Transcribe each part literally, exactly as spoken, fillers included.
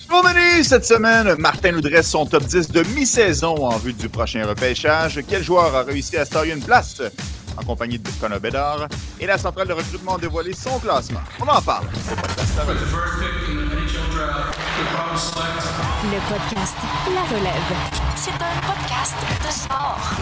Au menu cette semaine, Martin nous dresse son top dix de mi-saison en vue du prochain repêchage. Quel joueur a réussi à se tailler une place en compagnie de Connor Bedard? Et la centrale de recrutement a dévoilé son classement. On en parle au podcast La Relève. Le podcast La Relève. C'est un podcast de sport.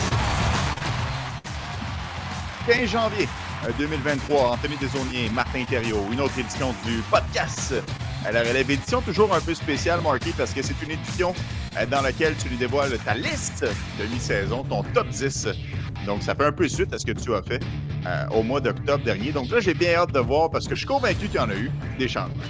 quinze janvier deux mille vingt-trois, Anthony Desaulniers, Martin Thériault, une autre édition du podcast à La Relève. Édition toujours un peu spéciale, Marky, parce que c'est une édition dans laquelle tu lui dévoiles ta liste de mi-saison, ton top dix. Donc, ça fait un peu suite à ce que tu as fait euh, au mois d'octobre dernier. Donc là, j'ai bien hâte de voir parce que je suis convaincu qu'il y en a eu des changements.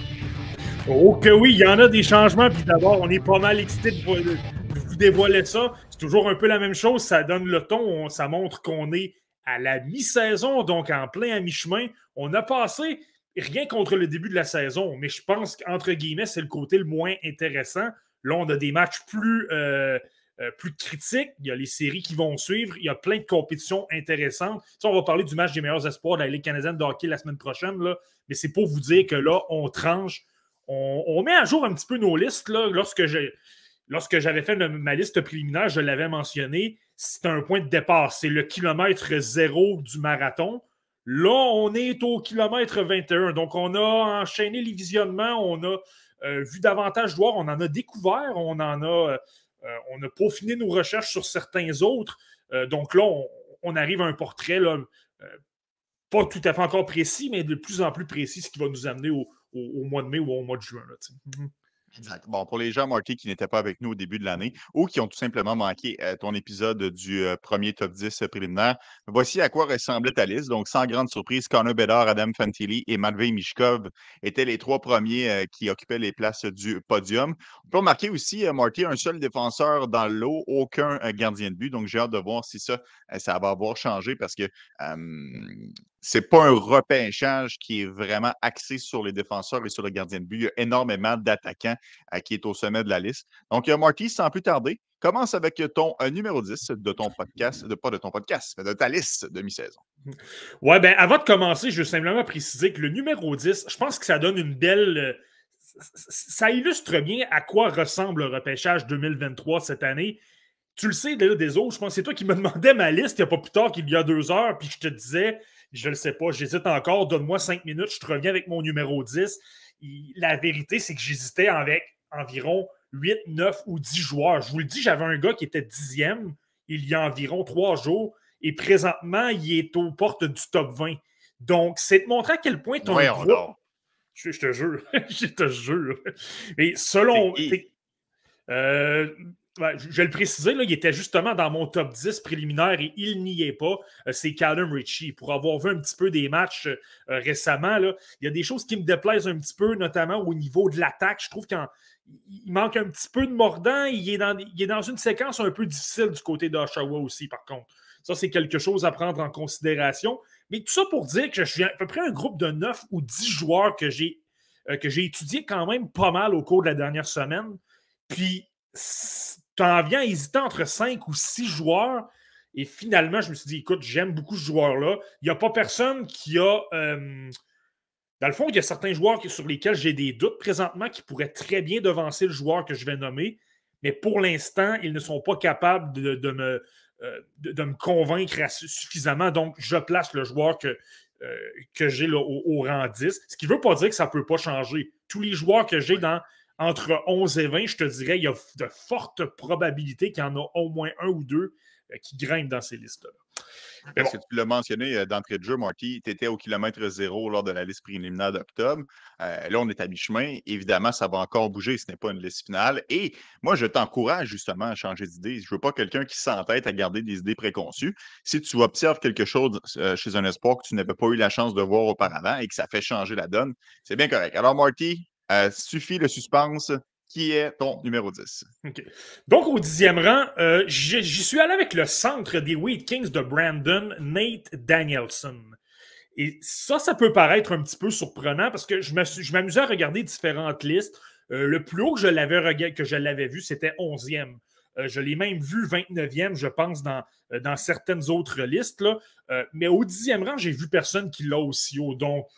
Oh que oui, il y en a des changements. Puis d'abord, on est pas mal excité de vous, de vous dévoiler ça. C'est toujours un peu la même chose. Ça donne le ton. On, ça montre qu'on est à la mi-saison, donc en plein à mi-chemin. On a passé rien contre le début de la saison, mais je pense qu'entre guillemets, c'est le côté le moins intéressant. Là, on a des matchs plus, euh, euh, plus critiques. Il y a les séries qui vont suivre. Il y a plein de compétitions intéressantes. Ça, on va parler du match des meilleurs espoirs de la Ligue canadienne de hockey la semaine prochaine, là. Mais c'est pour vous dire que là, on tranche. On, on met à jour un petit peu nos listes. Là. Lorsque, je, lorsque j'avais fait le, ma liste préliminaire, je l'avais mentionné, c'est un point de départ. C'est le kilomètre zéro du marathon. Là, on est au kilomètre vingt et un. Donc, on a enchaîné les visionnements, on a euh, vu davantage de joueurs, on en a découvert, on en a, euh, on a peaufiné nos recherches sur certains autres. Euh, donc là, on, on arrive à un portrait là, euh, pas tout à fait encore précis, mais de plus en plus précis, ce qui va nous amener au, au, au mois de mai ou au mois de juin. Là, mm-hmm. Exact. Bon, pour les gens, Marty, qui n'étaient pas avec nous au début de l'année ou qui ont tout simplement manqué euh, ton épisode du euh, premier top dix préliminaire, voici à quoi ressemblait ta liste. Donc, sans grande surprise, Connor Bedard, Adam Fantilli et Matvei Michkov étaient les trois premiers euh, qui occupaient les places du podium. On peut remarquer aussi, euh, Marty, un seul défenseur dans le lot, aucun euh, gardien de but. Donc, j'ai hâte de voir si ça, euh, ça va avoir changé parce que euh, c'est pas un repêchage qui est vraiment axé sur les défenseurs et sur le gardien de but. Il y a énormément d'attaquants euh, qui est au sommet de la liste. Donc, euh, Marty, sans plus tarder, commence avec ton euh, numéro dix de ton podcast, de, pas de ton podcast, mais de ta liste de mi-saison. Ouais, ben avant de commencer, je veux simplement préciser que le numéro dix, je pense que ça donne une belle... Euh, ça illustre bien à quoi ressemble le repêchage deux mille vingt-trois cette année. Tu le sais, là, des autres, je pense que c'est toi qui me demandais ma liste il n'y a pas plus tard qu'il y a deux heures, puis je te disais, je ne le sais pas, j'hésite encore, donne-moi cinq minutes, je te reviens avec mon numéro dix. Il, la vérité, c'est que j'hésitais avec environ huit, neuf ou dix joueurs. Je vous le dis, j'avais un gars qui était dixième il y a environ trois jours, et présentement, il est aux portes du top vingt. Donc, c'est de montrer à quel point tu as un groupe... Je, je te jure, je te jure. Et selon... Euh, ouais, je vais le préciser, là, il était justement dans mon top dix préliminaire et il n'y est pas. Euh, c'est Callum Ritchie. Pour avoir vu un petit peu des matchs euh, récemment, là, il y a des choses qui me déplaisent un petit peu, notamment au niveau de l'attaque. Je trouve qu'il manque un petit peu de mordant. Il est, dans, il est dans une séquence un peu difficile du côté d'Oshawa aussi, par contre. Ça, c'est quelque chose à prendre en considération. Mais tout ça pour dire que je suis à peu près un groupe de neuf ou dix joueurs que j'ai, euh, que j'ai étudié quand même pas mal au cours de la dernière semaine. Puis, tu en viens à hésiter entre cinq ou six joueurs. Et finalement, je me suis dit, écoute, j'aime beaucoup ce joueur-là. Il n'y a pas personne qui a... Euh... Dans le fond, il y a certains joueurs sur lesquels j'ai des doutes présentement qui pourraient très bien devancer le joueur que je vais nommer. Mais pour l'instant, ils ne sont pas capables de, de, me, euh, de, de me convaincre suffisamment. Donc, je place le joueur que, euh, que j'ai là, au, au rang dix. Ce qui ne veut pas dire que ça ne peut pas changer. Tous les joueurs que j'ai dans... Entre onze et vingt, je te dirais, il y a de fortes probabilités qu'il y en a au moins un ou deux euh, qui grimpent dans ces listes-là. Parce bon. que tu l'as mentionné euh, d'entrée de jeu, Marty, tu étais au kilomètre zéro lors de la liste préliminaire d'octobre. Euh, là, on est à mi-chemin. Évidemment, ça va encore bouger. Ce n'est pas une liste finale. Et moi, je t'encourage justement à changer d'idée. Je ne veux pas quelqu'un qui s'entête à garder des idées préconçues. Si tu observes quelque chose euh, chez un espoir que tu n'avais pas eu la chance de voir auparavant et que ça fait changer la donne, c'est bien correct. Alors, Marty, Euh, suffit le suspense. Qui est ton numéro dix? Okay. Donc, au dixième rang, euh, j'y suis allé avec le centre des Wheat Kings de Brandon, Nate Danielson. Et ça, ça peut paraître un petit peu surprenant parce que je m'amusais à regarder différentes listes. Euh, le plus haut que je l'avais que je l'avais vu, c'était onzième. Euh, je l'ai même vu vingt-neuvième, je pense, dans, euh, dans certaines autres listes. Là. Euh, mais au dixième rang, j'ai vu personne qui l'a aussi haut. Donc,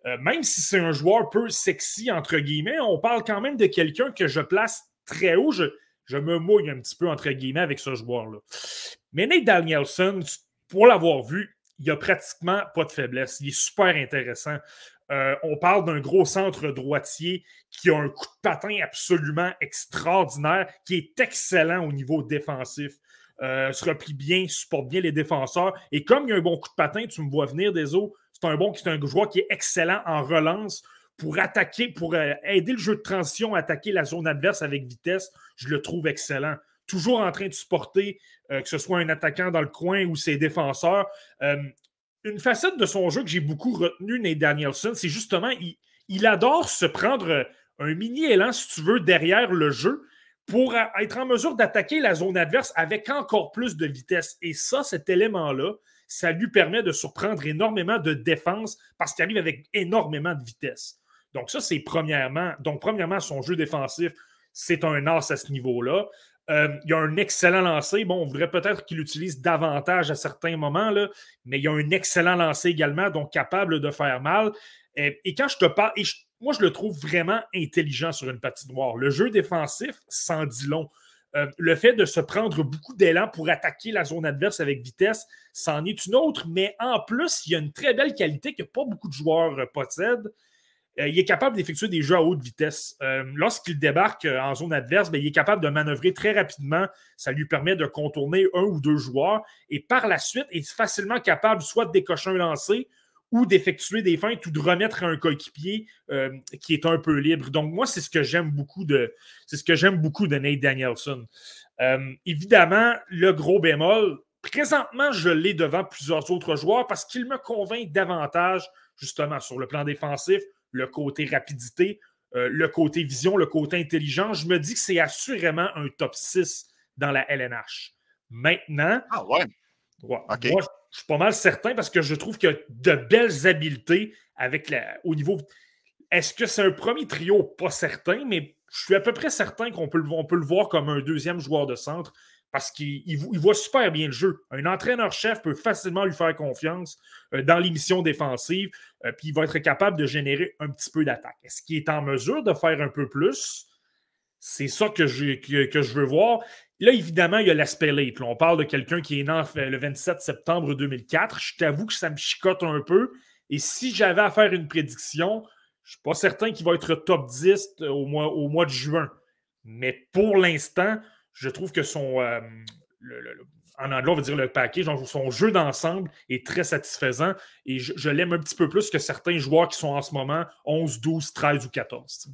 Euh, même si c'est un joueur peu sexy, entre guillemets, on parle quand même de quelqu'un que je place très haut. Je, je me mouille un petit peu, entre guillemets, avec ce joueur-là. Mais Nate Danielson, pour l'avoir vu, il n'y a pratiquement pas de faiblesse. Il est super intéressant. Euh, on parle d'un gros centre droitier qui a un coup de patin absolument extraordinaire, qui est excellent au niveau défensif. Euh, se replie bien, supporte bien les défenseurs. Et comme il y a un bon coup de patin, tu me vois venir des eaux, c'est un bon c'est un joueur qui est excellent en relance pour attaquer, pour euh, aider le jeu de transition à attaquer la zone adverse avec vitesse. Je le trouve excellent. Toujours en train de supporter, euh, que ce soit un attaquant dans le coin ou ses défenseurs. Euh, une facette de son jeu que j'ai beaucoup retenu, Nate Danielson, c'est justement, il, il adore se prendre un mini-élan, si tu veux, derrière le jeu pour être en mesure d'attaquer la zone adverse avec encore plus de vitesse. Et ça, cet élément-là, ça lui permet de surprendre énormément de défense parce qu'il arrive avec énormément de vitesse. Donc ça, c'est premièrement. Donc, premièrement, son jeu défensif, c'est un as à ce niveau-là. Euh, il y a un excellent lancer. Bon, on voudrait peut-être qu'il l'utilise davantage à certains moments, là, mais il y a un excellent lancer également, donc capable de faire mal. Et, et quand je te parle, et je, moi, je le trouve vraiment intelligent sur une patinoire. Le jeu défensif, s'en dit long. Euh, le fait de se prendre beaucoup d'élan pour attaquer la zone adverse avec vitesse, c'en est une autre, mais en plus, il y a une très belle qualité que pas beaucoup de joueurs euh, possèdent. Euh, il est capable d'effectuer des jeux à haute vitesse. Euh, lorsqu'il débarque euh, en zone adverse, bien, il est capable de manœuvrer très rapidement. Ça lui permet de contourner un ou deux joueurs et par la suite, il est facilement capable soit de décocher un lancer ou d'effectuer des feintes ou de remettre un coéquipier euh, qui est un peu libre. Donc, moi, c'est ce que j'aime beaucoup de, c'est ce que j'aime beaucoup de Nate Danielson. Euh, évidemment, le gros bémol, présentement, je l'ai devant plusieurs autres joueurs parce qu'il me convainc davantage, justement, sur le plan défensif, le côté rapidité, euh, le côté vision, le côté intelligence. Je me dis que c'est assurément un top six dans la L N H. Maintenant, ah ouais. Ouais, okay. moi, je suis pas mal certain parce que je trouve qu'il y a de belles habiletés avec la, au niveau. Est-ce que c'est un premier trio? Pas certain, mais je suis à peu près certain qu'on peut, on peut le voir comme un deuxième joueur de centre parce qu'il il, il voit super bien le jeu. Un entraîneur-chef peut facilement lui faire confiance euh, dans les missions défensives, euh, puis il va être capable de générer un petit peu d'attaque. Est-ce qu'il est en mesure de faire un peu plus? C'est ça que je, que, que je veux voir. Là, évidemment, il y a l'aspect late. Là, on parle de quelqu'un qui est né le vingt-sept septembre deux mille quatre. Je t'avoue que ça me chicote un peu. Et si j'avais à faire une prédiction, je ne suis pas certain qu'il va être top dix au mois, au mois de juin. Mais pour l'instant, je trouve que son... Euh, le, le, en anglais, on va dire le package, donc son jeu d'ensemble est très satisfaisant. Et je, je l'aime un petit peu plus que certains joueurs qui sont en ce moment onze, douze, treize ou quatorze.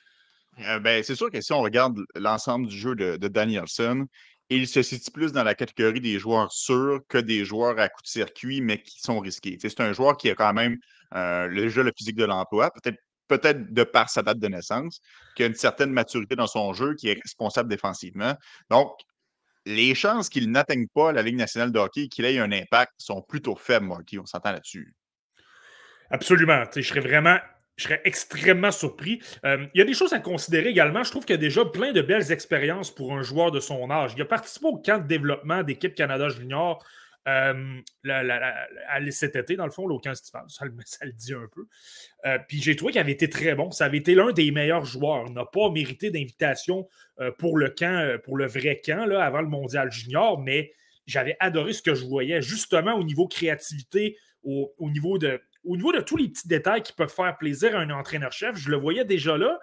Euh, ben, c'est sûr que si on regarde l'ensemble du jeu de, de Danielson, il se situe plus dans la catégorie des joueurs sûrs que des joueurs à coup de circuit, mais qui sont risqués. T'sais, c'est un joueur qui a quand même euh, déjà le physique de l'emploi, peut-être peut-être de par sa date de naissance, qui a une certaine maturité dans son jeu, qui est responsable défensivement. Donc, les chances qu'il n'atteigne pas la Ligue nationale de hockey et qu'il ait un impact sont plutôt faibles, Marty. On s'entend là-dessus. Absolument. Je serais vraiment... Je serais extrêmement surpris. Euh, il y a des choses à considérer également. Je trouve qu'il y a déjà plein de belles expériences pour un joueur de son âge. Il a participé au camp de développement d'équipe Canada Junior euh, la, la, la, cet été, dans le fond, là, au camp estival. Ça, ça le dit un peu. Euh, puis j'ai trouvé qu'il avait été très bon. Ça avait été l'un des meilleurs joueurs. Il n'a pas mérité d'invitation euh, pour le camp, pour le vrai camp, là, avant le mondial junior, mais j'avais adoré ce que je voyais, justement au niveau créativité, au, au niveau de Au niveau de tous les petits détails qui peuvent faire plaisir à un entraîneur-chef, je le voyais déjà là.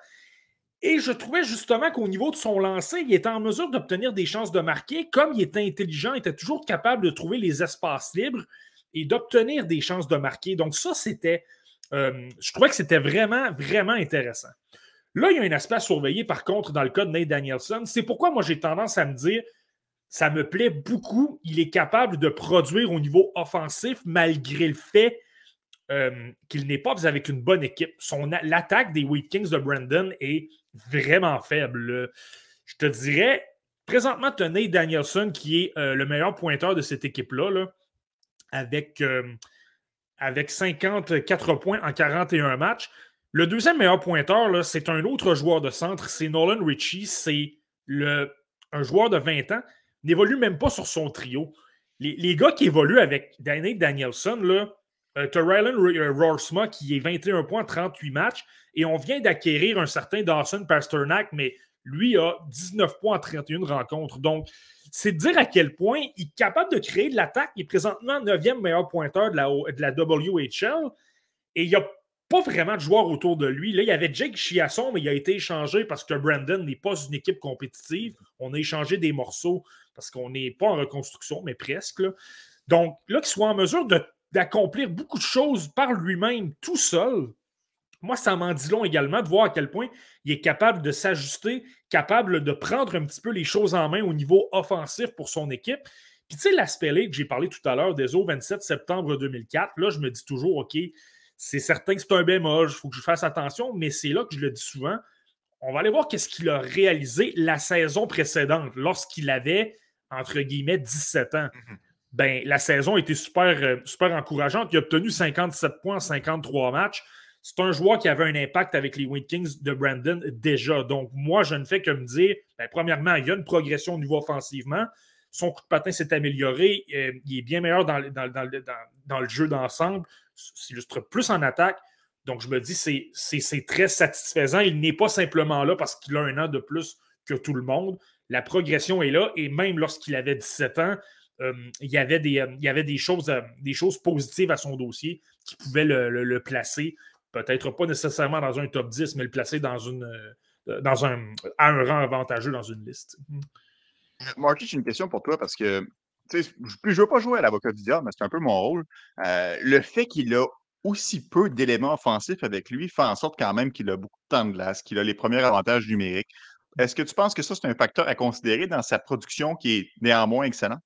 Et je trouvais justement qu'au niveau de son lancer, il était en mesure d'obtenir des chances de marquer. Comme il était intelligent, il était toujours capable de trouver les espaces libres et d'obtenir des chances de marquer. Donc ça, c'était... Euh, je trouvais que c'était vraiment, vraiment intéressant. Là, il y a un aspect à surveiller, par contre, dans le cas de Nate Danielson. C'est pourquoi moi, j'ai tendance à me dire, ça me plaît beaucoup. Il est capable de produire au niveau offensif, malgré le fait Euh, qu'il n'est pas avec une bonne équipe. Son, l'attaque des Wheat Kings de Brandon est vraiment faible. Je te dirais, présentement, tu as Nate Danielson qui est euh, le meilleur pointeur de cette équipe-là, là, avec, euh, avec cinquante-quatre points en quarante et un matchs. Le deuxième meilleur pointeur, là, c'est un autre joueur de centre, c'est Nolan Ritchie. C'est le, un joueur de vingt ans, n'évolue même pas sur son trio. Les, les gars qui évoluent avec Nate Danielson, là, Euh, tu as Rylan Roorsma qui est vingt et un points en trente-huit matchs et on vient d'acquérir un certain Dawson Pasternak, mais lui a dix-neuf points en trente et une rencontres. Donc, c'est de dire à quel point il est capable de créer de l'attaque. Il est présentement neuvième meilleur pointeur de la, de la W H L et il n'y a pas vraiment de joueurs autour de lui. Là, il y avait Jake Chiasson, mais il a été échangé parce que Brandon n'est pas une équipe compétitive. On a échangé des morceaux parce qu'on n'est pas en reconstruction, mais presque. Là. Donc, là, qu'il soit en mesure de, d'accomplir beaucoup de choses par lui-même, tout seul, moi, ça m'en dit long également de voir à quel point il est capable de s'ajuster, capable de prendre un petit peu les choses en main au niveau offensif pour son équipe. Puis, tu sais, l'aspect là que j'ai parlé tout à l'heure des au vingt-sept septembre deux mille quatre, là, je me dis toujours, OK, c'est certain que c'est un bémol, il faut que je fasse attention, mais c'est là que je le dis souvent. On va aller voir qu'est-ce qu'il a réalisé la saison précédente, lorsqu'il avait, entre guillemets, dix-sept ans. Mm-hmm. Ben, la saison était super, super encourageante. Il a obtenu cinquante-sept points en cinquante-trois matchs. C'est un joueur qui avait un impact avec les Wind Kings de Brandon déjà. Donc, moi, je ne fais que me dire, ben, premièrement, il y a une progression au niveau offensivement. Son coup de patin s'est amélioré. Euh, il est bien meilleur dans, dans, dans, dans, dans le jeu d'ensemble. S'illustre plus en attaque. Donc, je me dis, c'est, c'est, c'est très satisfaisant. Il n'est pas simplement là parce qu'il a un an de plus que tout le monde. La progression est là. Et même lorsqu'il avait dix-sept ans, euh, il y avait, des, euh, il y avait des, choses, euh, des choses positives à son dossier qui pouvaient le, le, le placer. Peut-être pas nécessairement dans un top dix, mais le placer dans, une, euh, dans un, à un rang avantageux dans une liste. Marty, j'ai une question pour toi parce que je ne veux pas jouer à l'avocat du diable, mais c'est un peu mon rôle. Euh, le fait qu'il a aussi peu d'éléments offensifs avec lui fait en sorte quand même qu'il a beaucoup de temps de glace, qu'il a les premiers avantages numériques. Est-ce que tu penses que ça, c'est un facteur à considérer dans sa production qui est néanmoins excellente?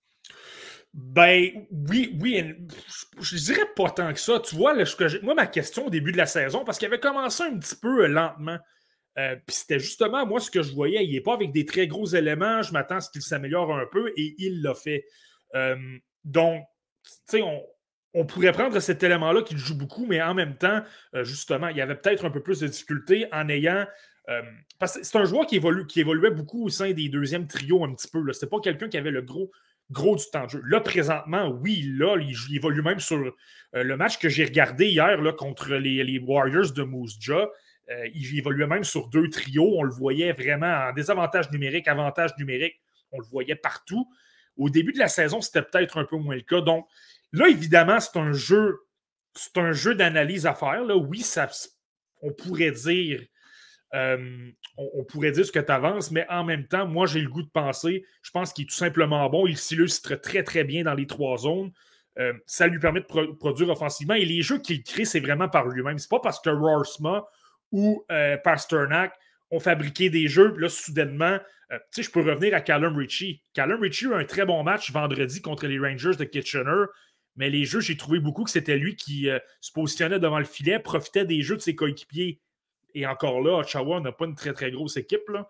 Ben oui, oui, je dirais pas tant que ça. Tu vois, là, moi, ma question au début de la saison, parce qu'il avait commencé un petit peu lentement. Euh, Puis c'était justement, moi, ce que je voyais. Il n'est pas avec des très gros éléments. Je m'attends à ce qu'il s'améliore un peu et il l'a fait. Euh, donc, tu sais, on, on pourrait prendre cet élément-là qui joue beaucoup, mais en même temps, euh, justement, il y avait peut-être un peu plus de difficultés en ayant. Euh, parce que c'est un joueur qui, évolue, qui évoluait beaucoup au sein des deuxièmes trios un petit peu. C'était pas quelqu'un qui avait le gros. Gros du temps de jeu. Là, présentement, oui, là, il, il évolue même sur euh, le match que j'ai regardé hier là, contre les, les Warriors de Moose Jaw. Euh, il évoluait même sur deux trios. On le voyait vraiment en désavantage numérique, avantage numérique. On le voyait partout. Au début de la saison, c'était peut-être un peu moins le cas. Donc, là, évidemment, c'est un jeu, c'est un jeu d'analyse à faire. Là. Oui, ça, on pourrait dire Euh, on, on pourrait dire ce que tu avances, mais en même temps, moi, j'ai le goût de penser, je pense qu'il est tout simplement bon. Il s'illustre très, très bien dans les trois zones. Euh, ça lui permet de pro- produire offensivement. Et les jeux qu'il crée, c'est vraiment par lui-même. C'est pas parce que Roorsma ou euh, Pasternak ont fabriqué des jeux, puis là, soudainement, euh, tu sais, je peux revenir à Callum Ritchie. Callum Ritchie a eu un très bon match vendredi contre les Rangers de Kitchener, mais les jeux, j'ai trouvé beaucoup que c'était lui qui euh, se positionnait devant le filet, profitait des jeux de ses coéquipiers. Et encore là, Oshawa n'a pas une très, très grosse équipe. Là.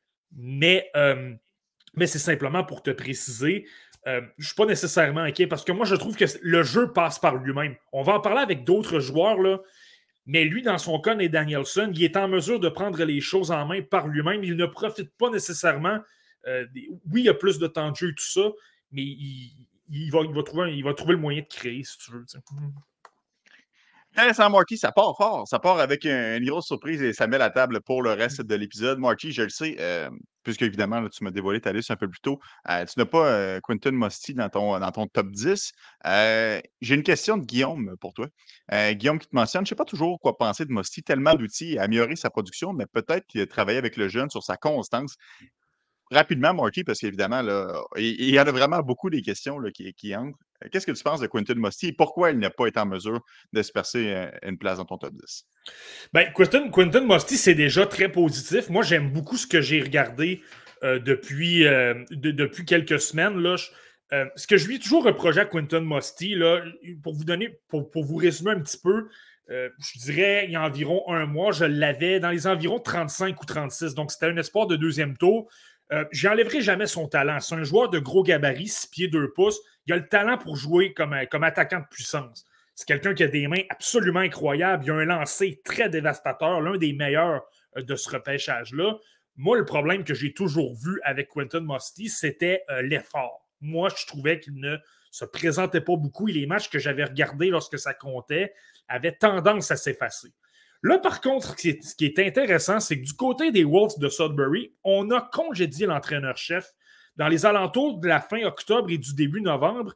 Mais, euh, mais c'est simplement pour te préciser, euh, je ne suis pas nécessairement inquiet parce que moi, je trouve que le jeu passe par lui-même. On va en parler avec d'autres joueurs, là, mais lui, dans son cas, Nate Danielson, il est en mesure de prendre les choses en main par lui-même. Il ne profite pas nécessairement. Euh, des... Oui, il y a plus de temps de jeu et tout ça, mais il, il, va, il, va, trouver, il va trouver le moyen de créer, si tu veux. T'sais. Intéressant, Marty, ça part fort. Ça part avec un, une grosse surprise et ça met la table pour le reste de l'épisode. Marty, je le sais, euh, puisque évidemment, là, tu m'as dévoilé ta liste un peu plus tôt. Euh, tu n'as pas euh, Quentin Musty dans ton, dans ton top dix. Euh, j'ai une question de Guillaume pour toi. Euh, Guillaume qui te mentionne, je ne sais pas toujours quoi penser de Musty, tellement d'outils à améliorer sa production, mais peut-être qu'il a travaillé avec le jeune sur sa constance. Rapidement, Marty, parce qu'évidemment, là, il, il y en a vraiment beaucoup des questions là, qui, qui entrent. Qu'est-ce que tu penses de Quentin Musty et pourquoi il n'a pas été en mesure de se percer une place dans ton top dix? Ben, Quentin, Quentin Musty, c'est déjà très positif. Moi, j'aime beaucoup ce que j'ai regardé euh, depuis, euh, de, depuis quelques semaines. Là. Je, euh, ce que je lui ai toujours reproché à Quentin Musty, là, pour vous donner, pour, pour vous résumer un petit peu, euh, je dirais, il y a environ un mois, je l'avais dans les environs trente-cinq ou trente-six. Donc, c'était un espoir de deuxième tour. Euh, J'enlèverai jamais son talent. C'est un joueur de gros gabarit, six pieds deux pouces. Il a le talent pour jouer comme, comme attaquant de puissance. C'est quelqu'un qui a des mains absolument incroyables. Il a un lancer très dévastateur, l'un des meilleurs de ce repêchage-là. Moi, le problème que j'ai toujours vu avec Quentin Musty, c'était euh, l'effort. Moi, je trouvais qu'il ne se présentait pas beaucoup et les matchs que j'avais regardés lorsque ça comptait avaient tendance à s'effacer. Là, par contre, ce qui est, ce qui est intéressant, c'est que du côté des Wolves de Sudbury, on a congédié l'entraîneur-chef dans les alentours de la fin octobre et du début novembre.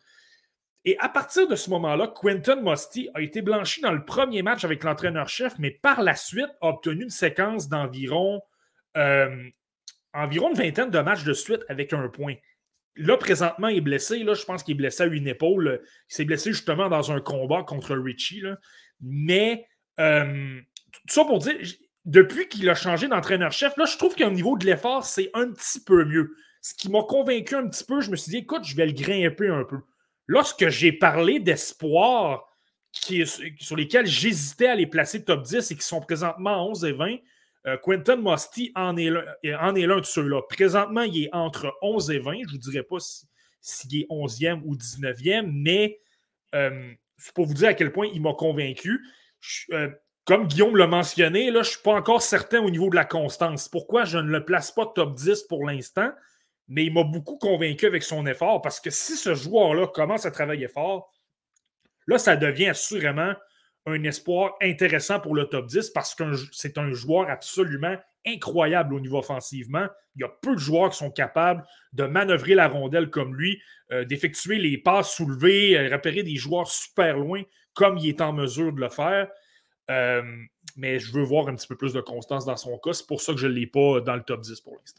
Et à partir de ce moment-là, Quentin Musty a été blanchi dans le premier match avec l'entraîneur-chef, mais par la suite a obtenu une séquence d'environ euh, environ une vingtaine de matchs de suite avec un point. Là, présentement, il est blessé. Là, je pense qu'il est blessé à une épaule. Il s'est blessé justement dans un combat contre Richie. Là. Mais euh, tout ça pour dire, depuis qu'il a changé d'entraîneur-chef, là, je trouve qu'au niveau de l'effort, c'est un petit peu mieux. Ce qui m'a convaincu un petit peu, je me suis dit, écoute, je vais le grimper un peu. Lorsque j'ai parlé d'espoir qui, sur lesquels j'hésitais à les placer top dix et qui sont présentement à onze et vingt, euh, Quentin Musty en est, en est l'un de ceux-là. Présentement, il est entre onze et vingt. Je ne vous dirai pas s'il si, est onzième ou dix-neuvième, mais euh, c'est pour vous dire à quel point il m'a convaincu. Je, euh, comme Guillaume l'a mentionné, là, je ne suis pas encore certain au niveau de la constance. Pourquoi je ne le place pas top dix pour l'instant? Mais il m'a beaucoup convaincu avec son effort parce que si ce joueur-là commence à travailler fort, là, ça devient assurément un espoir intéressant pour le top dix parce que c'est un joueur absolument incroyable au niveau offensivement. Il y a peu de joueurs qui sont capables de manœuvrer la rondelle comme lui, euh, d'effectuer les passes soulevées, euh, repérer des joueurs super loin comme il est en mesure de le faire. Euh, mais je veux voir un petit peu plus de constance dans son cas. C'est pour ça que je ne l'ai pas dans le top dix pour l'instant.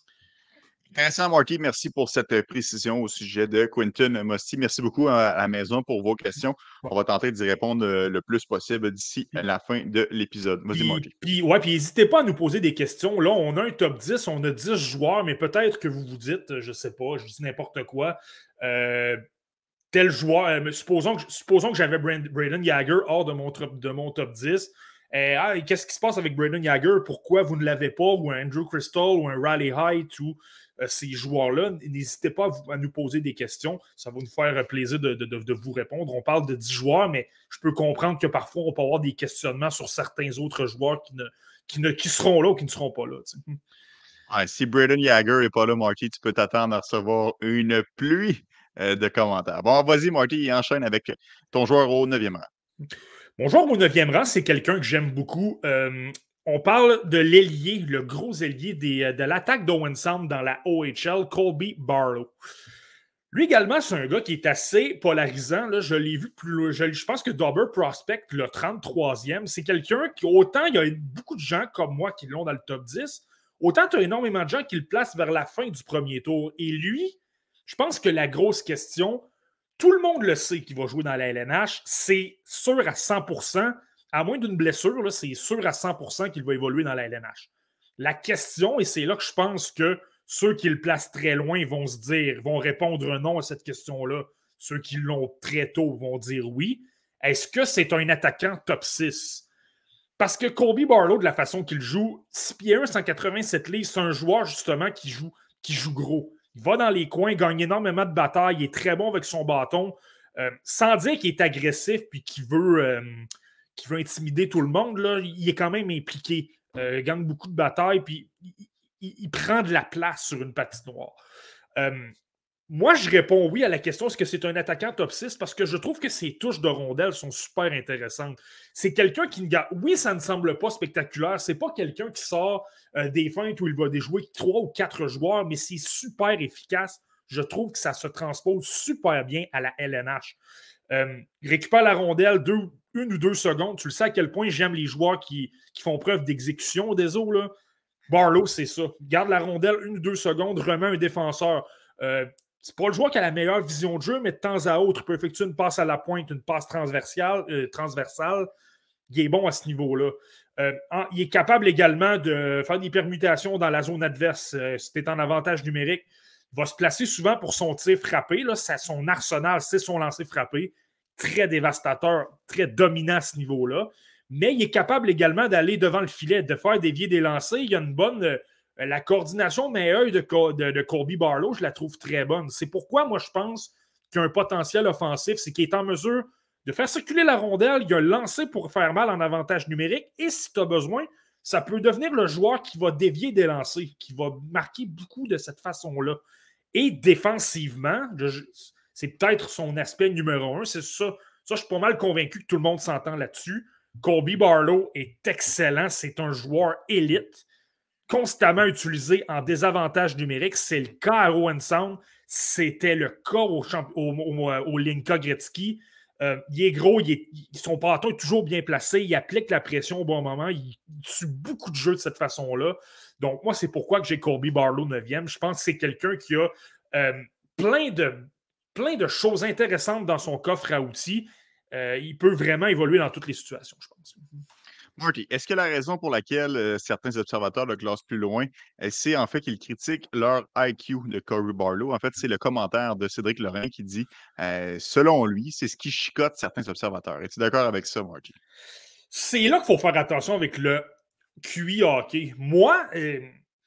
Intéressant, Marty. Merci pour cette précision au sujet de Quentin Musty. Merci beaucoup à la maison pour vos questions. On va tenter d'y répondre le plus possible d'ici à la fin de l'épisode. Vas-y, Marty. Puis, ouais, puis n'hésitez pas à nous poser des questions. Là, on a un top dix, on a dix joueurs, mais peut-être que vous vous dites, je ne sais pas, je dis n'importe quoi, euh, tel joueur, euh, supposons, que, supposons que j'avais Brayden Yager hors de mon, de mon top dix. Euh, ah, qu'est-ce qui se passe avec Brayden Yager? Pourquoi vous ne l'avez pas? Ou un Andrew Crystal ou un Riley Height ou euh, ces joueurs-là? N'hésitez pas à, vous, à nous poser des questions. Ça va nous faire plaisir de, de, de vous répondre. On parle de dix joueurs, mais je peux comprendre que parfois, on peut avoir des questionnements sur certains autres joueurs qui, ne, qui, ne, qui seront là ou qui ne seront pas là. Ouais, si Brayden Yager n'est pas là, Marty, tu peux t'attendre à recevoir une pluie euh, de commentaires. Bon, vas-y, Marty, enchaîne avec ton joueur au neuvième rang. Mon joueur au neuvième rang, c'est quelqu'un que j'aime beaucoup. Euh, on parle de l'ailier, le gros ailier des, de l'attaque d'Owen Sound dans la O H L, Colby Barlow. Lui également, c'est un gars qui est assez polarisant. Là, je l'ai vu plus je, je pense que Dobber Prospect, le trente-troisième, c'est quelqu'un qui, autant il y a beaucoup de gens comme moi qui l'ont dans le top dix, autant tu as énormément de gens qui le placent vers la fin du premier tour. Et lui, je pense que la grosse question... Tout le monde le sait qu'il va jouer dans la L N H. C'est sûr à cent pour cent, à moins d'une blessure, là, c'est sûr à cent pour cent qu'il va évoluer dans la L N H. La question, et c'est là que je pense que ceux qui le placent très loin vont se dire, vont répondre non à cette question-là. Ceux qui l'ont très tôt vont dire oui. Est-ce que c'est un attaquant top six? Parce que Colby Barlow, de la façon qu'il joue, six pieds un, cent quatre-vingt-sept livres, c'est un joueur justement qui joue, qui joue gros. Il va dans les coins, gagne énormément de batailles, il est très bon avec son bâton, euh, sans dire qu'il est agressif puis qu'il veut, euh, qu'il veut intimider tout le monde. Là, il est quand même impliqué. Euh, il gagne beaucoup de batailles puis il, il, il prend de la place sur une patinoire. Euh, moi, je réponds oui à la question est-ce que c'est un attaquant top six parce que je trouve que ses touches de rondelles sont super intéressantes. C'est quelqu'un qui ne garde. Oui, ça ne semble pas spectaculaire. C'est pas quelqu'un qui sort euh, des feintes où il va déjouer trois ou quatre joueurs, mais c'est super efficace. Je trouve que ça se transpose super bien à la L N H. Euh, il récupère la rondelle deux, une ou deux secondes. Tu le sais à quel point j'aime les joueurs qui, qui font preuve d'exécution des os. Là. Barlow, c'est ça. Il garde la rondelle une ou deux secondes, remet un défenseur. Euh, C'est pas le joueur qui a la meilleure vision de jeu, mais de temps à autre, il peut effectuer une passe à la pointe, une passe transversale. Euh, transversale. Il est bon à ce niveau-là. Euh, en, il est capable également de faire des permutations dans la zone adverse. Euh, si tu es en avantage numérique, il va se placer souvent pour son tir frappé. Là, ça, son arsenal, c'est son lancer frappé. Très dévastateur, très dominant à ce niveau-là. Mais il est capable également d'aller devant le filet, de faire dévier des lancers. Il y a une bonne... Euh, La coordination main-œil de, de, de Colby Barlow, je la trouve très bonne. C'est pourquoi, moi, je pense qu'il y a un potentiel offensif, c'est qu'il est en mesure de faire circuler la rondelle, il a lancé pour faire mal en avantage numérique, et si tu as besoin, ça peut devenir le joueur qui va dévier des lancers, qui va marquer beaucoup de cette façon-là. Et défensivement, je, C'est peut-être son aspect numéro un. C'est ça. Ça, je suis pas mal convaincu que tout le monde s'entend là-dessus. Colby Barlow est excellent. C'est un joueur élite, constamment utilisé en désavantage numérique. C'est le cas à Owen Sound. C'était le cas au, champ- au, au, au Linka Gretzky. Euh, il est gros, il est, il, son bâton est toujours bien placé, il applique la pression au bon moment, il, il tue beaucoup de jeux de cette façon-là. Donc, moi, c'est pourquoi que j'ai Colby Barlow neuvième. Je pense que c'est quelqu'un qui a euh, plein, de, plein de choses intéressantes dans son coffre à outils. Euh, il peut vraiment évoluer dans toutes les situations, je pense. Marty, est-ce que la raison pour laquelle euh, certains observateurs le classent plus loin, euh, c'est en fait qu'ils critiquent leur I Q de Colby Barlow? En fait, c'est le commentaire de Cédric Lorrain qui dit euh, selon lui, c'est ce qui chicote certains observateurs. Es-tu d'accord avec ça, Marty? C'est là qu'il faut faire attention avec le Q I hockey. Moi, euh,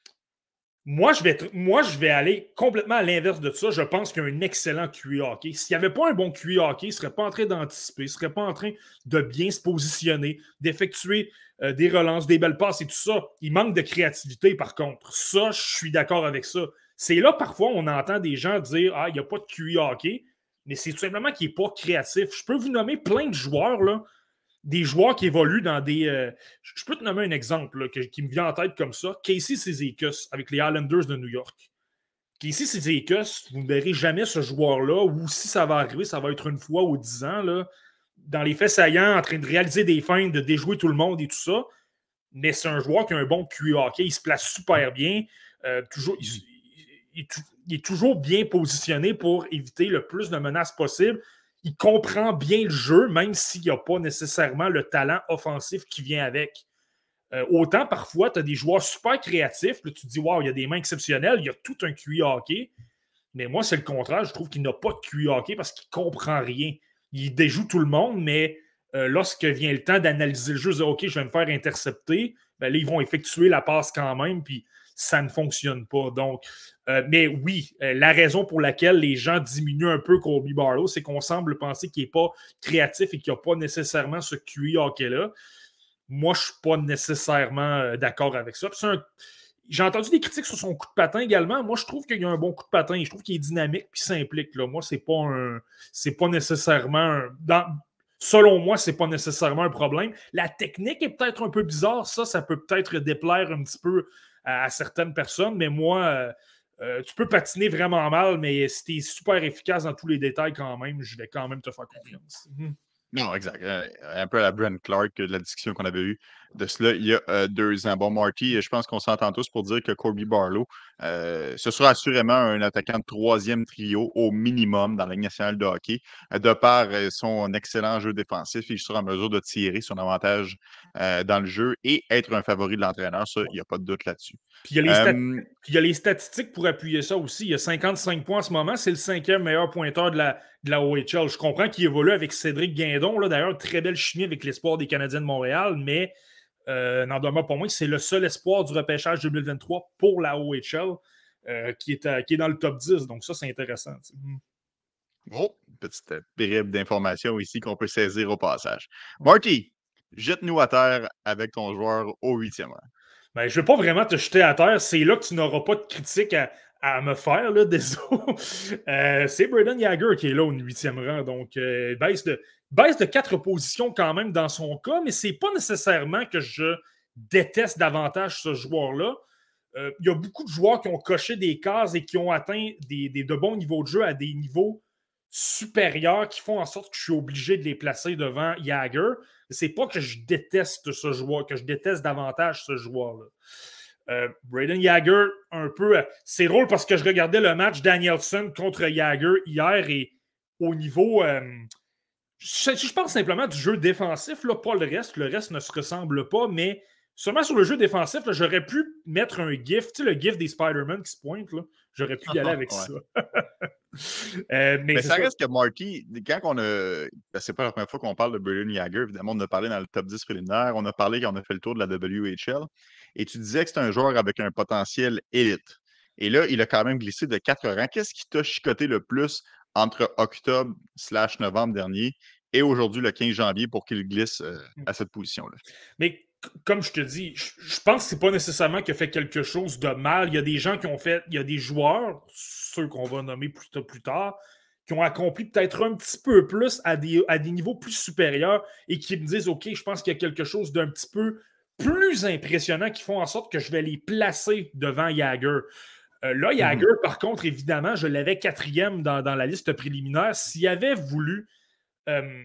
moi, je vais, moi, je vais aller complètement à l'inverse de ça. Je pense qu'il y a un excellent Q I hockey. S'il n'y avait pas un bon Q I hockey, il ne serait pas en train d'anticiper, il ne serait pas en train de bien se positionner, d'effectuer euh, des relances, des belles passes et tout ça. Il manque de créativité, par contre. Ça, je suis d'accord avec ça. C'est là, parfois, on entend des gens dire « Ah, il n'y a pas de Q I hockey », mais c'est tout simplement qu'il n'est pas créatif. Je peux vous nommer plein de joueurs, là, des joueurs qui évoluent dans des... Euh, je peux te nommer un exemple là, que, qui me vient en tête comme ça. Casey Cizikas avec les Islanders de New York. Casey Cizikas, vous ne verrez jamais ce joueur-là, ou si ça va arriver, ça va être une fois ou dix ans, là, dans les faits saillants, en train de réaliser des feintes, de déjouer tout le monde et tout ça. Mais c'est un joueur qui a un bon Q I hockey. Il se place super bien. Euh, toujours, il, il, il est toujours bien positionné pour éviter le plus de menaces possible. Il comprend bien le jeu, même s'il n'y a pas nécessairement le talent offensif qui vient avec. Euh, autant, parfois, tu as des joueurs super créatifs, là, tu te dis, waouh, il y a des mains exceptionnelles, il y a tout un Q I hockey. Mais moi, c'est le contraire. Je trouve qu'il n'a pas de Q I hockey parce qu'il ne comprend rien. Il déjoue tout le monde, mais euh, lorsque vient le temps d'analyser le jeu, dire, OK, je vais me faire intercepter, ben là, ils vont effectuer la passe quand même, puis ça ne fonctionne pas. Donc, euh, mais oui, euh, la raison pour laquelle les gens diminuent un peu Colby Barlow, c'est qu'on semble penser qu'il n'est pas créatif et qu'il n'a pas nécessairement ce Q I hockey-là. Moi, je ne suis pas nécessairement euh, d'accord avec ça. Un... J'ai entendu des critiques sur son coup de patin également. Moi, je trouve qu'il y a un bon coup de patin. Je trouve qu'il est dynamique et s'implique. Là. Moi, c'est pas un. C'est pas nécessairement un... Dans... Selon moi, c'est pas nécessairement un problème. La technique est peut-être un peu bizarre. Ça, ça peut peut-être déplaire un petit peu à, à certaines personnes, mais moi, euh, euh, tu peux patiner vraiment mal, mais si tu es super efficace dans tous les détails quand même, je vais quand même te faire confiance. Mm-hmm. Non, exact. Euh, un peu à la Brent Clark de la discussion qu'on avait eue de cela il y a euh, deux ans. Bon, Marty, je pense qu'on s'entend tous pour dire que Colby Barlow, euh, ce sera assurément un attaquant de troisième trio au minimum dans la Ligue nationale de hockey. Euh, de par euh, son excellent jeu défensif, il sera en mesure de tirer son avantage euh, dans le jeu et être un favori de l'entraîneur. Ça, il n'y a pas de doute là-dessus. Puis il y, stat... euh, il y a les statistiques pour appuyer ça aussi. Il y a cinquante-cinq points en ce moment. C'est le cinquième meilleur pointeur de la, de la O H L. Je comprends qu'il évolue avec Cédric Guindon. Là, d'ailleurs, très belle chimie avec l'espoir des Canadiens de Montréal, mais euh, n'en demeure pas moins que c'est le seul espoir du repêchage deux mille vingt-trois pour la O H L euh, qui, est à, qui est dans le top dix. Donc ça, c'est intéressant. T'sais. Oh, petite période d'informations ici qu'on peut saisir au passage. Marty, jette-nous à terre avec ton joueur au huitième rang. Ben, je ne vais pas vraiment te jeter à terre. C'est là que tu n'auras pas de critique à, à me faire, là, désolé. euh, c'est Brayden Yager qui est là au huitième rang. Donc, euh, baisse, de, baisse de quatre positions quand même dans son cas, mais ce n'est pas nécessairement que je déteste davantage ce joueur-là. Euh, il y a beaucoup de joueurs qui ont coché des cases et qui ont atteint des, des, de bons niveaux de jeu à des niveaux supérieurs qui font en sorte que je suis obligé de les placer devant Yager. C'est pas que je déteste ce joueur, que je déteste davantage ce joueur-là. Euh, Brayden Yager, un peu... Euh, c'est drôle parce que je regardais le match Danielson contre Yager hier et au niveau... Euh, je, je pense simplement du jeu défensif, là, pas le reste. Le reste ne se ressemble pas, mais seulement sur le jeu défensif, là, j'aurais pu mettre un gif, tu sais, le gif des Spider-Man qui se pointent, là, j'aurais pu y aller avec ouais. ça. euh, mais mais ça, ça reste que Marty, quand on a. C'est pas la première fois qu'on parle de Brayden Yager, évidemment, on en a parlé dans le top dix préliminaire, on a parlé quand on a fait le tour de la W H L, et tu disais que c'est un joueur avec un potentiel élite. Et là, il a quand même glissé de quatre rangs. Qu'est-ce qui t'a chicoté le plus entre octobre slash novembre dernier et aujourd'hui, le quinze janvier, pour qu'il glisse euh, à cette position-là? Mais comme je te dis, je, je pense que c'est pas nécessairement qu'il a fait quelque chose de mal. Il y a des gens qui ont fait, il y a des joueurs, ceux qu'on va nommer plus tard, plus tard qui ont accompli peut-être un petit peu plus à des, à des niveaux plus supérieurs et qui me disent, OK, je pense qu'il y a quelque chose d'un petit peu plus impressionnant qui font en sorte que je vais les placer devant Jagger. Euh, là, Jagger, mm-hmm. par contre, évidemment, je l'avais quatrième dans, dans la liste préliminaire. S'il avait voulu... Euh,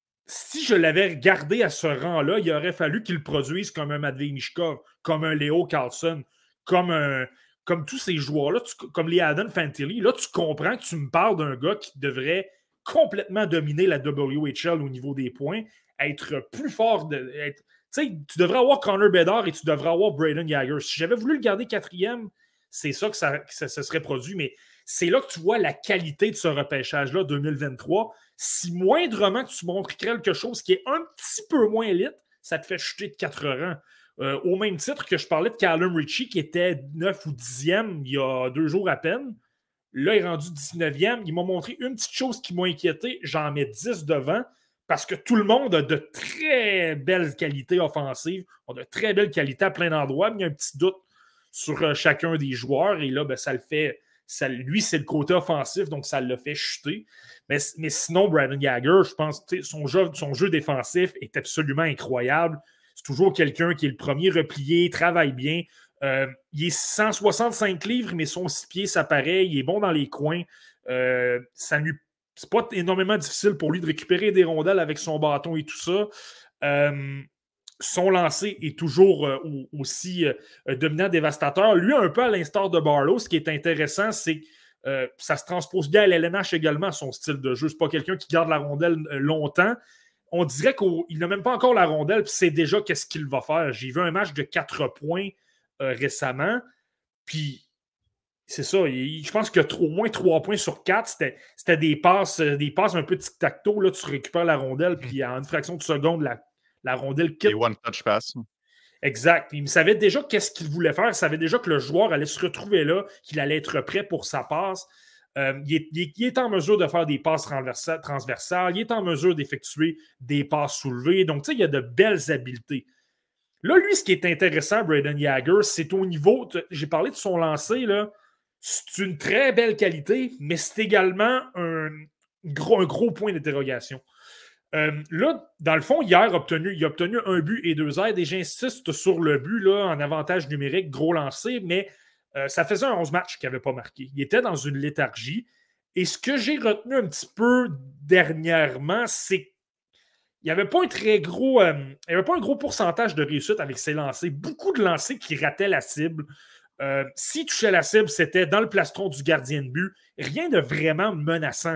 si je l'avais gardé à ce rang-là, il aurait fallu qu'il produise comme un Matvei Michkov, comme un Leo Carlsson, comme, un, comme tous ces joueurs-là, tu, comme les Adam Fantilli. Là, tu comprends que tu me parles d'un gars qui devrait complètement dominer la W H L au niveau des points, être plus fort. De, être, tu devrais avoir Connor Bedard et tu devrais avoir Braden Jagger. Si j'avais voulu le garder quatrième, c'est ça que ça, que ça se serait produit, mais c'est là que tu vois la qualité de ce repêchage-là deux mille vingt-trois. Si moindrement tu montres quelque chose qui est un petit peu moins élite, ça te fait chuter de quatre rangs. Euh, au même titre que je parlais de Callum Ritchie, qui était neuf ou dixième il y a deux jours à peine. Là, il est rendu dix-neuvième. Il m'a montré une petite chose qui m'a inquiété. J'en mets dix devant parce que tout le monde a de très belles qualités offensives, a de très belles qualités à plein d'endroits, mais il y a un petit doute sur euh, chacun des joueurs. Et là, ben, ça le fait... Ça, lui, c'est le côté offensif, donc ça l'a fait chuter. Mais, mais sinon, Braden Jagger, je pense que son jeu, son jeu défensif est absolument incroyable. C'est toujours quelqu'un qui est le premier replié, travaille bien. Euh, il est cent soixante-cinq livres, mais son six pieds, ça paraît. Il est bon dans les coins. Euh, ça lui, c'est pas énormément difficile pour lui de récupérer des rondelles avec son bâton et tout ça. Euh, Son lancer est toujours euh, aussi euh, dominant, dévastateur. Lui, un peu à l'instar de Barlow, ce qui est intéressant, c'est que euh, ça se transpose bien à l'L N H également, son style de jeu. C'est pas quelqu'un qui garde la rondelle euh, longtemps. On dirait qu'il n'a même pas encore la rondelle, puis c'est déjà qu'est-ce qu'il va faire. J'ai vu un match de quatre points euh, récemment, puis c'est ça. Il, je pense que au moins trois points sur quatre, c'était, c'était des passes, des passes un peu tic-tac-toe. Là, tu récupères la rondelle, puis en une fraction de seconde, la La rondelle quitte. Et one touch pass. Exact. Il savait déjà qu'est-ce qu'il voulait faire. Il savait déjà que le joueur allait se retrouver là, qu'il allait être prêt pour sa passe. Euh, il, est, il, est, il est en mesure de faire des passes transversales. Il est en mesure d'effectuer des passes soulevées. Donc, tu sais, il y a de belles habiletés. Là, lui, ce qui est intéressant, Braden Jagger, c'est au niveau... J'ai parlé de son lancer, là. C'est une très belle qualité, mais c'est également un gros, un gros point d'interrogation. Euh, là, dans le fond, hier, obtenu, il a obtenu un but et deux aides, et j'insiste sur le but là, en avantage numérique, gros lancé, mais euh, ça faisait un onze matchs qu'il n'avait pas marqué. Il était dans une léthargie. Et ce que j'ai retenu un petit peu dernièrement, c'est qu'il n'y avait pas un très gros, euh, il n'y avait pas un gros pourcentage de réussite avec ses lancers. Beaucoup de lancers qui rataient la cible. Euh, S'il touchait la cible, c'était dans le plastron du gardien de but. Rien de vraiment menaçant.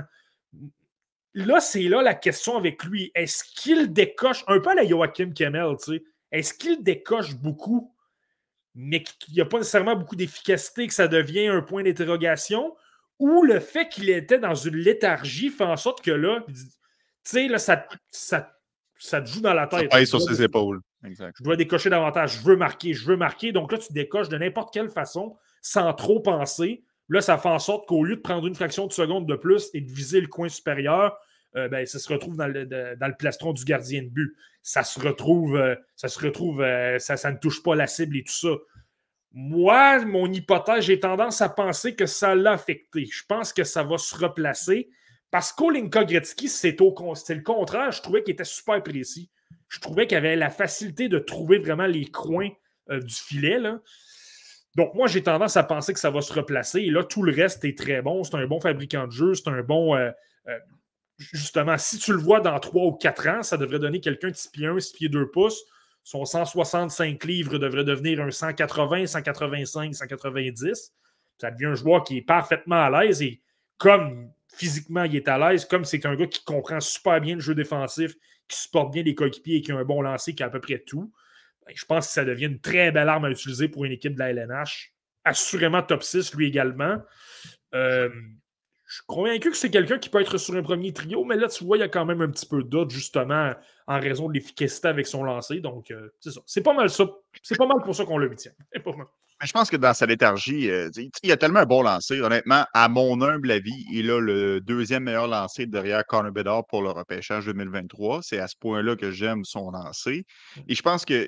Là, c'est là la question avec lui. Est-ce qu'il décoche, un peu à la Joachim Kemmel, tu sais, est-ce qu'il décoche beaucoup, mais qu'il n'y a pas nécessairement beaucoup d'efficacité, que ça devient un point d'interrogation, ou le fait qu'il était dans une léthargie fait en sorte que là, tu sais, là, ça, ça, ça te joue dans la tête. Ça pèse sur ses épaules. Exact. Je dois décocher davantage. Je veux marquer, je veux marquer. Donc là, tu décoches de n'importe quelle façon, sans trop penser. Là, ça fait en sorte qu'au lieu de prendre une fraction de seconde de plus et de viser le coin supérieur, euh, ben, ça se retrouve dans le, de, dans le plastron du gardien de but. Ça se retrouve, euh, ça se retrouve, euh, ça, ça ne touche pas la cible et tout ça. Moi, mon hypothèse, j'ai tendance à penser que ça l'a affecté. Je pense que ça va se replacer parce qu'Olinka Gretzky, c'est, au, c'est le contraire. Je trouvais qu'il était super précis. Je trouvais qu'il avait la facilité de trouver vraiment les coins euh, du filet, là. Donc, moi, j'ai tendance à penser que ça va se replacer. Et là, tout le reste est très bon. C'est un bon fabricant de jeu. C'est un bon... Euh, euh, justement, si tu le vois dans trois ou quatre ans, ça devrait donner quelqu'un de six pieds un, six pieds deux pouces. Son cent soixante-cinq livres devrait devenir un cent quatre-vingts, cent quatre-vingt-cinq, cent quatre-vingt-dix. Ça devient un joueur qui est parfaitement à l'aise. Et comme physiquement, il est à l'aise, comme c'est un gars qui comprend super bien le jeu défensif, qui supporte bien les coéquipiers et qui a un bon lancer, qui a à peu près tout, je pense que ça devient une très belle arme à utiliser pour une équipe de la L N H. Assurément top six, lui également. Euh, je suis convaincu que c'est quelqu'un qui peut être sur un premier trio, mais là, tu vois, il y a quand même un petit peu de doute, justement, en raison de l'efficacité avec son lancer. Donc, euh, c'est ça. C'est pas mal ça. C'est pas mal pour ça qu'on l'a huitième. C'est pas mal. Mais je pense que dans sa léthargie, euh, il a tellement un bon lancer. Honnêtement, à mon humble avis, il a le deuxième meilleur lancer derrière Connor Bedard pour le repêchage deux mille vingt-trois. C'est à ce point-là que j'aime son lancer. Et je pense que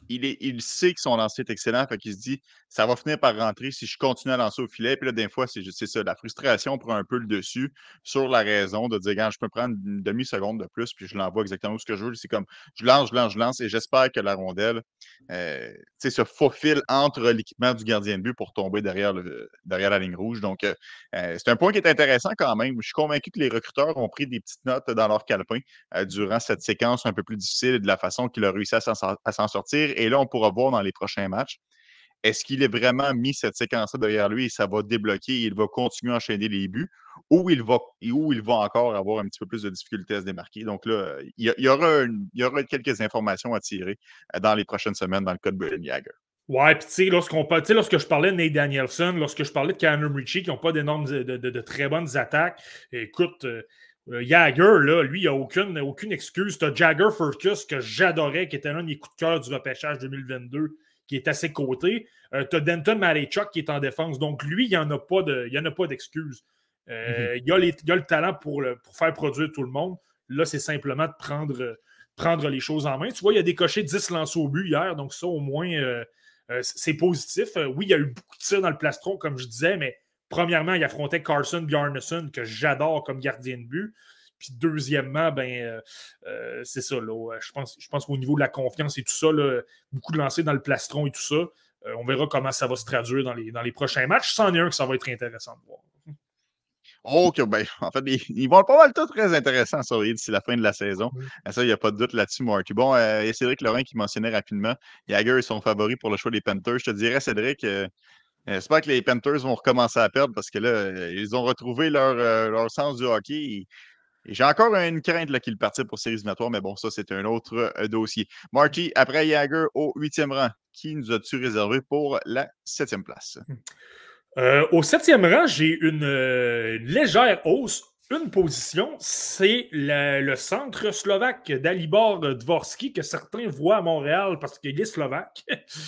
il, est, il sait que son lancer est excellent, fait qu'il se dit ça va finir par rentrer si je continue à lancer au filet. Puis là, des fois, c'est c'est ça, la frustration prend un peu le dessus sur la raison de dire, je peux prendre une demi-seconde de plus, puis je l'envoie exactement où ce que je veux. C'est comme je lance, je lance, je lance, et j'espère que la rondelle euh, se faufile entre l'équipement du gardien de but pour tomber derrière, le, derrière la ligne rouge. Donc, euh, c'est un point qui est intéressant quand même. Je suis convaincu que les recruteurs ont pris des petites notes dans leur calepin euh, durant cette séquence un peu plus difficile et de la façon qu'il a réussi à s'en sortir. Et là, on pourra voir dans les prochains matchs, est-ce qu'il a vraiment mis cette séquence-là derrière lui et ça va débloquer et il va continuer à enchaîner les buts ou il va, ou il va encore avoir un petit peu plus de difficultés à se démarquer. Donc là, il y, il y, aura, une, il y aura quelques informations à tirer dans les prochaines semaines dans le cas de Brayden Yager. Ouais, puis tu sais, lorsqu'on, lorsque je parlais de Nate Danielson, lorsque je parlais de Connor Ritchie, qui n'ont pas d'énormes, de, de, de très bonnes attaques, écoute, euh, Yager, là, lui, il n'a aucune, aucune excuse. Tu as Jagger Furcus, que j'adorais, qui était l'un des coups de cœur du repêchage deux mille vingt-deux, qui est à ses côtés. Euh, tu as Denton Mateychuk, qui est en défense. Donc, lui, il n'y en a pas d'excuses. Euh, mm-hmm. il, a les, il a le talent pour, le, pour faire produire tout le monde. Là, c'est simplement de prendre, prendre les choses en main. Tu vois, il a décoché dix lancers au but hier, donc ça, au moins... Euh, Euh, c'est positif. Euh, oui, il y a eu beaucoup de tirs dans le plastron, comme je disais, mais premièrement, il affrontait Carson Bjarnason, que j'adore comme gardien de but. Puis deuxièmement, ben, euh, euh, c'est ça. Là, je pense, je pense qu'au niveau de la confiance et tout ça, là, beaucoup de lancers dans le plastron et tout ça, euh, on verra comment ça va se traduire dans les, dans les prochains matchs. C'en est un que ça va être intéressant de voir. OK, ben, en fait, ils, ils vont pas mal tout très intéressants sur d'ici la fin de la saison. Oui. Ça, il n'y a pas de doute là-dessus, Marty. Bon, euh, et Cédric Laurent qui mentionnait rapidement, Yager est son favori pour le choix des Panthers. Je te dirais, Cédric, euh, j'espère que les Panthers vont recommencer à perdre parce que là, euh, ils ont retrouvé leur, euh, leur sens du hockey. Et, et j'ai encore une crainte là, qu'ils partent pour séries éliminatoires, mais bon, ça, c'est un autre euh, dossier. Marty, après Yager au huitième rang, qui nous as-tu réservé pour la septième place? Euh, au septième rang, j'ai une, euh, une légère hausse, une position, c'est le, le centre slovaque Dalibor Dvorsky, que certains voient à Montréal parce qu'il est slovaque.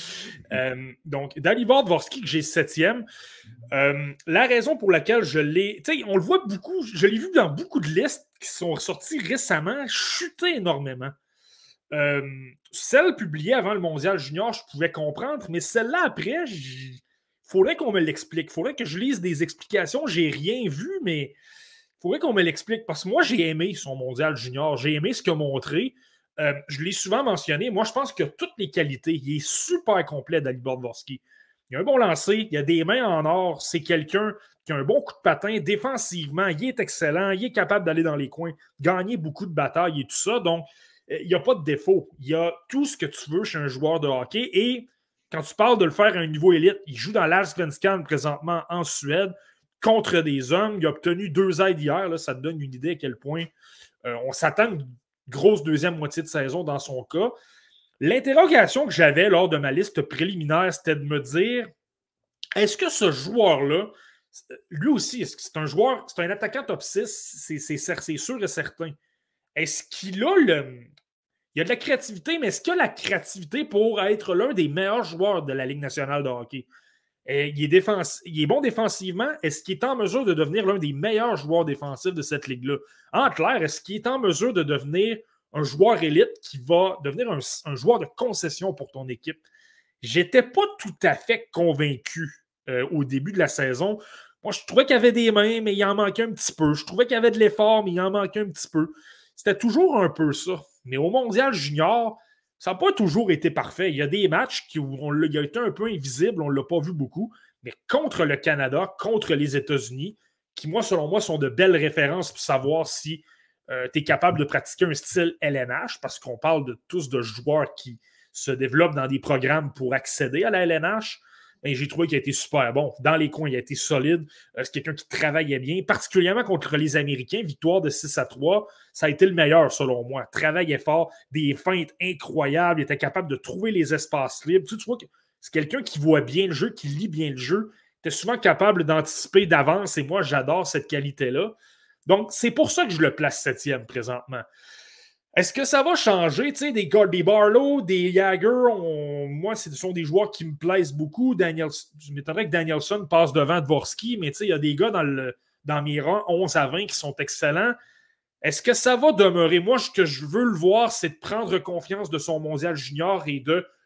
euh, donc, Dalibor Dvorsky, que j'ai septième. Euh, la raison pour laquelle je l'ai... Tu sais, on le voit beaucoup, je l'ai vu dans beaucoup de listes qui sont sorties récemment, chuter énormément. Euh, celle publiée avant le Mondial Junior, je pouvais comprendre, mais celle-là après, j'ai... faudrait qu'on me l'explique. Faudrait que je lise des explications. J'ai rien vu, mais faudrait qu'on me l'explique. Parce que moi, j'ai aimé son mondial junior. J'ai aimé ce qu'il a montré. Euh, je l'ai souvent mentionné. Moi, je pense qu'il a toutes les qualités. Il est super complet, Dalibor Dvorsky. Il a un bon lancer. Il a des mains en or. C'est quelqu'un qui a un bon coup de patin. Défensivement, il est excellent. Il est capable d'aller dans les coins, gagner beaucoup de batailles et tout ça. Donc, il n'y a pas de défaut. Il y a tout ce que tu veux chez un joueur de hockey. Et quand tu parles de le faire à un niveau élite, il joue dans l'Allsvenskan présentement en Suède contre des hommes. Il a obtenu deux aides hier. Là, ça te donne une idée à quel point euh, on s'attend à une grosse deuxième moitié de saison dans son cas. L'interrogation que j'avais lors de ma liste préliminaire, c'était de me dire, est-ce que ce joueur-là, lui aussi, est-ce que c'est un joueur, c'est un attaquant top six, c'est, c'est, c'est sûr et certain. Est-ce qu'il a le... Il y a de la créativité, mais est-ce qu'il y a la créativité pour être l'un des meilleurs joueurs de la Ligue nationale de hockey? Et il, est défense... il est bon défensivement. Est-ce qu'il est en mesure de devenir l'un des meilleurs joueurs défensifs de cette ligue-là? En clair, est-ce qu'il est en mesure de devenir un joueur élite qui va devenir un, un joueur de concession pour ton équipe? J'étais pas tout à fait convaincu euh, au début de la saison. Moi, je trouvais qu'il y avait des mains, mais il en manquait un petit peu. Je trouvais qu'il y avait de l'effort, mais il en manquait un petit peu. C'était toujours un peu ça. Mais au Mondial Junior, ça n'a pas toujours été parfait. Il y a des matchs qui, où on l'a, il a été un peu invisible, on ne l'a pas vu beaucoup. Mais contre le Canada, contre les États-Unis, qui, moi, selon moi, sont de belles références pour savoir si euh, tu es capable de pratiquer un style L N H, parce qu'on parle de tous de joueurs qui se développent dans des programmes pour accéder à la L N H. Ben, j'ai trouvé qu'il a été super bon. Dans les coins, il a été solide. Euh, c'est quelqu'un qui travaillait bien, particulièrement contre les Américains. Victoire de six à trois, ça a été le meilleur selon moi. Travaillait fort, des feintes incroyables. Il était capable de trouver les espaces libres. Tu, tu vois que c'est quelqu'un qui voit bien le jeu, qui lit bien le jeu. Il était souvent capable d'anticiper d'avance et moi, j'adore cette qualité-là. Donc, c'est pour ça que je le place septième présentement. Est-ce que ça va changer? Tu sais, des, des Barlow, des Yager, on, moi, ce sont des joueurs qui me plaisent beaucoup. Daniel, je m'étonnerais que Danielson passe devant Dvorsky, mais tu sais, il y a des gars dans, le, dans mes rangs onze à vingt qui sont excellents. Est-ce que ça va demeurer? Moi, ce que je veux le voir, c'est de prendre confiance de son mondial junior et de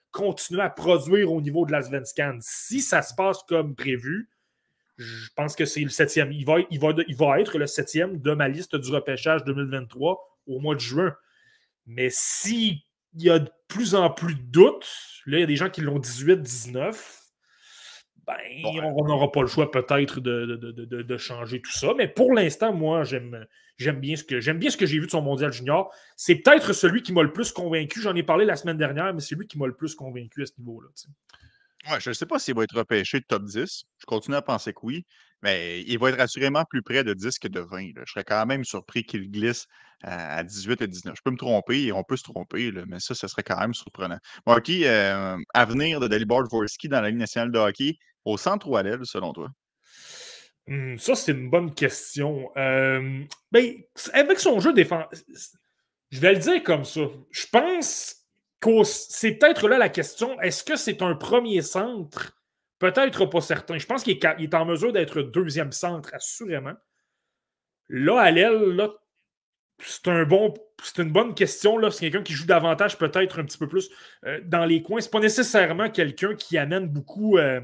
continuer à produire au niveau de la Svenskan. Si ça se passe comme prévu, je pense que c'est le septième. Il va, il, va, il va être le septième de ma liste du repêchage deux mille vingt-trois au mois de juin. Mais s'il y a de plus en plus de doutes, là, il y a des gens qui l'ont dix-huit dix-neuf, ben, ouais. on n'aura pas le choix peut-être de, de, de, de, de changer tout ça. Mais pour l'instant, moi, j'aime, j'aime bien ce que, j'aime bien ce que j'ai vu de son mondial junior. C'est peut-être celui qui m'a le plus convaincu. J'en ai parlé la semaine dernière, mais c'est lui qui m'a le plus convaincu à ce niveau-là. Tu sais. Ouais, je ne sais pas s'il va être repêché de top dix. Je continue à penser que oui, mais il va être assurément plus près de dix que de vingt. Là. Je serais quand même surpris qu'il glisse à dix-huit et dix-neuf. Je peux me tromper, on peut se tromper, là, mais ça, ce serait quand même surprenant. Marty, euh, avenir de Dalibor Dvorsky dans la Ligue nationale de hockey, au centre ou à l'aile, selon toi? Hum, ça, c'est une bonne question. Euh, ben, avec son jeu défensif, je vais le dire comme ça. Je pense que c'est peut-être là la question. Est-ce que c'est un premier centre? Peut-être pas certain. Je pense qu'il est, il est en mesure d'être deuxième centre, assurément. Là, à l'aile, là, c'est un bon, c'est une bonne question. Là. C'est quelqu'un qui joue davantage, peut-être un petit peu plus euh, dans les coins. C'est pas nécessairement quelqu'un qui amène beaucoup. Euh,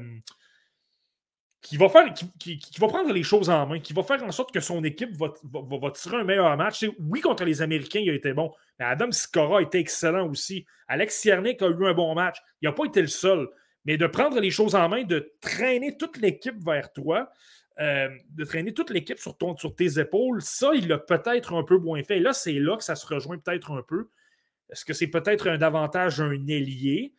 qui va, faire, qui, qui, qui va prendre les choses en main, qui va faire en sorte que son équipe va, va, va tirer un meilleur match. C'est, oui, contre les Américains, il a été bon, mais Adam Sikora a été excellent aussi. Alex Ciernik a eu un bon match. Il n'a pas été le seul. Mais de prendre les choses en main, de traîner toute l'équipe vers toi, euh, de traîner toute l'équipe sur, ton, sur tes épaules, ça, il l'a peut-être un peu moins fait. Et là, c'est là que ça se rejoint peut-être un peu. Est-ce que c'est peut-être un davantage un ailier?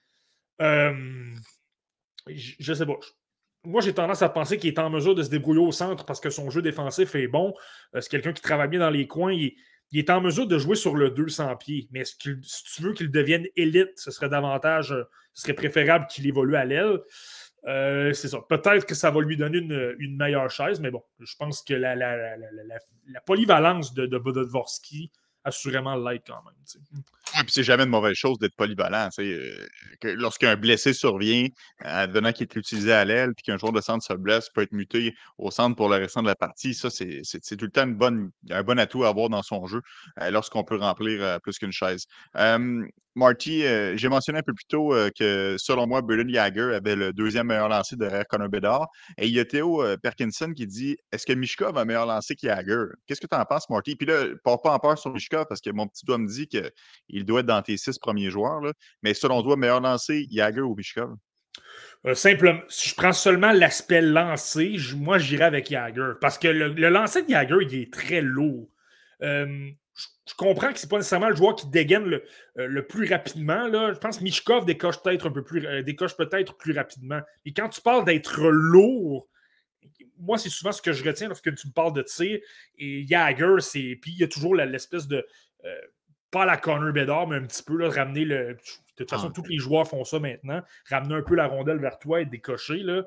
Euh, je ne sais pas. Moi, j'ai tendance à penser qu'il est en mesure de se débrouiller au centre parce que son jeu défensif est bon. Euh, c'est quelqu'un qui travaille bien dans les coins. Il, il est en mesure de jouer sur le deux cents pieds. Mais si tu veux qu'il devienne élite, ce serait davantage, ce serait préférable qu'il évolue à l'aile. Euh, c'est ça. Peut-être que ça va lui donner une, une meilleure chaise, mais bon, je pense que la, la, la, la, la, la polyvalence de, de, de Dvorsky assurément l'aide quand même. Tu sais. Ouais, puis c'est jamais une mauvaise chose d'être polyvalent. Tu sais, euh, que lorsqu'un blessé survient, advenant qu'il est utilisé à l'aile, puis qu'un joueur de centre se blesse, peut être muté au centre pour le restant de la partie, ça, c'est, c'est, c'est tout le temps une bonne, un bon atout à avoir dans son jeu euh, lorsqu'on peut remplir euh, plus qu'une chaise. Euh, Marty, euh, j'ai mentionné un peu plus tôt euh, que, selon moi, Braden Yager avait le deuxième meilleur lancé derrière Connor Bedard. Et il y a Théo euh, Perkinson qui dit « Est-ce que Michkov a un meilleur lancé que Yager? » Qu'est-ce que tu en penses, Marty? Puis là, pars pas en peur sur Michkov parce que mon petit doigt me dit qu'il doit être dans tes six premiers joueurs. Là. Mais selon toi, meilleur lancé, Yager ou Michkov? Euh, simplement, si je prends seulement l'aspect lancé, je, moi, j'irais avec Yager. Parce que le, le lancer de Yager, il est très lourd. Euh, je, je comprends que c'est pas nécessairement le joueur qui dégaine le, euh, le plus rapidement. Là. Je pense que Michkov décoche peut-être un peu plus, euh, décoche peut-être plus rapidement. Et quand tu parles d'être lourd, moi, c'est souvent ce que je retiens lorsque tu me parles de tir. Et Yager, c'est. Puis il y a toujours la, l'espèce de. Euh, pas la Connor Bedard, mais un petit peu, là, de ramener le. De toute façon, ah. tous les joueurs font ça maintenant. Ramener un peu la rondelle vers toi et décocher. Là.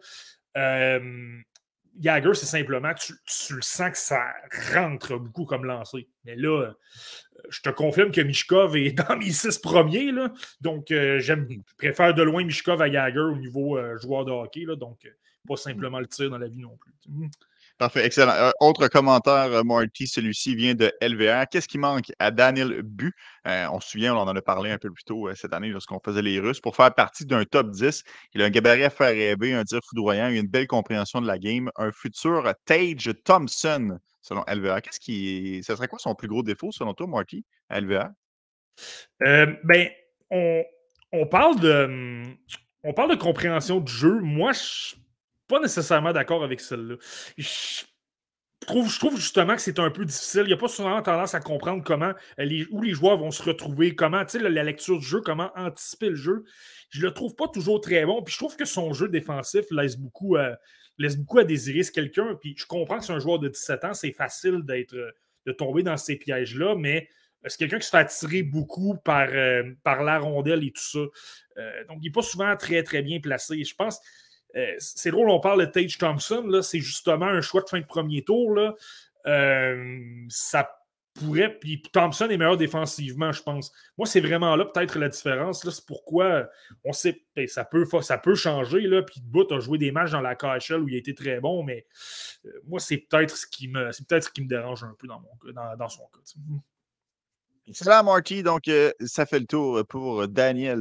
Euh, Yager, c'est simplement, tu, tu le sens que ça rentre beaucoup comme lancer. Mais là, je te confirme que Michkov est dans mes six premiers. Là. Donc, euh, j'aime, je préfère de loin Michkov à Yager au niveau euh, joueur de hockey. Là. Donc, euh, pas simplement le tir dans la vie non plus. Parfait, excellent. Euh, autre commentaire, Marty, celui-ci vient de L V R. Qu'est-ce qui manque à Daniel Bu? Euh, on se souvient, on en a parlé un peu plus tôt euh, cette année lorsqu'on faisait les Russes. Pour faire partie d'un top dix, il a un gabarit à faire rêver, un tir foudroyant, une belle compréhension de la game, un futur Tage Thompson, selon L V R. Qu'est-ce qui. Ça serait quoi son plus gros défaut, selon toi, Marty, à L V R? Euh, ben, on, on, parle de, on parle de compréhension du jeu. Moi, je pas nécessairement d'accord avec celle-là. Je trouve, je trouve justement que c'est un peu difficile. Il n'y a pas souvent tendance à comprendre comment les, où les joueurs vont se retrouver, comment, tu sais, la lecture du jeu, comment anticiper le jeu. Je le trouve pas toujours très bon. Puis je trouve que son jeu défensif laisse beaucoup à, laisse beaucoup à désirer ce quelqu'un. Puis je comprends que c'est un joueur de dix-sept ans, c'est facile d'être, de tomber dans ces pièges-là, mais c'est quelqu'un qui se fait attirer beaucoup par, euh, par la rondelle et tout ça. Euh, donc, il n'est pas souvent très, très bien placé. Je pense. Euh, c'est drôle, on parle de Tage Thompson, là, c'est justement un choix de fin de premier tour. Là. Euh, ça pourrait. Puis Thompson est meilleur défensivement, je pense. Moi, c'est vraiment là peut-être la différence. Là, c'est pourquoi on sait ben, ça peut, ça peut changer. Là, puis Bout a joué des matchs dans la K H L où il a été très bon, mais euh, moi, c'est peut-être ce qui me. C'est peut-être ce qui me dérange un peu dans, mon, dans, dans son cas. Excellent, Marty. Donc, euh, ça fait le tour pour Daniel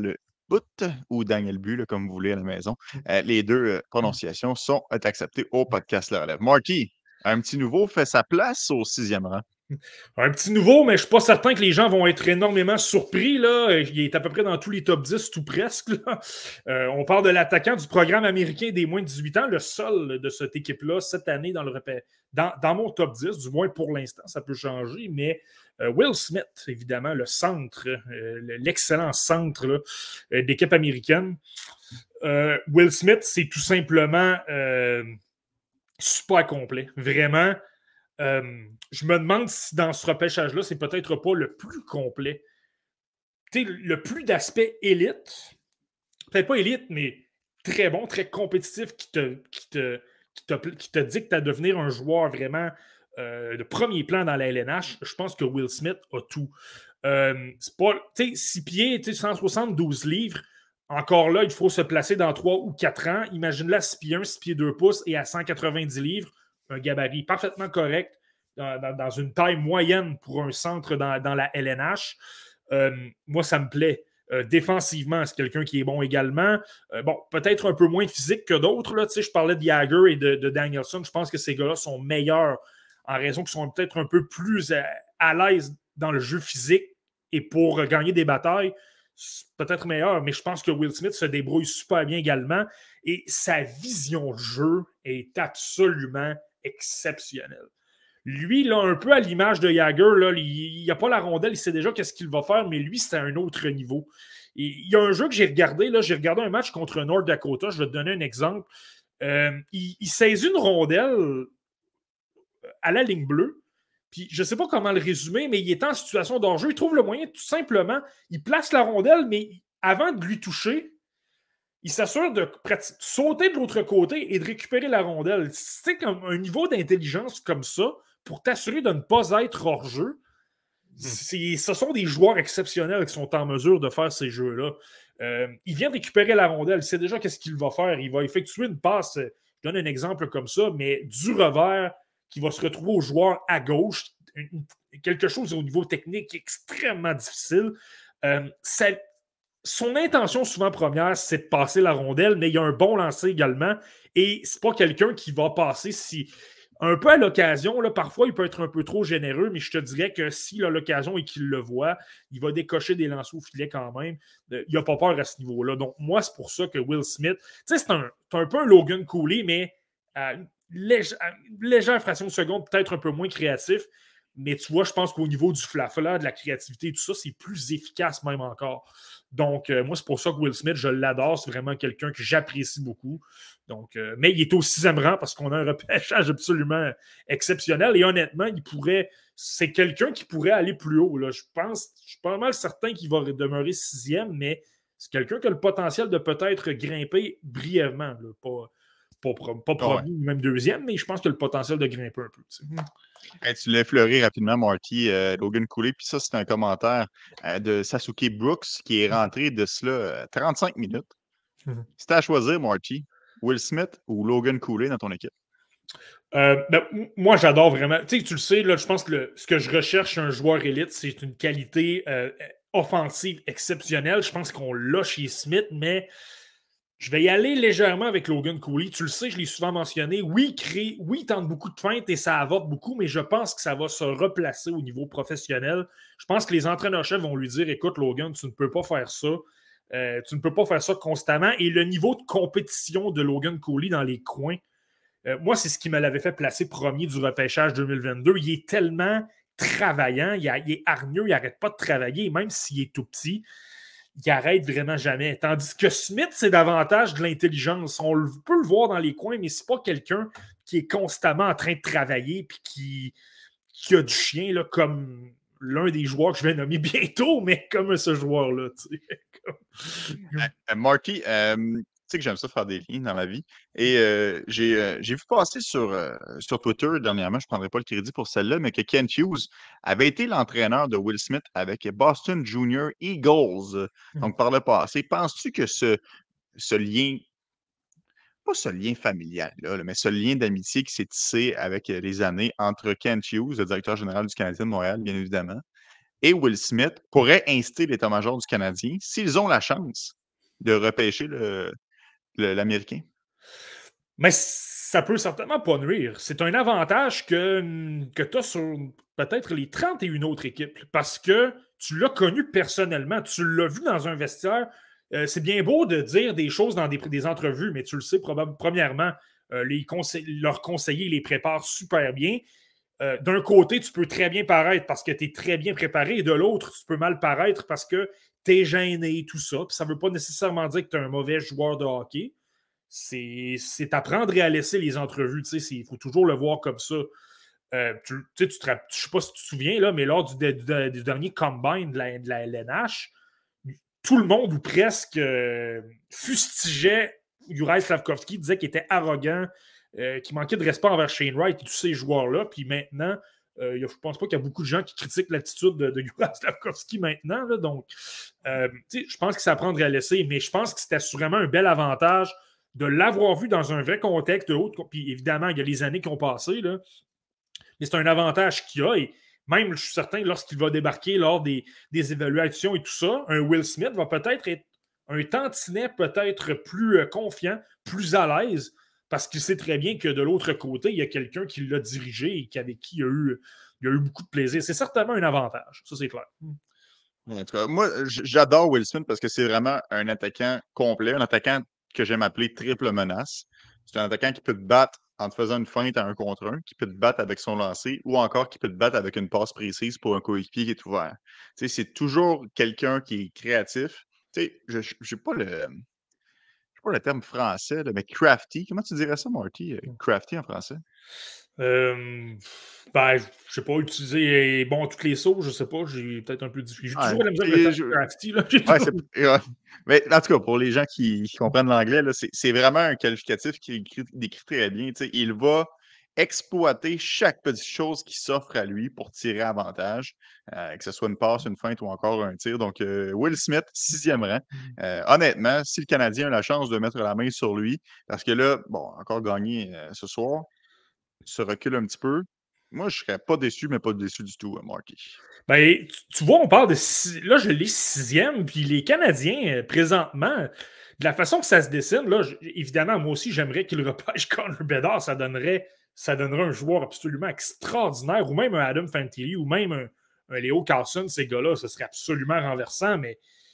But ou Daniel Bu, là, comme vous voulez à la maison. Euh, les deux euh, prononciations sont acceptées au podcast Le Relève. Marty, un petit nouveau fait sa place au sixième rang. Un petit nouveau, mais je ne suis pas certain que les gens vont être énormément surpris. Là. Il est à peu près dans tous les top dix, tout presque. Euh, on parle de l'attaquant du programme américain des moins de dix-huit ans, le seul de cette équipe-là cette année dans, le dans, dans mon top dix, du moins pour l'instant, ça peut changer, mais euh, Will Smith, évidemment, le centre, euh, l'excellent centre là, euh, d'équipe américaine. Euh, Will Smith, c'est tout simplement euh, super complet. Vraiment. Euh, je me demande si dans ce repêchage-là, c'est peut-être pas le plus complet. Tu sais, le plus d'aspects élite, peut-être pas élite, mais très bon, très compétitif, qui te, qui te, qui te, qui te dicte à devenir un joueur vraiment euh, de premier plan dans la L N H. Je pense que Will Smith a tout. Euh, c'est pas, tu sais, six pieds, cent soixante-douze livres. Encore là, il faut se placer dans trois ou quatre ans. Imagine-la six pieds un, six pieds deux pouces et à cent quatre-vingt-dix livres. Un gabarit parfaitement correct dans, dans, dans une taille moyenne pour un centre dans, dans la L N H. Euh, moi, ça me plaît. Euh, défensivement, c'est quelqu'un qui est bon également. Euh, bon, peut-être un peu moins physique que d'autres. Là. Tu sais, je parlais de Jagger et de, de Danielson. Je pense que ces gars-là sont meilleurs en raison qu'ils sont peut-être un peu plus à, à l'aise dans le jeu physique et pour gagner des batailles, peut-être meilleur, mais je pense que Will Smith se débrouille super bien également et sa vision de jeu est absolument exceptionnelle. Lui, là, un peu à l'image de Jagger, là, il n'a pas la rondelle, il sait déjà qu'est-ce qu'il va faire, mais lui, c'est à un autre niveau. Et il y a un jeu que j'ai regardé, là, j'ai regardé un match contre North Dakota, je vais te donner un exemple. Euh, il, il saisit une rondelle à la ligne bleue, puis je ne sais pas comment le résumer, mais il est en situation d'enjeu, il trouve le moyen, tout simplement, il place la rondelle, mais avant de lui toucher, il s'assure de sauter de l'autre côté et de récupérer la rondelle. C'est comme un niveau d'intelligence comme ça, pour t'assurer de ne pas être hors-jeu. C'est, ce sont des joueurs exceptionnels qui sont en mesure de faire ces jeux-là. Euh, il vient de récupérer la rondelle. Il sait déjà qu'est-ce qu'il va faire. Il va effectuer une passe. Je donne un exemple comme ça, mais du revers qui va se retrouver au joueur à gauche. Une, quelque chose au niveau technique extrêmement difficile. Euh, ça, son intention souvent première, c'est de passer la rondelle, mais il y a un bon lancer également. Et c'est pas quelqu'un qui va passer si... Un peu à l'occasion, là, parfois, il peut être un peu trop généreux, mais je te dirais que s'il a l'occasion et qu'il le voit, il va décocher des lancers au filet quand même. Il n'a pas peur à ce niveau-là. Donc, moi, c'est pour ça que Will Smith, tu sais, c'est un, c'est un peu un Logan Cooley, mais à une légère, légère fraction de seconde, peut-être un peu moins créatif. Mais tu vois, je pense qu'au niveau du flafla, de la créativité et tout ça, c'est plus efficace même encore. Donc, euh, moi, c'est pour ça que Will Smith, je l'adore. C'est vraiment quelqu'un que j'apprécie beaucoup. Donc, euh, mais il est au sixième rang parce qu'on a un repêchage absolument exceptionnel. Et honnêtement, il pourrait. C'est quelqu'un qui pourrait aller plus haut. Là. Je pense, je suis pas mal certain qu'il va demeurer sixième, mais c'est quelqu'un qui a le potentiel de peut-être grimper brièvement. Là. Pas, pas, pas premier, ouais. Même deuxième, mais je pense qu'il a le potentiel de grimper un peu. Tu sais. Hey, tu l'as effleuré rapidement, Marty, euh, Logan Cooley. Puis ça, c'est un commentaire euh, de Sasuke Brooks qui est rentré de cela euh, trente-cinq minutes. Mm-hmm. C'était à choisir, Marty, Will Smith ou Logan Cooley dans ton équipe? Euh, ben, moi, j'adore vraiment. Tu sais, tu le sais, là, je pense que le, ce que je recherche chez un joueur élite, c'est une qualité euh, offensive exceptionnelle. Je pense qu'on l'a chez Smith, mais je vais y aller légèrement avec Logan Cooley. Tu le sais, je l'ai souvent mentionné. Oui, il crée, oui, il tente beaucoup de feintes et ça avorte beaucoup, mais je pense que ça va se replacer au niveau professionnel. Je pense que les entraîneurs-chefs vont lui dire, écoute, Logan, tu ne peux pas faire ça. Euh, tu ne peux pas faire ça constamment. Et le niveau de compétition de Logan Cooley dans les coins, euh, moi, c'est ce qui me l'avait fait placer premier du repêchage deux mille vingt-deux. Il est tellement travaillant, il, a, il est hargneux, il n'arrête pas de travailler, même s'il est tout petit. Il arrête vraiment jamais. Tandis que Smith, c'est davantage de l'intelligence. On peut le voir dans les coins, mais c'est pas quelqu'un qui est constamment en train de travailler et qui, qui a du chien, là, comme l'un des joueurs que je vais nommer bientôt, mais comme ce joueur-là. Tu sais, comme... euh, Marty, euh, tu sais que j'aime ça faire des liens dans la vie. Et euh, j'ai, euh, j'ai vu passer sur, euh, sur Twitter dernièrement, je ne prendrai pas le crédit pour celle-là, mais que Kent Hughes avait été l'entraîneur de Will Smith avec Boston Junior Eagles. Donc, par le passé, penses-tu que ce, ce lien, pas ce lien familial, là, mais ce lien d'amitié qui s'est tissé avec les années entre Kent Hughes, le directeur général du Canadien de Montréal, bien évidemment, et Will Smith pourrait inciter l'état-major du Canadien, s'ils ont la chance, de repêcher le, le- l'Américain? Mais ça peut certainement pas nuire. C'est un avantage que, que tu as sur peut-être les trente et une autres équipes parce que tu l'as connu personnellement, tu l'as vu dans un vestiaire. Euh, c'est bien beau de dire des choses dans des, des entrevues, mais tu le sais probablement. Premièrement, euh, les conseil, leurs conseillers les préparent super bien. Euh, d'un côté, tu peux très bien paraître parce que tu es très bien préparé, et de l'autre, tu peux mal paraître parce que tu es gêné et tout ça. Puis ça ne veut pas nécessairement dire que tu es un mauvais joueur de hockey. C'est, c'est apprendre à laisser les entrevues. Il faut toujours le voir comme ça. Euh, tu, tu, tu te, je ne sais pas si tu te souviens, là, mais lors du, du, du dernier combine de la, de la L N H, tout le monde ou presque euh, fustigeait Juraj Slavkovski, disait qu'il était arrogant, euh, qu'il manquait de respect envers Shane Wright et tous ces joueurs-là. Puis maintenant, euh, je ne pense pas qu'il y a beaucoup de gens qui critiquent l'attitude de, de Juraj Slavkovski maintenant. Là, donc, euh, je pense que ça prendrait à laisser, mais je pense que c'est assurément un bel avantage de l'avoir vu dans un vrai contexte de haute. Puis évidemment, il y a les années qui ont passé, là, mais c'est un avantage qu'il a. Et même, je suis certain, lorsqu'il va débarquer lors des, des évaluations et tout ça, un Will Smith va peut-être être un tantinet peut-être plus confiant, plus à l'aise, parce qu'il sait très bien que de l'autre côté, il y a quelqu'un qui l'a dirigé et avec qui il a eu, il a eu beaucoup de plaisir. C'est certainement un avantage, ça c'est clair. En tout cas, moi, j'adore Will Smith parce que c'est vraiment un attaquant complet, un attaquant que j'aime appeler triple menace. C'est un attaquant qui peut te battre en te faisant une feinte à un contre un, qui peut te battre avec son lancer ou encore qui peut te battre avec une passe précise pour un coéquipier qui est ouvert. Tu sais, c'est toujours quelqu'un qui est créatif. Tu sais, je n'ai pas le. Je sais pas le terme français, là, mais crafty. Comment tu dirais ça, Marty? Crafty en français? Euh, ben, je sais pas, utiliser bon toutes les sauces, je sais pas, j'ai peut-être un peu difficile. J'ai toujours la misère avec le terme crafty. Là. Ouais, c'est... ouais. Mais en tout cas, pour les gens qui, qui comprennent l'anglais, là, c'est, c'est vraiment un qualificatif qui décrit très bien. Tu sais, il va exploiter chaque petite chose qui s'offre à lui pour tirer avantage, euh, que ce soit une passe, une feinte ou encore un tir. Donc, euh, Will Smith, sixième rang. Euh, honnêtement, si le Canadien a la chance de mettre la main sur lui, parce que là, bon, encore gagné euh, ce soir, se recule un petit peu. Moi, je serais pas déçu, mais pas déçu du tout, Marky. Ben, tu, tu vois, on parle de six, là, je l'ai sixième, puis les Canadiens, euh, présentement, de la façon que ça se dessine, là, je, évidemment, moi aussi, j'aimerais qu'il repêche Connor Bedard, ça donnerait, ça donnerait un joueur absolument extraordinaire, ou même un Adam Fantilli, ou même un, un Léo Carlson, ces gars-là, ce serait absolument renversant, mais,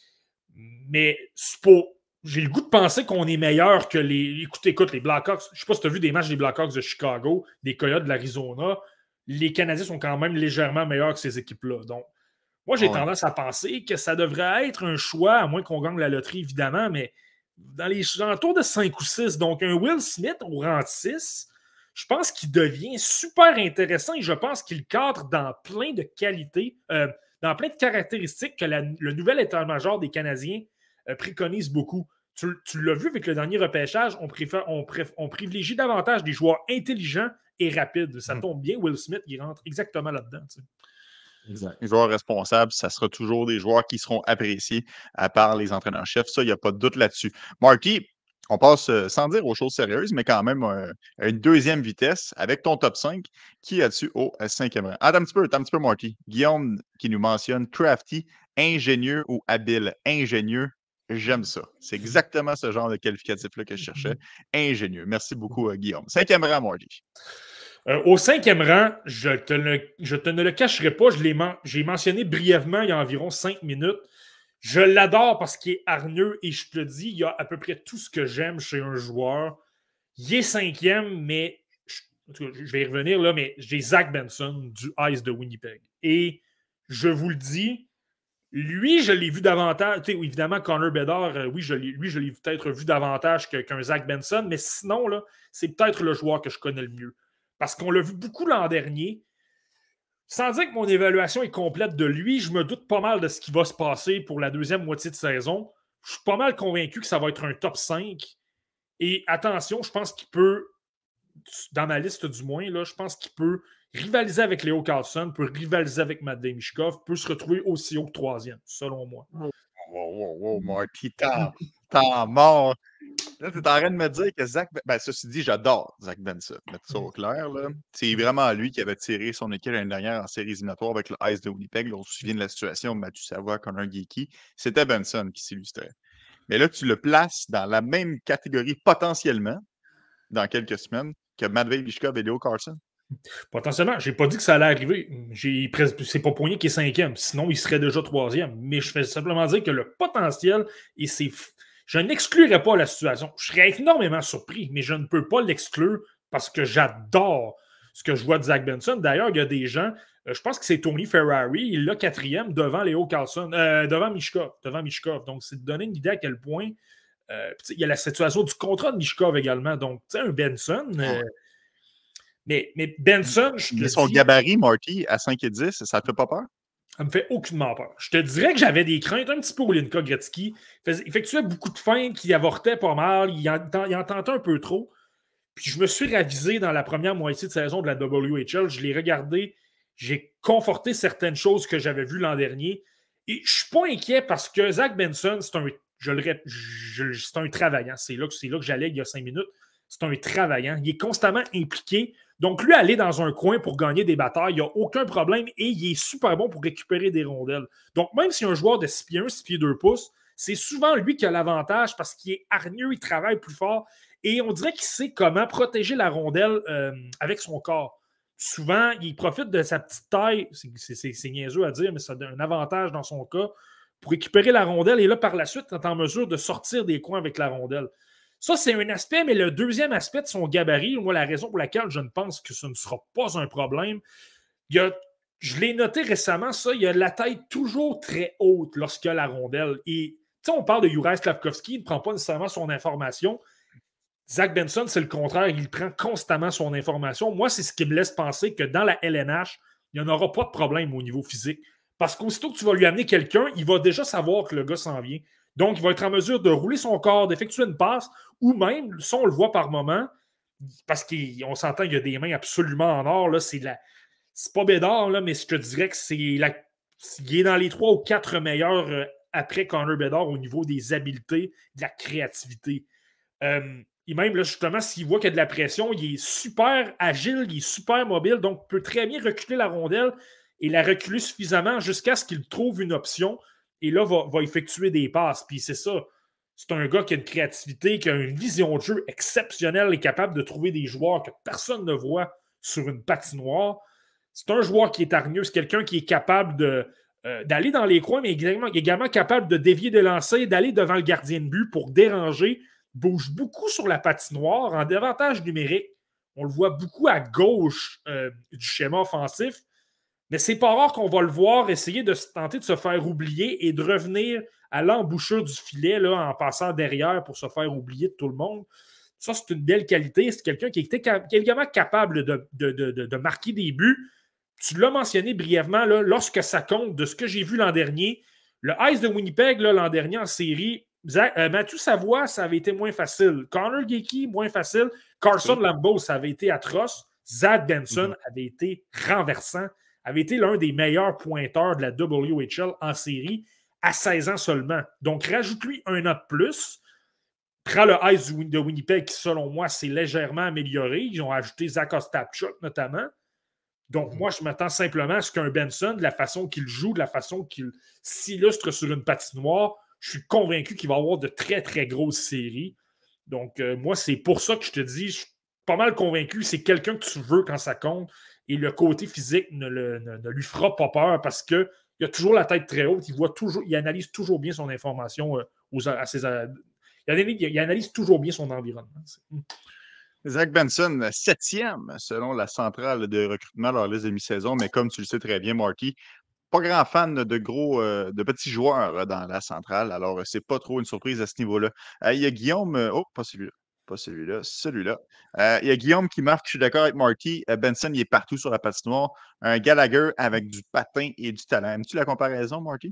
mais c'est pas. J'ai le goût de penser qu'on est meilleur que les. Écoute, écoute, les Blackhawks. Je ne sais pas si tu as vu des matchs des Blackhawks de Chicago, des Coyotes de l'Arizona. Les Canadiens sont quand même légèrement meilleurs que ces équipes-là. Donc, moi, j'ai oh, tendance ouais. à penser que ça devrait être un choix, à moins qu'on gagne la loterie, évidemment, mais dans les alentours de cinq ou six. Donc, un Will Smith au rang de six, je pense qu'il devient super intéressant et je pense qu'il cadre dans plein de qualités, euh, dans plein de caractéristiques que la, le nouvel état-major des Canadiens euh, préconise beaucoup. Tu, tu l'as vu avec le dernier repêchage, on, préfère, on, préf, on privilégie davantage des joueurs intelligents et rapides. Ça mmh. tombe bien, Will Smith, il rentre exactement là-dedans. Tu sais. Exact. Les joueurs responsables, ça sera toujours des joueurs qui seront appréciés à part les entraîneurs-chefs. Ça, il n'y a pas de doute là-dessus. Marky, on passe euh, sans dire aux choses sérieuses, mais quand même euh, à une deuxième vitesse avec ton top cinq. Qui as-tu au euh, cinquième rang? Attends un petit peu, attends un petit peu, Marky. Guillaume qui nous mentionne crafty, ingénieux ou habile. Ingénieux, j'aime ça. C'est exactement ce genre de qualificatif-là que je cherchais. Ingénieux. Merci beaucoup, euh, Guillaume. Cinquième rang, Marky. Euh, au cinquième rang, je, te ne, je te ne le cacherai pas, je l'ai men- j'ai mentionné brièvement il y a environ cinq minutes. Je l'adore parce qu'il est hargneux et je te dis, il y a à peu près tout ce que j'aime chez un joueur. Il est cinquième, mais je, en tout cas, je vais y revenir là, mais j'ai Zach Benson du Ice de Winnipeg. Et je vous le dis, lui, je l'ai vu davantage. Tu sais, évidemment, Connor Bedard, euh, oui, je l'ai, lui, je l'ai peut-être vu davantage que, qu'un Zach Benson, mais sinon, là, c'est peut-être le joueur que je connais le mieux. Parce qu'on l'a vu beaucoup l'an dernier. Sans dire que mon évaluation est complète de lui, je me doute pas mal de ce qui va se passer pour la deuxième moitié de saison. Je suis pas mal convaincu que ça va être un top cinq. Et attention, je pense qu'il peut, dans ma liste du moins, là, je pense qu'il peut rivaliser avec Léo Carlson, peut rivaliser avec Matt Demishkov, peut se retrouver aussi haut que troisième, selon moi. Wow, wow, wow, Marty, t'en, t'en mort. Là, tu es en train de me dire que Zach... Ben, ceci dit, j'adore Zach Benson. Mettre ça au clair, là. C'est vraiment lui qui avait tiré son équipe l'année dernière en séries éliminatoires avec le Ice de Winnipeg. Là, on se souvient de la situation de Mathieu Savoie, Connor Geeky. C'était Benson qui s'illustrait. Mais là, tu le places dans la même catégorie potentiellement, dans quelques semaines, que Matvei Michkov et Leo Carlsson. Potentiellement, j'ai pas dit que ça allait arriver. J'ai pres- C'est pas pour rien qu'il est cinquième. Sinon, il serait déjà troisième. Mais je fais simplement dire que le potentiel, et c'est. f- Je n'exclurais pas la situation. Je serais énormément surpris, mais je ne peux pas l'exclure parce que j'adore ce que je vois de Zach Benson. D'ailleurs, il y a des gens, euh, je pense que c'est Tony Ferrari, il l'a quatrième devant Léo Carlson, euh, devant Mishkov. Devant Mishkov. Donc, c'est de donner une idée à quel point. euh, puis, tu sais, il y a la situation du contrat de Mishkov également. Donc, tu sais, un Benson. euh, mais, mais Benson, je te Mais son dis. gabarit, Marty, à cinq et dix, ça te fait pas peur? Ça me fait aucunement peur. Je te dirais que j'avais des craintes un petit peu au Linka Gretzky. Il faisait- effectuait beaucoup de feintes, qui avortait pas mal, il en, il en tentait un peu trop. Puis je me suis ravisé dans la première moitié de saison de la W H L. Je l'ai regardé, j'ai conforté certaines choses que j'avais vues l'an dernier. Et je suis pas inquiet parce que Zach Benson, c'est un, je le rép- je- c'est un travaillant. C'est là, que- c'est là que j'allais il y a cinq minutes. C'est un travaillant. Il est constamment impliqué. Donc, lui, aller dans un coin pour gagner des batailles, il n'y a aucun problème et il est super bon pour récupérer des rondelles. Donc, même si un joueur de six pieds un, six pieds deux pouces, c'est souvent lui qui a l'avantage parce qu'il est hargneux, il travaille plus fort et on dirait qu'il sait comment protéger la rondelle euh, avec son corps. Souvent, il profite de sa petite taille, c'est, c'est, c'est, c'est niaiseux à dire, mais ça donne un avantage dans son cas pour récupérer la rondelle et là, par la suite, il est en mesure de sortir des coins avec la rondelle. Ça, c'est un aspect, mais le deuxième aspect de son gabarit, moi, la raison pour laquelle je ne pense que ce ne sera pas un problème, il y a, je l'ai noté récemment, ça, il y a la tête toujours très haute lorsqu'il y a la rondelle. Et, tu sais, on parle de Juraj Slavkovski, il ne prend pas nécessairement son information. Zach Benson, c'est le contraire, il prend constamment son information. Moi, c'est ce qui me laisse penser que dans la L N H, il n'y en aura pas de problème au niveau physique. Parce qu'aussitôt que tu vas lui amener quelqu'un, il va déjà savoir que le gars s'en vient. Donc, il va être en mesure de rouler son corps, d'effectuer une passe, ou même, ça, on le voit par moment, parce qu'on s'entend qu'il y a des mains absolument en or, là, c'est la... c'est pas Bédard, là, mais je te dirais que c'est la... il est dans les trois ou quatre meilleurs euh, après Connor Bédard au niveau des habiletés, de la créativité. Euh, et même, là, justement, s'il voit qu'il y a de la pression, il est super agile, il est super mobile, donc peut très bien reculer la rondelle et la reculer suffisamment jusqu'à ce qu'il trouve une option et là, va, va effectuer des passes. Puis c'est ça. C'est un gars qui a une créativité, qui a une vision de jeu exceptionnelle et capable de trouver des joueurs que personne ne voit sur une patinoire. C'est un joueur qui est hargneux, c'est quelqu'un qui est capable de, euh, d'aller dans les coins, mais également, également capable de dévier des lancers, d'aller devant le gardien de but pour déranger. Bouge beaucoup sur la patinoire en désavantage numérique. On le voit beaucoup à gauche euh, du schéma offensif. Mais c'est pas rare qu'on va le voir essayer de se tenter de se faire oublier et de revenir à l'embouchure du filet là, en passant derrière pour se faire oublier de tout le monde. Ça, c'est une belle qualité. C'est quelqu'un qui est également capable de, de, de, de, de marquer des buts. Tu l'as mentionné brièvement, là, lorsque ça compte de ce que j'ai vu l'an dernier. Le Ice de Winnipeg, là, l'an dernier en série, Zach, euh, Mathieu Savoie, ça avait été moins facile. Connor Geeky, moins facile. Carson Lambeau, ça avait été atroce. Zach Benson mm-hmm. avait été renversant. Avait été l'un des meilleurs pointeurs de la W H L en série à seize ans seulement. Donc, rajoute-lui un an de plus. Prends le Ice de Winnipeg qui, selon moi, s'est légèrement amélioré. Ils ont ajouté Zach Ostapchuk, notamment. Donc, moi, je m'attends simplement à ce qu'un Benson, de la façon qu'il joue, de la façon qu'il s'illustre sur une patinoire, je suis convaincu qu'il va avoir de très, très grosses séries. Donc, euh, moi, c'est pour ça que je te dis, je suis pas mal convaincu, c'est quelqu'un que tu veux quand ça compte. Et le côté physique ne, le, ne, ne lui fera pas peur parce qu'il a toujours la tête très haute. Il voit toujours, il analyse toujours bien son information. Euh, aux, à ses, à, il, analyse, il analyse toujours bien son environnement. Zach Benson, septième selon la centrale de recrutement dans la liste de mi-saison, mais comme tu le sais très bien, Marty, pas grand fan de gros, euh, de petits joueurs dans la centrale. Alors, c'est pas trop une surprise à ce niveau-là. Euh, il y a Guillaume, oh, pas celui-là. Pas celui-là, celui-là. Euh, il y a Guillaume qui marque, je suis d'accord avec Marty. Euh, Benson, il est partout sur la patinoire. Un Gallagher avec du patin et du talent. Aimes-tu la comparaison, Marty?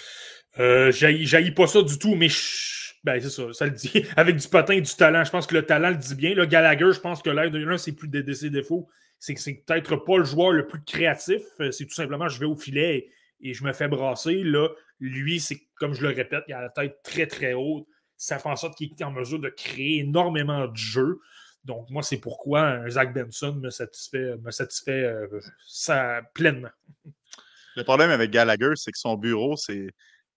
Euh, j'haïs pas ça du tout, mais je... ben, c'est ça, ça le dit. Avec du patin et du talent, je pense que le talent le dit bien. Là, Gallagher, je pense que l'aide de l'un, c'est plus de ses défauts. C'est que c'est peut-être pas le joueur le plus créatif. C'est tout simplement, je vais au filet et, et je me fais brasser. Là, lui, c'est comme je le répète, il a la tête très, très haute. Ça fait en sorte qu'il est en mesure de créer énormément de jeux. Donc, moi, c'est pourquoi un Zach Benson me satisfait, me satisfait euh, ça, pleinement. Le problème avec Gallagher, c'est que son bureau, c'est,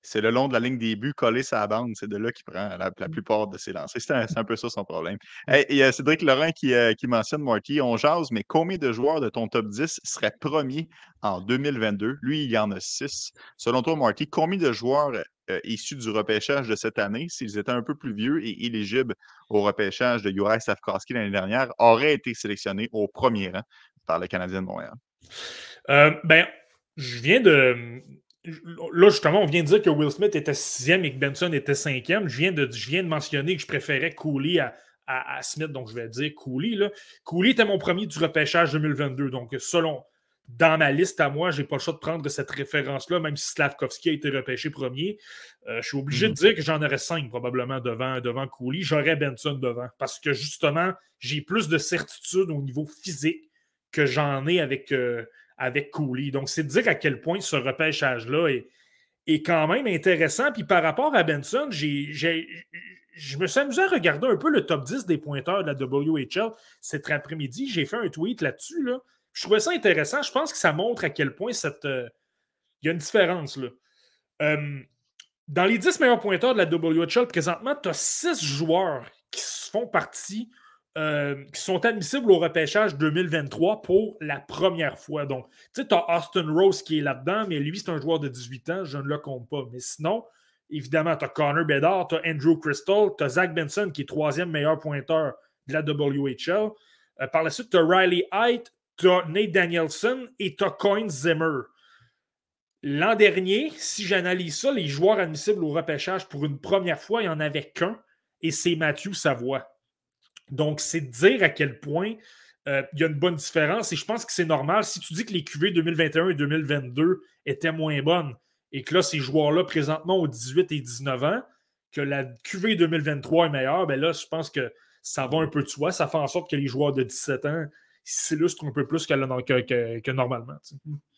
C'est le long de la ligne des buts, collé sur la bande. C'est de là qu'il prend la, la plupart de ses lancers. C'est un, c'est un peu ça son problème. Hey, il y a Cédric Laurent qui, euh, qui mentionne, Marty, on jase, mais combien de joueurs de ton top dix seraient premiers en deux mille vingt-deux? Lui, il y en a six. Selon toi, Marty, combien de joueurs euh, issus du repêchage de cette année, s'ils étaient un peu plus vieux et éligibles au repêchage de Juraj Slafkovský l'année dernière, auraient été sélectionnés au premier rang par le Canadien de Montréal? Euh, ben, je viens de. Là, justement, on vient de dire que Will Smith était sixième et que Benson était cinquième. Je viens de, je viens de mentionner que je préférais Cooley à, à, à Smith, donc je vais dire Cooley. Là. Cooley était mon premier du repêchage deux mille vingt-deux. Donc, selon, dans ma liste à moi, je n'ai pas le choix de prendre cette référence-là, même si Slafkovský a été repêché premier. Euh, je suis obligé mm-hmm. de dire que j'en aurais cinq probablement devant, devant Cooley. J'aurais Benson devant parce que justement, j'ai plus de certitude au niveau physique que j'en ai avec. Euh, avec Cooley. Donc, c'est de dire à quel point ce repêchage-là est, est quand même intéressant. Puis par rapport à Benson, j'ai, j'ai, je me suis amusé à regarder un peu le top dix des pointeurs de la W H L cet après-midi. J'ai fait un tweet là-dessus. Là. Je trouvais ça intéressant. Je pense que ça montre à quel point cette, euh, il y a une différence. Là. Euh, dans les dix meilleurs pointeurs de la W H L, présentement, tu as six joueurs qui font partie Euh, qui sont admissibles au repêchage deux mille vingt-trois pour la première fois. Donc, tu sais, tu as Austin Rose qui est là-dedans, mais lui, c'est un joueur de dix-huit ans, je ne le compte pas. Mais sinon, évidemment, tu as Connor Bedard, tu as Andrew Crystal, tu as Zach Benson qui est troisième meilleur pointeur de la W H L. Euh, par la suite, tu as Riley Heidt, tu as Nate Danielson et tu as Coin Zimmer. L'an dernier, si j'analyse ça, les joueurs admissibles au repêchage pour une première fois, il n'y en avait qu'un, et c'est Matthew Savoie. Donc, c'est de dire à quel point euh, il y a une bonne différence et je pense que c'est normal. Si tu dis que les Q V deux mille vingt et un et deux mille vingt-deux étaient moins bonnes et que là, ces joueurs-là, présentement, aux dix-huit et dix-neuf ans, que la Q V deux mille vingt-trois est meilleure, bien là, je pense que ça va un peu de soi. Ça fait en sorte que les joueurs de dix-sept ans s'illustrent un peu plus que, que, que, que normalement. Tu sais.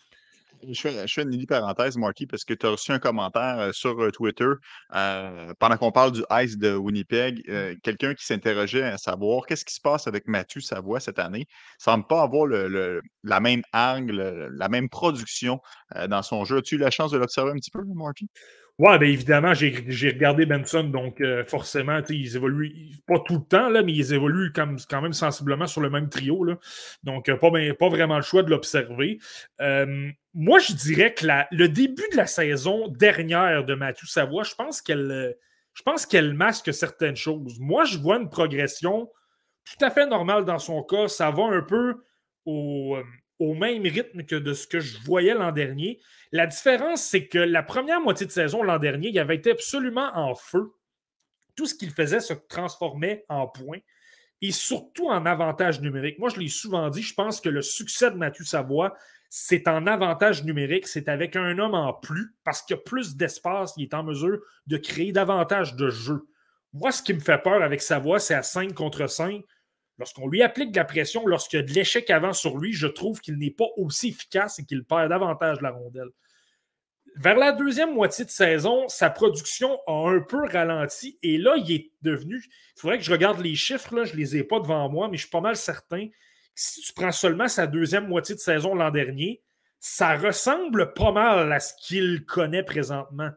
Je fais, je fais une mini-parenthèse, Marty, parce que tu as reçu un commentaire euh, sur euh, Twitter euh, pendant qu'on parle du Ice de Winnipeg. Euh, quelqu'un qui s'interrogeait à savoir qu'est-ce qui se passe avec Mathieu Savoie cette année. Il ne semble pas avoir le, le, la même angle, la même production euh, dans son jeu. As-tu eu la chance de l'observer un petit peu, Marty? Oui, bien évidemment, j'ai, j'ai regardé Benson, donc euh, forcément, ils évoluent, pas tout le temps, là, mais ils évoluent comme, quand même sensiblement sur le même trio. Là. Donc, euh, pas, ben, pas vraiment le choix de l'observer. Euh, moi, je dirais que la, le début de la saison dernière de Mathieu Savoie, je pense qu'elle, je pense qu'elle masque certaines choses. Moi, je vois une progression tout à fait normale dans son cas. Ça va un peu au... au même rythme que de ce que je voyais l'an dernier. La différence, c'est que la première moitié de saison l'an dernier, il avait été absolument en feu. Tout ce qu'il faisait se transformait en points et surtout en avantage numérique. Moi, je l'ai souvent dit, je pense que le succès de Mathieu Savoie, c'est en avantage numérique, c'est avec un homme en plus, parce qu'il y a plus d'espace, il est en mesure de créer davantage de jeux. Moi, ce qui me fait peur avec Savoie, c'est à cinq contre cinq. Lorsqu'on lui applique de la pression, lorsqu'il y a de l'échec avant sur lui, je trouve qu'il n'est pas aussi efficace et qu'il perd davantage la rondelle. Vers la deuxième moitié de saison, sa production a un peu ralenti et là, il est devenu... Il faudrait que je regarde les chiffres, là, je ne les ai pas devant moi, mais je suis pas mal certain que si tu prends seulement sa deuxième moitié de saison l'an dernier, ça ressemble pas mal à ce qu'il connaît présentement.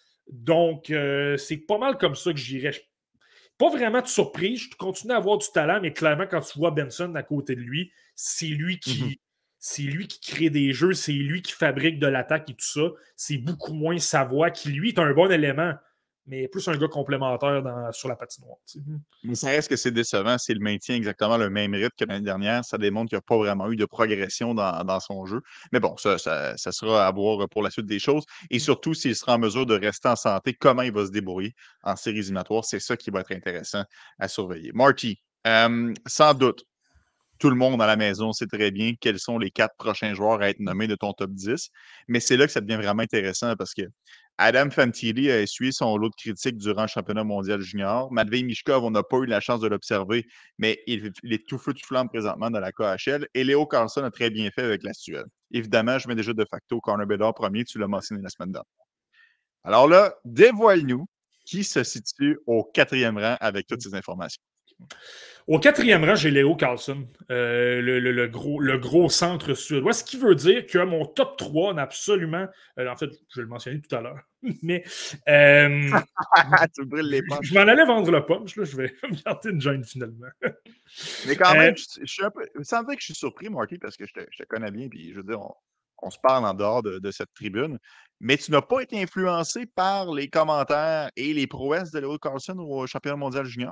Donc, euh, c'est pas mal comme ça que j'irais. Pas vraiment de surprise. Je continue à avoir du talent, mais clairement, quand tu vois Benson à côté de lui, c'est lui qui, mm-hmm. c'est lui qui crée des jeux, c'est lui qui fabrique de l'attaque et tout ça. C'est beaucoup moins Savoie qui, lui, est un bon élément, mais plus un gars complémentaire dans, sur la patinoire. Tu sais. Mais ça reste que c'est décevant. C'est le maintien exactement le même rythme que l'année dernière. Ça démontre qu'il n'y a pas vraiment eu de progression dans, dans son jeu. Mais bon, ça, ça, ça sera à voir pour la suite des choses. Et surtout, s'il sera en mesure de rester en santé, comment il va se débrouiller en séries éliminatoires. C'est ça qui va être intéressant à surveiller. Marty, euh, sans doute, tout le monde à la maison sait très bien quels sont les quatre prochains joueurs à être nommés de ton top dix. Mais c'est là que ça devient vraiment intéressant parce que Adam Fantilli a essuyé son lot de critiques durant le championnat mondial junior. Matvei Michkov, on n'a pas eu la chance de l'observer, mais il, il est tout feu tout flamme présentement dans la K H L. Et Léo Carlson a très bien fait avec la Suède. Évidemment, je mets déjà de facto Connor Bedard premier, tu l'as mentionné la semaine dernière. Alors là, dévoile-nous qui se situe au quatrième rang avec toutes ces informations. Au quatrième rang, j'ai Leo Carlsson, euh, le, le, le, gros, le gros centre suédois, ce qui veut dire que mon top trois n'a absolument... Euh, en fait, je vais le mentionner tout à l'heure, mais... Euh, tu brilles les punches. Je m'en allais vendre le punch, là, je vais me garder une gêne finalement. Mais quand Euh, même, je, je suis un peu... Sans dire que je suis surpris, Marky, parce que je te, je te connais bien, puis je veux dire, on, on se parle en dehors de, de cette tribune, mais tu n'as pas été influencé par les commentaires et les prouesses de Leo Carlsson au championnat mondial junior?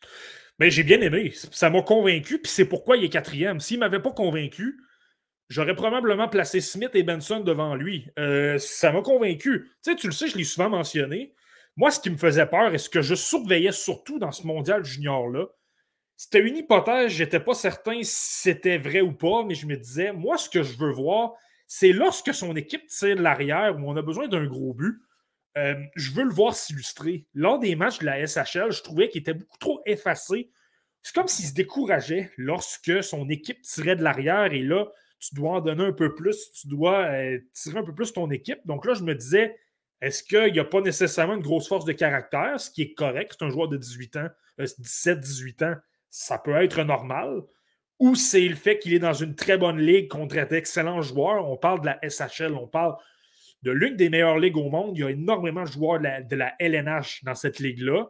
Mais j'ai bien aimé. Ça m'a convaincu, puis c'est pourquoi il est quatrième. S'il ne m'avait pas convaincu, j'aurais probablement placé Smith et Benson devant lui. Euh, ça m'a convaincu. Tu sais, tu le sais, je l'ai souvent mentionné. Moi, ce qui me faisait peur et ce que je surveillais surtout dans ce mondial junior-là, c'était une hypothèse. Je n'étais pas certain si c'était vrai ou pas, mais je me disais, moi, ce que je veux voir, c'est lorsque son équipe tire de l'arrière où on a besoin d'un gros but. Euh, je veux le voir s'illustrer. Lors des matchs de la S H L, je trouvais qu'il était beaucoup trop effacé. C'est comme s'il se décourageait lorsque son équipe tirait de l'arrière et là, tu dois en donner un peu plus, tu dois euh, tirer un peu plus ton équipe. Donc là, je me disais, est-ce qu'il n'y a pas nécessairement une grosse force de caractère, ce qui est correct, c'est un joueur de dix-huit ans, euh, dix-sept dix-huit ans, ça peut être normal, ou c'est le fait qu'il est dans une très bonne ligue contre d'excellents joueurs. On parle de la S H L, on parle de l'une des meilleures ligues au monde. Il y a énormément de joueurs de la, de la L N H dans cette ligue-là.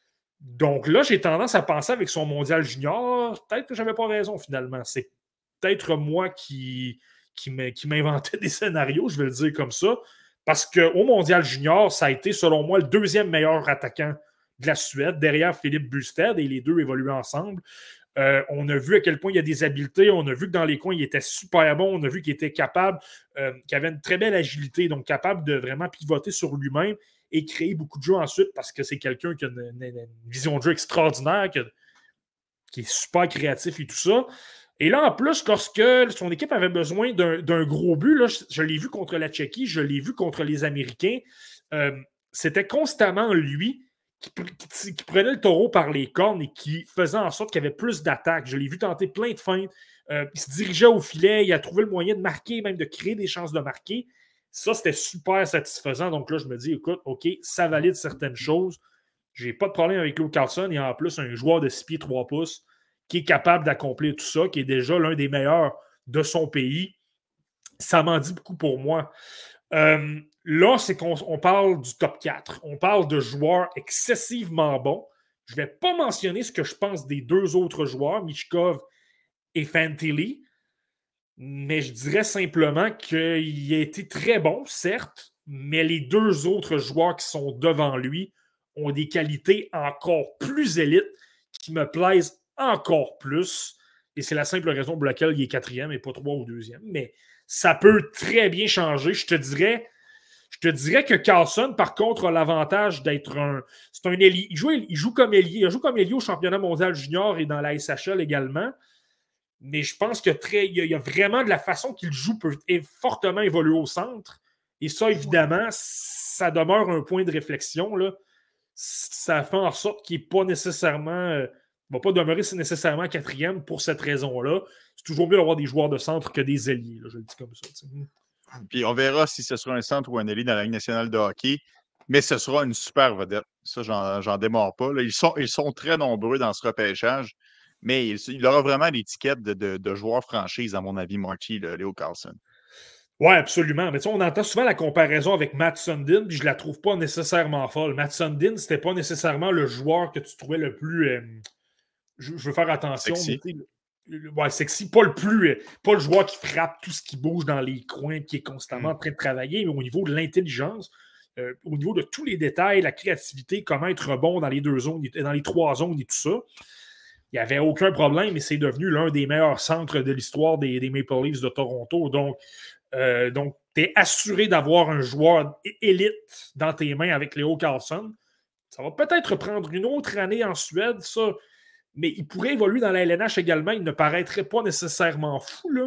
Donc là, j'ai tendance à penser avec son mondial junior, peut-être que je n'avais pas raison finalement. C'est peut-être moi qui, qui m'inventais des scénarios, je vais le dire comme ça, parce qu'au mondial junior, ça a été selon moi le deuxième meilleur attaquant de la Suède, derrière Philippe Busted, et les deux évoluaient ensemble. Euh, on a vu à quel point il y a des habiletés, on a vu que dans les coins, il était super bon, on a vu qu'il était capable, euh, qu'il avait une très belle agilité, donc capable de vraiment pivoter sur lui-même et créer beaucoup de jeux ensuite parce que c'est quelqu'un qui a une, une, une vision de jeu extraordinaire, qui, a, qui est super créatif et tout ça. Et là, en plus, lorsque son équipe avait besoin d'un gros but, là, je, je l'ai vu contre la Tchéquie, je l'ai vu contre les Américains, euh, c'était constamment lui Qui, qui, qui prenait le taureau par les cornes et qui faisait en sorte qu'il y avait plus d'attaques. Je l'ai vu tenter plein de feintes. Euh, il se dirigeait au filet, il a trouvé le moyen de marquer, même de créer des chances de marquer. Ça, c'était super satisfaisant. Donc là, je me dis, écoute, OK, ça valide certaines choses. J'ai pas de problème avec Leo Carlsson. Il y a en plus un joueur de six pieds trois pouces qui est capable d'accomplir tout ça, qui est déjà l'un des meilleurs de son pays. Ça m'en dit beaucoup pour moi. Euh, là, c'est qu'on on parle du top quatre. On parle de joueurs excessivement bons. Je ne vais pas mentionner ce que je pense des deux autres joueurs, Michkov et Fantilli, mais je dirais simplement qu'il a été très bon, certes, mais les deux autres joueurs qui sont devant lui ont des qualités encore plus élites qui me plaisent encore plus. Et c'est la simple raison pour laquelle il est quatrième et pas trois ou deuxième. Mais ça peut très bien changer. Je te dirais, je te dirais que Carlsson, par contre, a l'avantage d'être un... C'est un ailier. Il joue, il joue comme ailier. Il joue comme ailier au championnat mondial junior et dans la S H L également. Mais je pense qu'il y a, très, il y a vraiment de la façon qu'il joue peut fortement évoluer au centre. Et ça, évidemment, ça demeure un point de réflexion. Là. Ça fait en sorte qu'il n'est pas nécessairement... ne va pas demeurer nécessairement quatrième pour cette raison-là. C'est toujours mieux d'avoir des joueurs de centre que des ailiers, là, je le dis comme ça. T'sais. Puis on verra si ce sera un centre ou un ailier dans la Ligue nationale de hockey, mais ce sera une super vedette. Ça, j'en démords pas. Là. Ils, sont, ils sont très nombreux dans ce repêchage, mais il, il aura vraiment l'étiquette de, de, de joueur franchise, à mon avis, Marty, le Leo Carlsson. Oui, absolument. Mais on entend souvent la comparaison avec Matt Sundin, puis je la trouve pas nécessairement folle. Matt Sundin, c'était pas nécessairement le joueur que tu trouvais le plus... Euh, je, je veux faire attention. Sexy. Mais, ouais, sexy. Pas le plus... Pas le joueur qui frappe tout ce qui bouge dans les coins, qui est constamment mm. en train de travailler, mais au niveau de l'intelligence, euh, au niveau de tous les détails, la créativité, comment être bon dans les deux zones, dans les trois zones et tout ça. Il n'y avait aucun problème, mais c'est devenu l'un des meilleurs centres de l'histoire des, des Maple Leafs de Toronto. Donc, Euh, donc, tu es assuré d'avoir un joueur élite dans tes mains avec Leo Carlsson. Ça va peut-être prendre une autre année en Suède, ça, mais il pourrait évoluer dans la L N H également. Il ne paraîtrait pas nécessairement fou, là.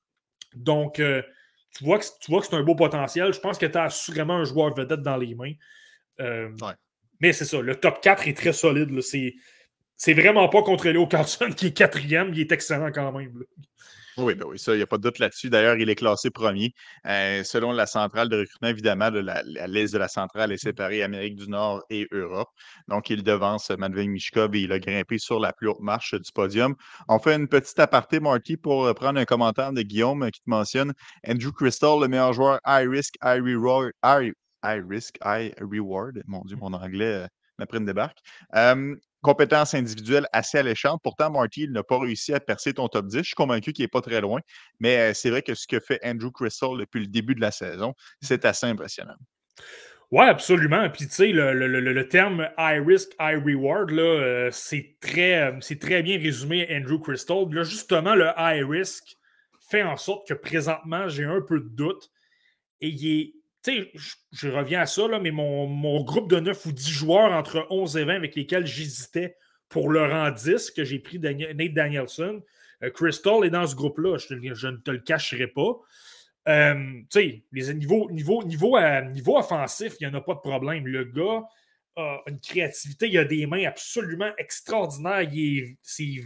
Donc, euh, tu vois que, tu vois que c'est un beau potentiel. Je pense que tu as assurément un joueur vedette dans les mains. Euh, ouais. Mais c'est ça, le top quatre est très solide. Là. C'est, c'est vraiment pas contre Leo Carlsson qui est quatrième. Il est excellent quand même. Là. Oui, ben oui, ça, il n'y a pas de doute là-dessus. D'ailleurs, il est classé premier. Euh, selon la centrale de recrutement, évidemment, de la, la liste de la centrale est séparée Amérique du Nord et Europe. Donc, il devance Matvei Michkov et il a grimpé sur la plus haute marche du podium. On fait une petite aparté, Marty, pour prendre un commentaire de Guillaume euh, qui te mentionne Andrew Crystal, le meilleur joueur high risk, high reward. High, high risk, high reward. Mon Dieu, mon anglais euh, me prend une débarque. Euh, Compétences individuelles assez alléchantes. Pourtant, Marty, il n'a pas réussi à percer ton top dix. Je suis convaincu qu'il n'est pas très loin. Mais euh, c'est vrai que ce que fait Andrew Crystal depuis le début de la saison, c'est assez impressionnant. Oui, absolument. Puis, tu sais, le, le, le, le terme high risk, high reward, là, euh, c'est très, c'est très bien résumé Andrew Crystal. Là, justement, le high risk fait en sorte que présentement, j'ai un peu de doute. Et il est. Tu sais, je, je reviens à ça, là, mais mon, mon groupe de neuf ou dix joueurs entre onze et vingt avec lesquels j'hésitais pour le rang dix, que j'ai pris Daniel, Nate Danielson, euh, Crystal est dans ce groupe-là, je, je ne te le cacherai pas. Euh, tu sais, les niveaux niveau, niveau, à, niveau offensif, il n'y en a pas de problème. Le gars a une créativité, il a des mains absolument extraordinaires. Il, est, c'est,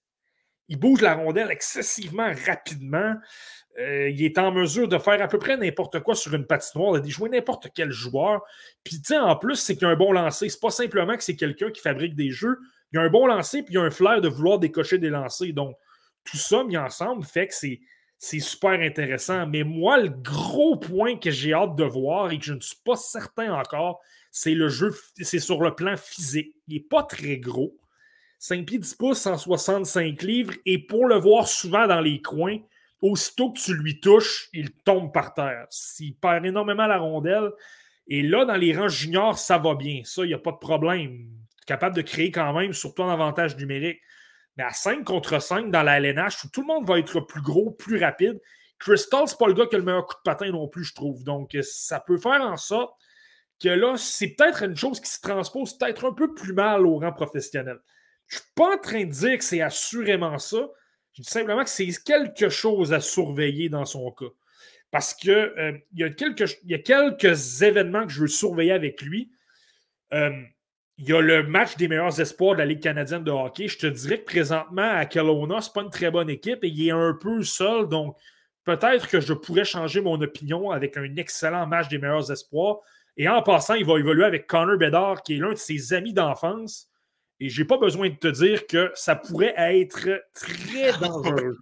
il bouge la rondelle excessivement rapidement. Euh, il est en mesure de faire à peu près n'importe quoi sur une patinoire, de jouer n'importe quel joueur. Puis, tu sais, en plus, c'est qu'il a un bon lancer. C'est pas simplement que c'est quelqu'un qui fabrique des jeux. Il a un bon lancer, puis il a un flair de vouloir décocher des lancers. Donc, tout ça mis ensemble fait que c'est, c'est super intéressant. Mais moi, le gros point que j'ai hâte de voir et que je ne suis pas certain encore, c'est le jeu, c'est sur le plan physique. Il n'est pas très gros. cinq pieds dix pouces, cent soixante-cinq livres. Et pour le voir souvent dans les coins, aussitôt que tu lui touches, il tombe par terre. Il perd énormément la rondelle. Et là, dans les rangs juniors, ça va bien. Ça, il n'y a pas de problème. Capable de créer quand même, surtout en avantage numérique. Mais à cinq contre cinq dans la L N H, où tout le monde va être plus gros, plus rapide, Crystal, c'est pas le gars qui a le meilleur coup de patin non plus, je trouve. Donc, ça peut faire en sorte que là, c'est peut-être une chose qui se transpose peut-être un peu plus mal au rang professionnel. Je ne suis pas en train de dire que c'est assurément ça. Je dis simplement que c'est quelque chose à surveiller dans son cas. Parce qu'il euh, y, y a quelques événements que je veux surveiller avec lui. Euh, il y a le match des meilleurs espoirs de la Ligue canadienne de hockey. Je te dirais que présentement, à Kelowna, ce n'est pas une très bonne équipe et il est un peu seul. Donc, peut-être que je pourrais changer mon opinion avec un excellent match des meilleurs espoirs. Et en passant, il va évoluer avec Connor Bedard, qui est l'un de ses amis d'enfance. Et je n'ai pas besoin de te dire que ça pourrait être très dangereux.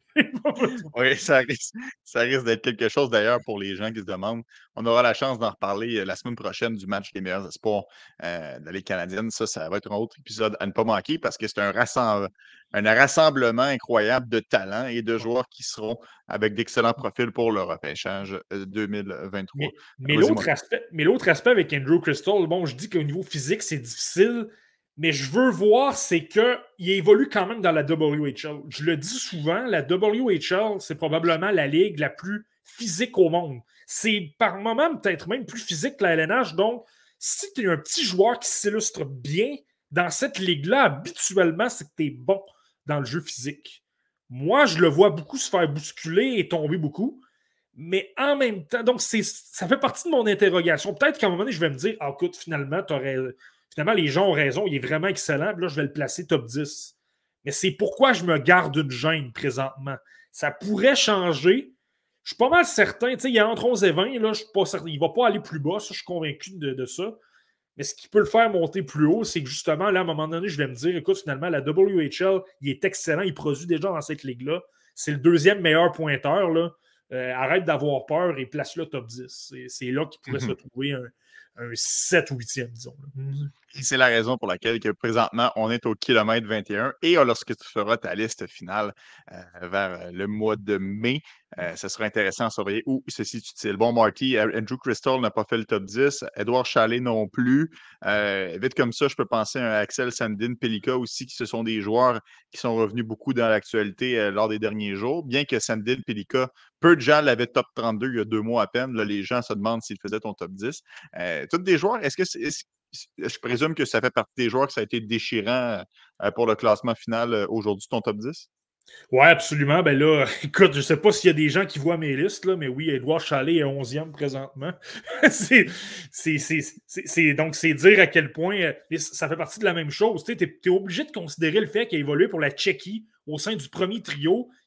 Oui, ça risque, ça risque d'être quelque chose d'ailleurs pour les gens qui se demandent. On aura la chance d'en reparler la semaine prochaine du match des meilleurs espoirs euh, de la Ligue canadienne. Ça, ça va être un autre épisode à ne pas manquer parce que c'est un, rassembl- un rassemblement incroyable de talents et de joueurs qui seront avec d'excellents profils pour le repêchage deux mille vingt-trois. Mais, mais, l'autre aspect, mais l'autre aspect avec Andrew Crystal, bon, je dis qu'au niveau physique, c'est difficile. Mais je veux voir, c'est qu'il évolue quand même dans la W H L. Je le dis souvent, la W H L, c'est probablement la ligue la plus physique au monde. C'est par moment peut-être même plus physique que la L N H. Donc, si tu es un petit joueur qui s'illustre bien dans cette ligue-là, habituellement, c'est que tu es bon dans le jeu physique. Moi, je le vois beaucoup se faire bousculer et tomber beaucoup. Mais en même temps, donc c'est, ça fait partie de mon interrogation. Peut-être qu'à un moment donné, je vais me dire, ah, écoute, finalement, tu aurais... Finalement, les gens ont raison, il est vraiment excellent. Puis là, je vais le placer top dix. Mais c'est pourquoi je me garde une gêne présentement. Ça pourrait changer. Je suis pas mal certain. Tu sais, il y a entre onze et vingt, là, je suis pas certain. Il ne va pas aller plus bas, ça, je suis convaincu de, de ça. Mais ce qui peut le faire monter plus haut, c'est que justement, là, à un moment donné, je vais me dire, écoute, finalement, la W H L, il est excellent, il produit déjà dans cette ligue-là. C'est le deuxième meilleur pointeur, là. Euh, arrête d'avoir peur et place-le top dix. C'est, c'est là qu'il pourrait mm-hmm. se trouver un, un sept ou huitième, disons. Mm-hmm. Et c'est la raison pour laquelle que présentement, on est au kilomètre vingt et un. Et lorsque tu feras ta liste finale euh, vers le mois de mai, euh, ce sera intéressant à surveiller où se situe-t-il. Bon, Marty, Andrew Crystal n'a pas fait le top dix. Édouard Chalet non plus. Euh, vite comme ça, je peux penser à Axel Sandin-Pellikka aussi, qui ce sont des joueurs qui sont revenus beaucoup dans l'actualité euh, lors des derniers jours. Bien que Sandin-Pellikka, peu de gens l'avaient top trente-deux il y a deux mois à peine. Là, les gens se demandent s'il faisait ton top dix. Euh, tous des joueurs, est-ce que c'est... Est-ce je présume que ça fait partie des joueurs que ça a été déchirant euh, pour le classement final euh, aujourd'hui, ton top dix? Oui, absolument. Ben là, écoute, je ne sais pas s'il y a des gens qui voient mes listes, là, mais oui, Édouard Chalet est onzième présentement. c'est, c'est, c'est, c'est, c'est, donc, c'est dire à quel point ça fait partie de la même chose. Tu es, es obligé de considérer le fait qu'il a évolué pour la Tchéquie au sein du premier trio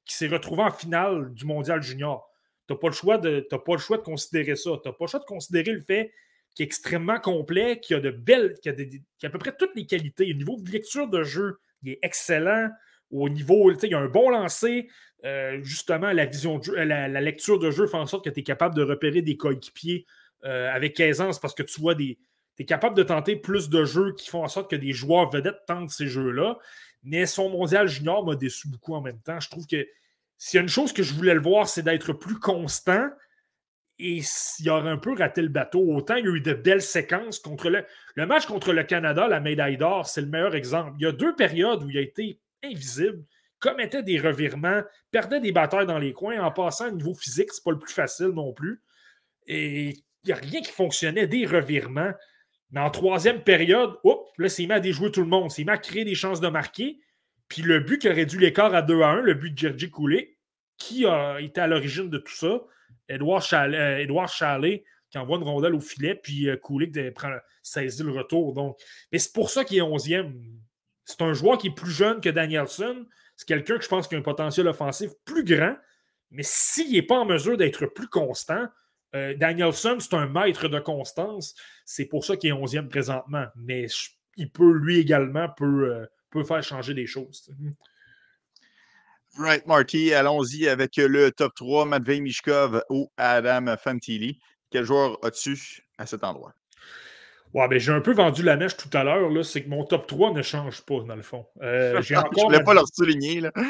qui s'est retrouvé en finale du mondial junior. Tu n'as pas le choix de, t'as pas le choix de considérer ça. Tu n'as pas le choix de considérer le fait qu'il est extrêmement complet, qu'il a de belles, qu'il a, de, qu'il a à peu près toutes les qualités. Au niveau de lecture de jeu, il est excellent. Au niveau, il y a un bon lancer. Euh, justement, la vision de jeu, la, la lecture de jeu fait en sorte que tu es capable de repérer des coéquipiers euh, avec aisance parce que tu vois des. Tu es capable de tenter plus de jeux qui font en sorte que des joueurs vedettes tentent ces jeux-là. Mais son mondial junior m'a déçu beaucoup en même temps. Je trouve que s'il y a une chose que je voulais le voir, c'est d'être plus constant. Et il aurait un peu raté le bateau. Autant il y a eu de belles séquences contre le. Le match contre le Canada, la médaille d'or, c'est le meilleur exemple. Il y a deux périodes où il a été invisible, commettait des revirements, perdait des batailles dans les coins. En passant au niveau physique, c'est pas le plus facile non plus. Et il n'y a rien qui fonctionnait, des revirements. Mais en troisième période, hop, là, c'est mis à déjouer tout le monde. C'est mis à créer des chances de marquer. Puis le but qui a réduit l'écart à deux à un, le but de Jerzy Coulé, qui a été à l'origine de tout ça, Édouard Chalet, euh, Édouard Chalet qui envoie une rondelle au filet, puis euh, Coulé qui prend, saisit le retour. Donc. Mais c'est pour ça qu'il est onzième. C'est un joueur qui est plus jeune que Danielson. C'est quelqu'un que je pense qui a un potentiel offensif plus grand. Mais s'il n'est pas en mesure d'être plus constant, euh, Danielson, c'est un maître de constance. C'est pour ça qu'il est onzième présentement. Mais je, il peut, lui également, peut, euh, peut faire changer des choses. Right, Marty, allons-y avec le top trois, Matvei Michkov ou Adam Fantilli. Quel joueur as-tu à cet endroit? Ouais, ben, j'ai un peu vendu la mèche tout à l'heure. Là, c'est que mon top trois ne change pas, dans le fond. Euh, j'ai encore Je ne voulais pas leur souligner. Là.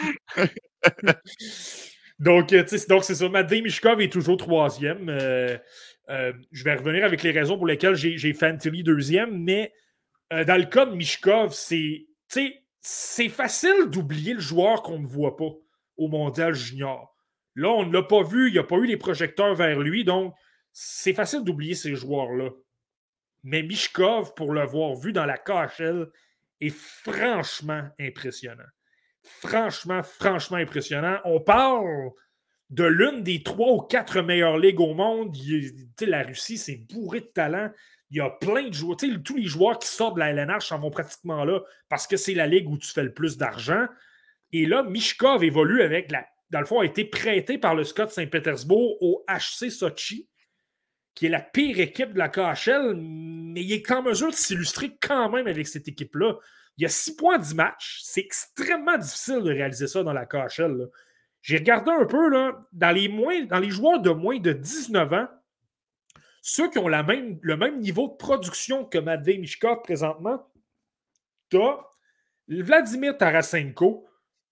donc, euh, donc, c'est ça. Matvei Michkov est toujours troisième. Euh, euh, je vais revenir avec les raisons pour lesquelles j'ai, j'ai Fantilli deuxième. Mais euh, dans le cas de Michkov, c'est, c'est facile d'oublier le joueur qu'on ne voit pas au mondial junior. Là, on ne l'a pas vu. Il n'y a pas eu les projecteurs vers lui. Donc, c'est facile d'oublier ces joueurs-là. Mais Michkov, pour l'avoir vu dans la K H L, est franchement impressionnant. Franchement, franchement impressionnant. On parle de l'une des trois ou quatre meilleures ligues au monde. Il, la Russie, c'est bourré de talent. Il y a plein de joueurs. Tous les joueurs qui sortent de la L N H s'en vont pratiquement là parce que c'est la ligue où tu fais le plus d'argent. Et là, Michkov évolue avec la. Dans le fond, a été prêté par le Scott Saint-Pétersbourg au H C Sochi, qui est la pire équipe de la K H L, mais il est en mesure de s'illustrer quand même avec cette équipe-là. Il y a six points dix matchs. C'est extrêmement difficile de réaliser ça dans la K H L. Là. J'ai regardé un peu, là, dans, les moins, dans les joueurs de moins de dix-neuf ans, ceux qui ont la même, le même niveau de production que Matvei Michkov présentement, tu as Vladimir Tarasenko,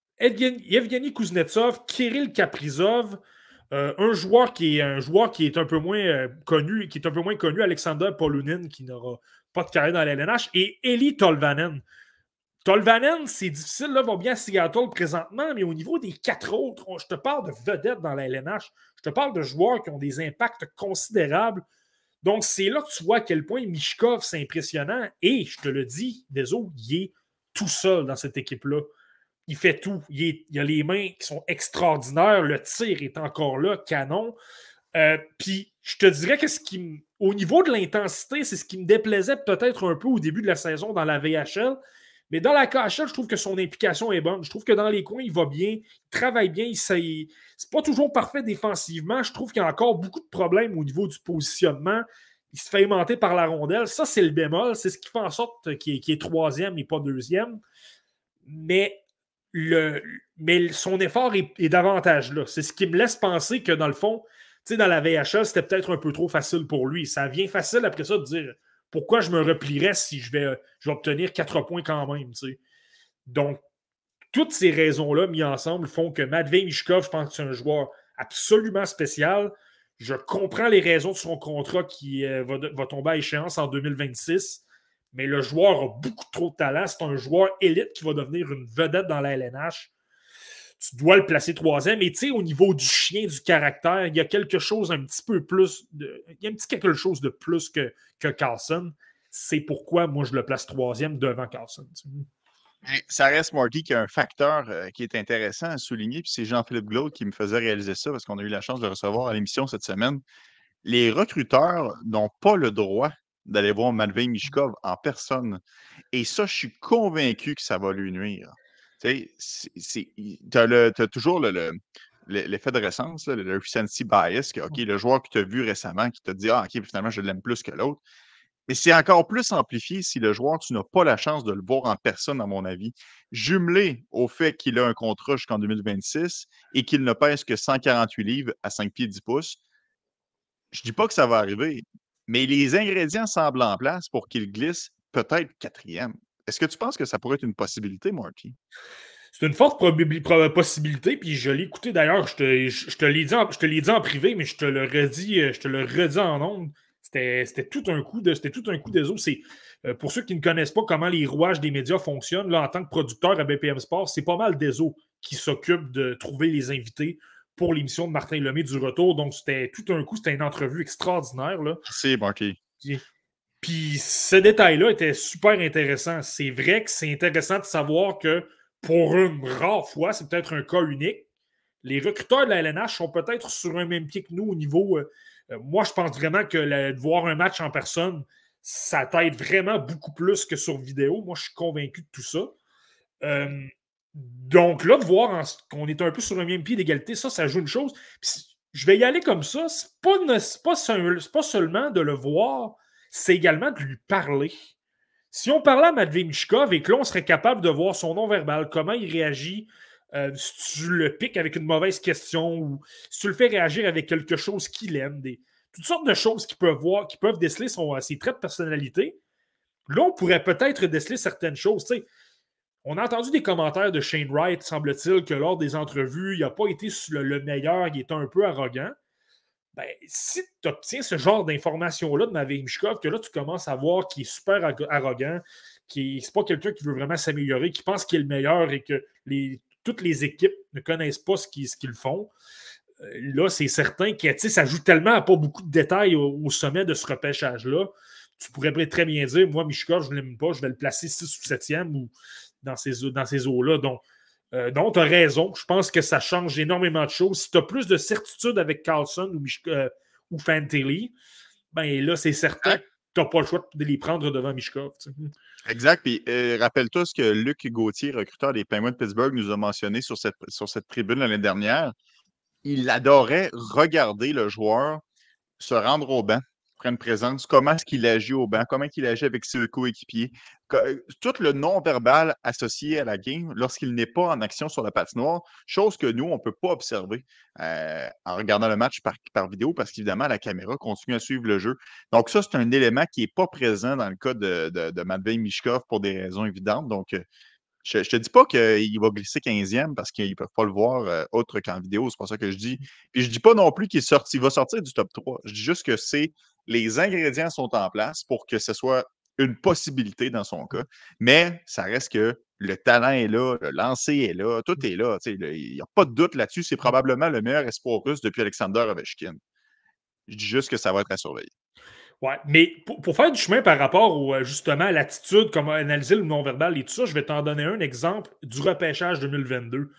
Evgeny Kuznetsov, Kirill Kaprizov, Euh, un joueur qui est un joueur qui est un peu moins euh, connu, qui est un peu moins connu, Alexander Polunin, qui n'aura pas de carrière dans la L N H, et Eli Tolvanen. Tolvanen, c'est difficile, là, va bien à Seattle présentement, mais au niveau des quatre autres, on, je te parle de vedettes dans la L N H, je te parle de joueurs qui ont des impacts considérables. Donc, c'est là que tu vois à quel point Michkov, c'est impressionnant, et je te le dis, désolé, il est tout seul dans cette équipe-là. Il fait tout. Il, est, il a les mains qui sont extraordinaires. Le tir est encore là, canon. Euh, Puis, je te dirais que ce qui, au niveau de l'intensité, c'est ce qui me déplaisait peut-être un peu au début de la saison dans la V H L. Mais dans la K H L, je trouve que son implication est bonne. Je trouve que dans les coins, il va bien. Il travaille bien. Il, il, c'est pas toujours parfait défensivement. Je trouve qu'il y a encore beaucoup de problèmes au niveau du positionnement. Il se fait aimanter par la rondelle. Ça, c'est le bémol. C'est ce qui fait en sorte qu'il est, qu'il est troisième et pas deuxième. Mais Le, mais son effort est, est davantage là. C'est ce qui me laisse penser que dans le fond, tu sais, dans la V H L, c'était peut-être un peu trop facile pour lui. Ça vient facile après ça de dire pourquoi je me replierais si je vais, je vais obtenir quatre points quand même. Tu sais. Donc, toutes ces raisons-là mis ensemble font que Matvei Michkov, je pense que c'est un joueur absolument spécial. Je comprends les raisons de son contrat qui euh, va, va tomber à échéance en deux mille vingt-six. Mais le joueur a beaucoup trop de talent. C'est un joueur élite qui va devenir une vedette dans la L N H. Tu dois le placer troisième. Et tu sais, au niveau du chien, du caractère, il y a quelque chose un petit peu plus. De, il y a un petit quelque chose de plus que, que Carlson. C'est pourquoi moi je le place troisième devant Carlson. Ça reste, Marty, qu'il y a un facteur euh, qui est intéressant à souligner. Puis c'est Jean-Philippe Glaude qui me faisait réaliser ça parce qu'on a eu la chance de le recevoir à l'émission cette semaine. Les recruteurs n'ont pas le droit d'aller voir Matvei Michkov en personne. Et ça, je suis convaincu que ça va lui nuire. Tu sais, tu as toujours le, le, l'effet de récence, là, le recency bias, que, OK, le joueur que tu as vu récemment qui t'a dit, ah, OK, finalement, je l'aime plus que l'autre. Mais c'est encore plus amplifié si le joueur, tu n'as pas la chance de le voir en personne, à mon avis. Jumelé au fait qu'il a un contrat jusqu'en deux mille vingt-six et qu'il ne pèse que cent quarante-huit livres à cinq pieds dix pouces, je dis pas que ça va arriver, mais les ingrédients semblent en place pour qu'il glisse peut-être quatrième. Est-ce que tu penses que ça pourrait être une possibilité, Marty? C'est une forte possibilité, puis je l'ai écouté d'ailleurs, je te, je, je te l'ai dit, en, je te l'ai dit en privé, mais je te le redis, je te le redis en ondes. C'était, c'était tout un coup de, c'était tout un coup des os. C'est, euh, pour ceux qui ne connaissent pas comment les rouages des médias fonctionnent, là, en tant que producteur à B P M Sport, c'est pas mal des os qui s'occupent de trouver les invités pour l'émission de Martin Lemay du Retour. Donc, c'était tout un coup, c'était une entrevue extraordinaire. Là. C'est Marty. Puis, puis ce détail-là était super intéressant. C'est vrai que c'est intéressant de savoir que pour une rare fois, c'est peut-être un cas unique. Les recruteurs de la L N H sont peut-être sur un même pied que nous au niveau. Euh, moi, je pense vraiment que la, de voir un match en personne, ça t'aide vraiment beaucoup plus que sur vidéo. Moi, je suis convaincu de tout ça. Euh, donc là, de voir en, qu'on est un peu sur un même pied d'égalité, ça, ça joue une chose. Puis, je vais y aller comme ça. C'est pas, c'est pas, c'est pas seulement de le voir, c'est également de lui parler. Si on parlait à Matvei Michkov et que là, on serait capable de voir son non-verbal, comment il réagit, euh, si tu le piques avec une mauvaise question ou si tu le fais réagir avec quelque chose qu'il aime, des, toutes sortes de choses qui peuvent voir, qui peuvent déceler son, ses traits de personnalité, là, on pourrait peut-être déceler certaines choses. Tu sais, on a entendu des commentaires de Shane Wright, semble-t-il, que lors des entrevues, il n'a pas été le, le meilleur, il était un peu arrogant. Ben, si tu obtiens ce genre d'informations-là de Matvei Michkov, que là, tu commences à voir qu'il est super arrogant, qu'il n'est pas quelqu'un qui veut vraiment s'améliorer, qui pense qu'il est le meilleur et que les, toutes les équipes ne connaissent pas ce qu'ils, ce qu'ils font, là, c'est certain que ça joue tellement à pas beaucoup de détails au, au sommet de ce repêchage-là. Tu pourrais très bien dire, moi, Michkov, je ne l'aime pas, je vais le placer six ou septième ou dans ces, dans ces eaux-là. Donc, Euh, donc, tu as raison. Je pense que ça change énormément de choses. Si tu as plus de certitude avec Carlson ou, Mich- euh, ou Fantilli, ben là, c'est certain que tu n'as pas le choix de les prendre devant Michkov. T'sais. Exact. Puis euh, rappelle-toi ce que Luc Gauthier, recruteur des Penguins de Pittsburgh, nous a mentionné sur cette, sur cette tribune l'année dernière. Il adorait regarder le joueur se rendre au banc, prendre présence, comment est-ce qu'il agit au banc, comment il agit avec ses coéquipiers. Tout le non-verbal associé à la game lorsqu'il n'est pas en action sur la patinoire, chose que nous, on ne peut pas observer euh, en regardant le match par, par vidéo parce qu'évidemment, la caméra continue à suivre le jeu. Donc ça, c'est un élément qui n'est pas présent dans le cas de, de, de Matvei Michkov pour des raisons évidentes. Donc, je ne te dis pas qu'il va glisser quinzième parce qu'ils ne peuvent pas le voir euh, autre qu'en vidéo. C'est pas ça que je dis. Puis je ne dis pas non plus qu'il sorti, va sortir du top trois. Je dis juste que c'est les ingrédients sont en place pour que ce soit une possibilité dans son cas. Mais ça reste que le talent est là, le lancer est là, tout est là. Il n'y a pas de doute là-dessus. C'est probablement le meilleur espoir russe depuis Alexander Ovechkin. Je dis juste que ça va être à surveiller. Ouais, mais pour, pour faire du chemin par rapport au, justement à l'attitude, comment analyser le non-verbal et tout ça, je vais t'en donner un exemple du repêchage deux mille vingt-deux.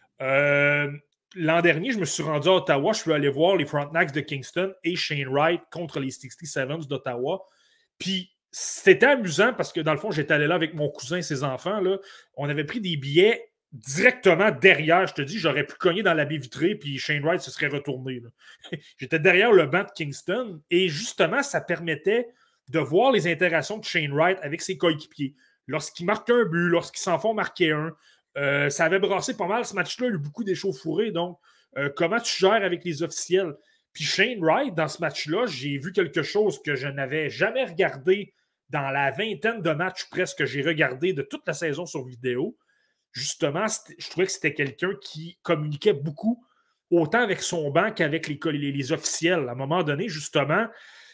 Euh, l'an dernier, je me suis rendu à Ottawa, je suis allé voir les Frontenacs de Kingston et Shane Wright contre les soixante-dix-sept d'Ottawa. Puis c'était amusant parce que dans le fond, j'étais allé là avec mon cousin et ses enfants. Là. On avait pris des billets directement derrière. Je te dis, j'aurais pu cogner dans la baie vitrée, puis Shane Wright se serait retourné. Là. J'étais derrière le banc de Kingston, et justement, ça permettait de voir les interactions de Shane Wright avec ses coéquipiers. Lorsqu'il marque un but, lorsqu'ils s'en font marquer un, euh, ça avait brassé pas mal ce match-là, il y a eu beaucoup d'échauffourées. Donc, euh, comment tu gères avec les officiels? Puis Shane Wright, dans ce match-là, j'ai vu quelque chose que je n'avais jamais regardé dans la vingtaine de matchs presque que j'ai regardé de toute la saison sur vidéo. Justement, je trouvais que c'était quelqu'un qui communiquait beaucoup, autant avec son banc qu'avec les, les, les officiels. À un moment donné, justement,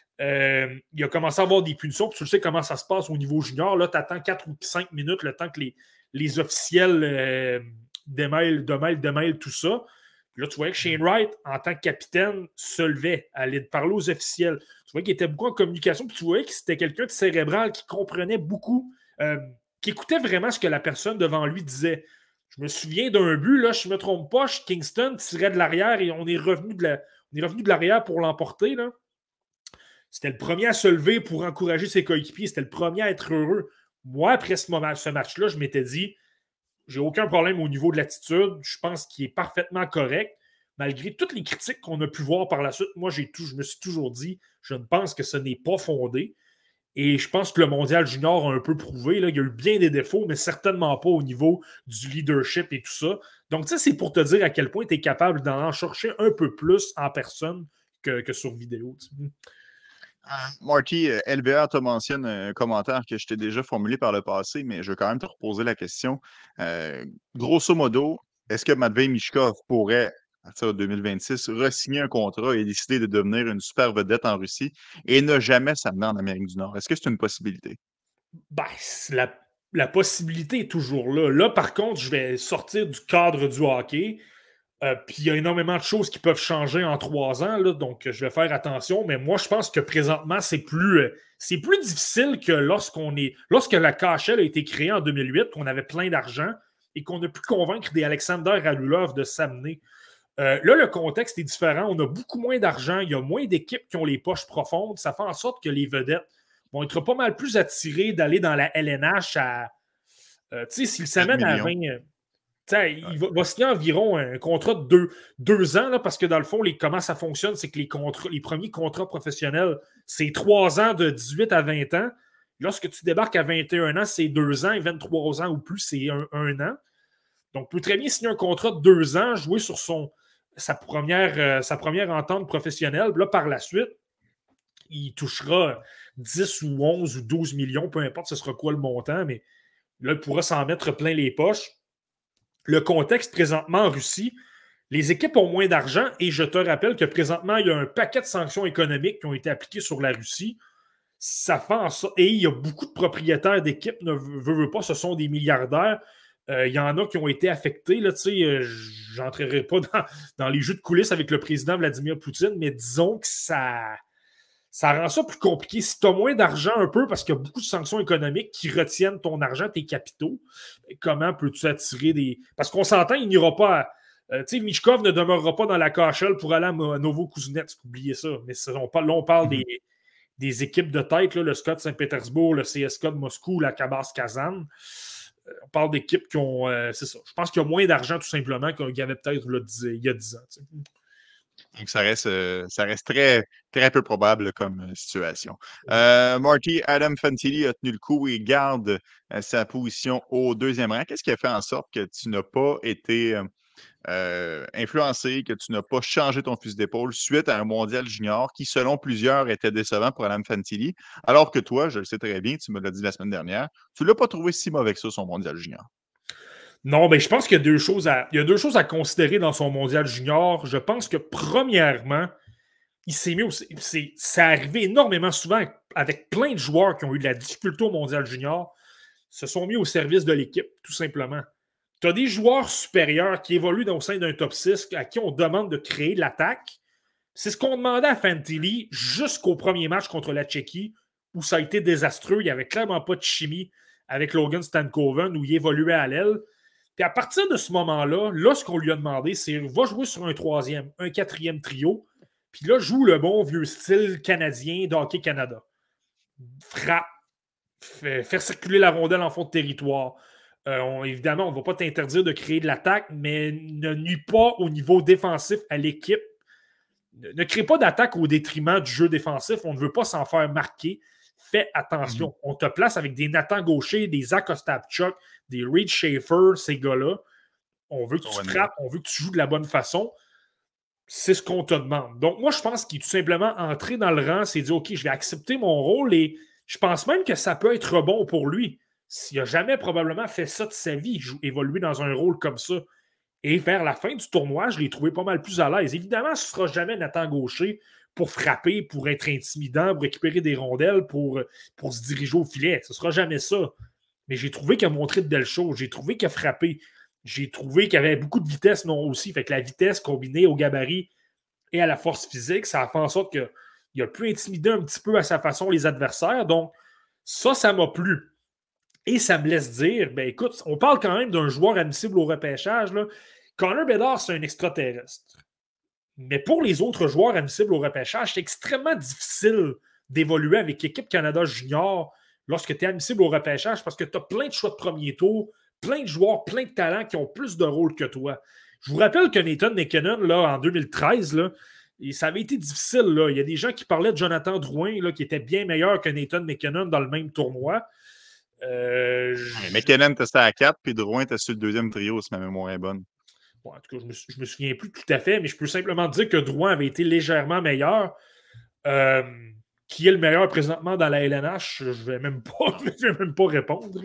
euh, il a commencé à avoir des punitions. Puis tu sais comment ça se passe au niveau junior. Là, tu attends quatre ou cinq minutes le temps que les, les officiels euh, démêlent, démêlent, démêlent tout ça. Puis là, tu voyais que Shane Wright, en tant que capitaine, se levait, allait parler aux officiels. Tu voyais qu'il était beaucoup en communication. Puis tu voyais que c'était quelqu'un de cérébral qui comprenait beaucoup. Euh, qui écoutait vraiment ce que la personne devant lui disait. Je me souviens d'un but, là, je ne me trompe pas, Kingston tirait de l'arrière et on est revenu de, la, on est revenu de l'arrière pour l'emporter. Là. C'était le premier à se lever pour encourager ses coéquipiers. C'était le premier à être heureux. Moi, après ce, moment, ce match-là, je m'étais dit, j'ai aucun problème au niveau de l'attitude. Je pense qu'il est parfaitement correct. Malgré toutes les critiques qu'on a pu voir par la suite, moi, j'ai tout, je me suis toujours dit, je ne pense que ce n'est pas fondé. Et je pense que le mondial junior a un peu prouvé. Là, il y a eu bien des défauts, mais certainement pas au niveau du leadership et tout ça. Donc, tu sais, c'est pour te dire à quel point tu es capable d'en chercher un peu plus en personne que, que sur vidéo. Tu sais. Marty, euh, L B A te mentionne un commentaire que je t'ai déjà formulé par le passé, mais je vais quand même te reposer la question. Euh, grosso modo, est-ce que Matvei Michkov pourrait, à partir de deux mille vingt-six, re-signer un contrat et décider de devenir une super vedette en Russie et ne jamais s'amener en Amérique du Nord? Est-ce que c'est une possibilité? Ben, la, la possibilité est toujours là. Là, par contre, je vais sortir du cadre du hockey. Euh, Puis il y a énormément de choses qui peuvent changer en trois ans, là, donc je vais faire attention. Mais moi, je pense que présentement, c'est plus, euh, c'est plus difficile que lorsqu'on est. Lorsque la K H L a été créée en deux mille huit, qu'on avait plein d'argent et qu'on a pu convaincre des Alexander Radulov de s'amener. Euh, là, le contexte est différent. On a beaucoup moins d'argent. Il y a moins d'équipes qui ont les poches profondes. Ça fait en sorte que les vedettes vont être pas mal plus attirées d'aller dans la L N H à. Euh, tu sais, s'ils s'amènent à vingt. Ouais. Il va, va signer environ un contrat de deux, deux ans, là, parce que dans le fond, les, comment ça fonctionne, c'est que les, contrats, les premiers contrats professionnels, c'est trois ans de dix-huit à vingt ans. Lorsque tu débarques à vingt et un ans, c'est deux ans, et vingt-trois ans ou plus, c'est un, un an. Donc, il peut très bien signer un contrat de deux ans, jouer sur son, sa, première, euh, sa première entente professionnelle. Là, par la suite, il touchera dix ou onze ou douze millions, peu importe ce sera quoi le montant, mais là, il pourra s'en mettre plein les poches. Le contexte présentement en Russie, les équipes ont moins d'argent et je te rappelle que présentement, il y a un paquet de sanctions économiques qui ont été appliquées sur la Russie. Ça fait en sorte... Et il y a beaucoup de propriétaires d'équipes, ne veulent pas, ce sont des milliardaires. Euh, il y en a qui ont été affectés. Là, euh, je n'entrerai pas dans, dans les jeux de coulisses avec le président Vladimir Poutine, mais disons que ça... Ça rend ça plus compliqué. Si tu as moins d'argent un peu, parce qu'il y a beaucoup de sanctions économiques qui retiennent ton argent, tes capitaux, comment peux-tu attirer des... Parce qu'on s'entend, il n'y aura pas... À... Euh, tu sais, Michkov ne demeurera pas dans la K H L pour aller à Novo-Kuznetsk, oubliez ça. Mais ça, on parle, là, on parle mm-hmm. des, des équipes de tête, là, le S K A de Saint-Pétersbourg, le C S K A de Moscou, la Kabars Kazan. Euh, on parle d'équipes qui ont... Euh, c'est ça. Je pense qu'il y a moins d'argent, tout simplement, qu'il y avait peut-être là, il y a dix ans. T'sais. Donc, ça reste, euh, ça reste très, très peu probable comme euh, situation. Euh, Marty, Adam Fantilli a tenu le coup et garde euh, sa position au deuxième rang. Qu'est-ce qui a fait en sorte que tu n'as pas été euh, influencé, que tu n'as pas changé ton fusil d'épaule suite à un mondial junior qui, selon plusieurs, était décevant pour Adam Fantilli, alors que toi, je le sais très bien, tu me l'as dit la semaine dernière, tu ne l'as pas trouvé si mauvais que ça, son mondial junior? Non, ben, je pense qu'il y a deux choses à, il y a deux choses à considérer dans son mondial junior. Je pense que, premièrement, il s'est mis au, c'est, ça arrivé énormément souvent avec plein de joueurs qui ont eu de la difficulté au mondial junior, se sont mis au service de l'équipe, tout simplement. Tu as des joueurs supérieurs qui évoluent au sein d'un top six à qui on demande de créer de l'attaque. C'est ce qu'on demandait à Fantilli jusqu'au premier match contre la Tchéquie, où ça a été désastreux. Il n'y avait clairement pas de chimie avec Logan Stankoven, où il évoluait à l'aile. Puis à partir de ce moment-là, là, ce qu'on lui a demandé, c'est va jouer sur un troisième, un quatrième trio, puis là, joue le bon vieux style canadien d'Hockey Canada. Frappe, faire circuler la rondelle en fond de territoire. Euh, on, évidemment, on ne va pas t'interdire de créer de l'attaque, mais ne nuit pas au niveau défensif à l'équipe. Ne, ne crée pas d'attaque au détriment du jeu défensif. On ne veut pas s'en faire marquer. Fais attention. Mm-hmm. On te place avec des Nathan Gaucher, des Zach Ostapchuk, des Reed Schaefer, ces gars-là. On veut que tu frappes, on veut que tu joues de la bonne façon. C'est ce qu'on te demande. Donc, moi, je pense qu'il est tout simplement entré dans le rang, s'est dit, OK, je vais accepter mon rôle et je pense même que ça peut être bon pour lui. S'il n'a jamais probablement fait ça de sa vie, évoluer dans un rôle comme ça. Et vers la fin du tournoi, je l'ai trouvé pas mal plus à l'aise. Évidemment, ce ne sera jamais Nathan Gaucher pour frapper, pour être intimidant, pour récupérer des rondelles, pour, pour se diriger au filet. Ce ne sera jamais ça. Mais j'ai trouvé qu'il a montré de belles choses. J'ai trouvé qu'il a frappé. J'ai trouvé qu'il y avait beaucoup de vitesse, non aussi. Fait que la vitesse combinée au gabarit et à la force physique, ça a fait en sorte qu'il a pu intimider un petit peu à sa façon les adversaires. Donc, ça, ça m'a plu. Et ça me laisse dire, ben écoute, on parle quand même d'un joueur admissible au repêchage. Là. Connor Bedard, c'est un extraterrestre. Mais pour les autres joueurs admissibles au repêchage, c'est extrêmement difficile d'évoluer avec l'équipe Canada Junior lorsque tu es admissible au repêchage parce que tu as plein de choix de premier tour, plein de joueurs, plein de talents qui ont plus de rôle que toi. Je vous rappelle que Nathan McKinnon, là, en deux mille treize, là, et ça avait été difficile. Là. Il y a des gens qui parlaient de Jonathan Drouin, là, qui était bien meilleur que Nathan McKinnon dans le même tournoi. Euh, je... McKinnon était à quatre, puis Drouin était sur le deuxième trio, si ma mémoire est bonne. Bon, en tout cas, je me, je me souviens plus tout à fait, mais je peux simplement dire que Drouin avait été légèrement meilleur. Euh, qui est le meilleur présentement dans la L N H? Je ne vais même pas, je vais même pas répondre.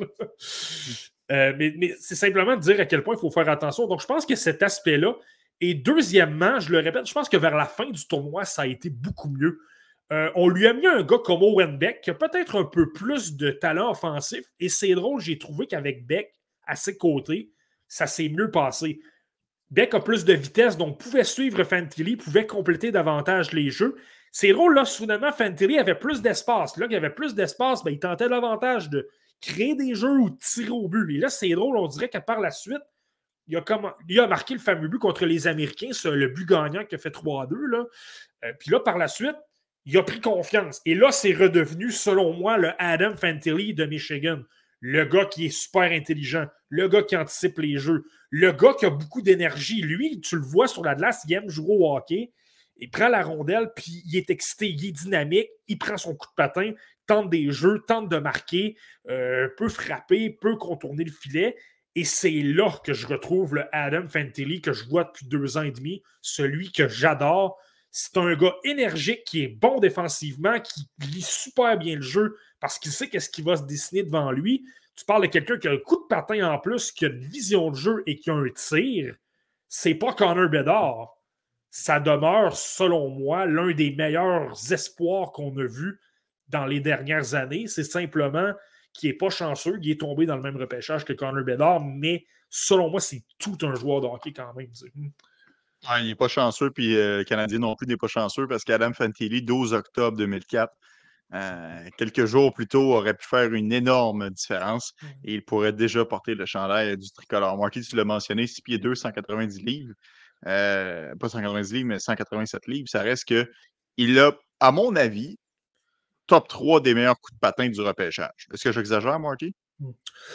Euh, mais, mais c'est simplement de dire à quel point il faut faire attention. Donc, je pense que cet aspect-là. Et deuxièmement, je le répète, je pense que vers la fin du tournoi, ça a été beaucoup mieux. Euh, on lui a mis un gars comme Owen Beck qui a peut-être un peu plus de talent offensif. Et c'est drôle, j'ai trouvé qu'avec Beck, à ses côtés, ça s'est mieux passé. Beck a plus de vitesse, donc pouvait suivre Fantilli, pouvait compléter davantage les jeux. C'est drôle, là, soudainement, Fantilli avait plus d'espace. Là, qu'il y avait plus d'espace, ben, il tentait davantage de créer des jeux ou de tirer au but. Et là, c'est drôle, on dirait qu'à par la suite, il a, comme, il a marqué le fameux but contre les Américains, c'est le but gagnant qui a fait trois à deux. Là. Euh, puis là, par la suite, il a pris confiance. Et là, c'est redevenu, selon moi, le Adam Fantilli de Michigan. Le gars qui est super intelligent, le gars qui anticipe les jeux, le gars qui a beaucoup d'énergie. Lui, tu le vois sur la glace, il aime jouer au hockey. Il prend la rondelle, puis il est excité, il est dynamique, il prend son coup de patin, tente des jeux, tente de marquer, euh, peut frapper, peut contourner le filet. Et c'est là que je retrouve le Adam Fantilli que je vois depuis deux ans et demi, celui que j'adore. C'est un gars énergique qui est bon défensivement, qui lit super bien le jeu parce qu'il sait qu'est-ce qui va se dessiner devant lui. Tu parles de quelqu'un qui a un coup de patin en plus, qui a une vision de jeu et qui a un tir. C'est pas Connor Bedard. Ça demeure, selon moi, l'un des meilleurs espoirs qu'on a vus dans les dernières années. C'est simplement qu'il n'est pas chanceux, qu'il est tombé dans le même repêchage que Connor Bedard, mais selon moi, c'est tout un joueur de hockey quand même. Ouais, il n'est pas chanceux, puis euh, le Canadien non plus n'est pas chanceux parce qu'Adam Fantilli, douze octobre deux mille quatre, euh, quelques jours plus tôt, aurait pu faire une énorme différence et il pourrait déjà porter le chandail du tricolore. Marty, tu l'as mentionné, six pieds deux, cent quatre-vingt-dix livres. Euh, pas cent quatre-vingt-dix livres, mais cent quatre-vingt-sept livres. Ça reste que il a, à mon avis, top trois des meilleurs coups de patin du repêchage. Est-ce que j'exagère, Marty? Mm.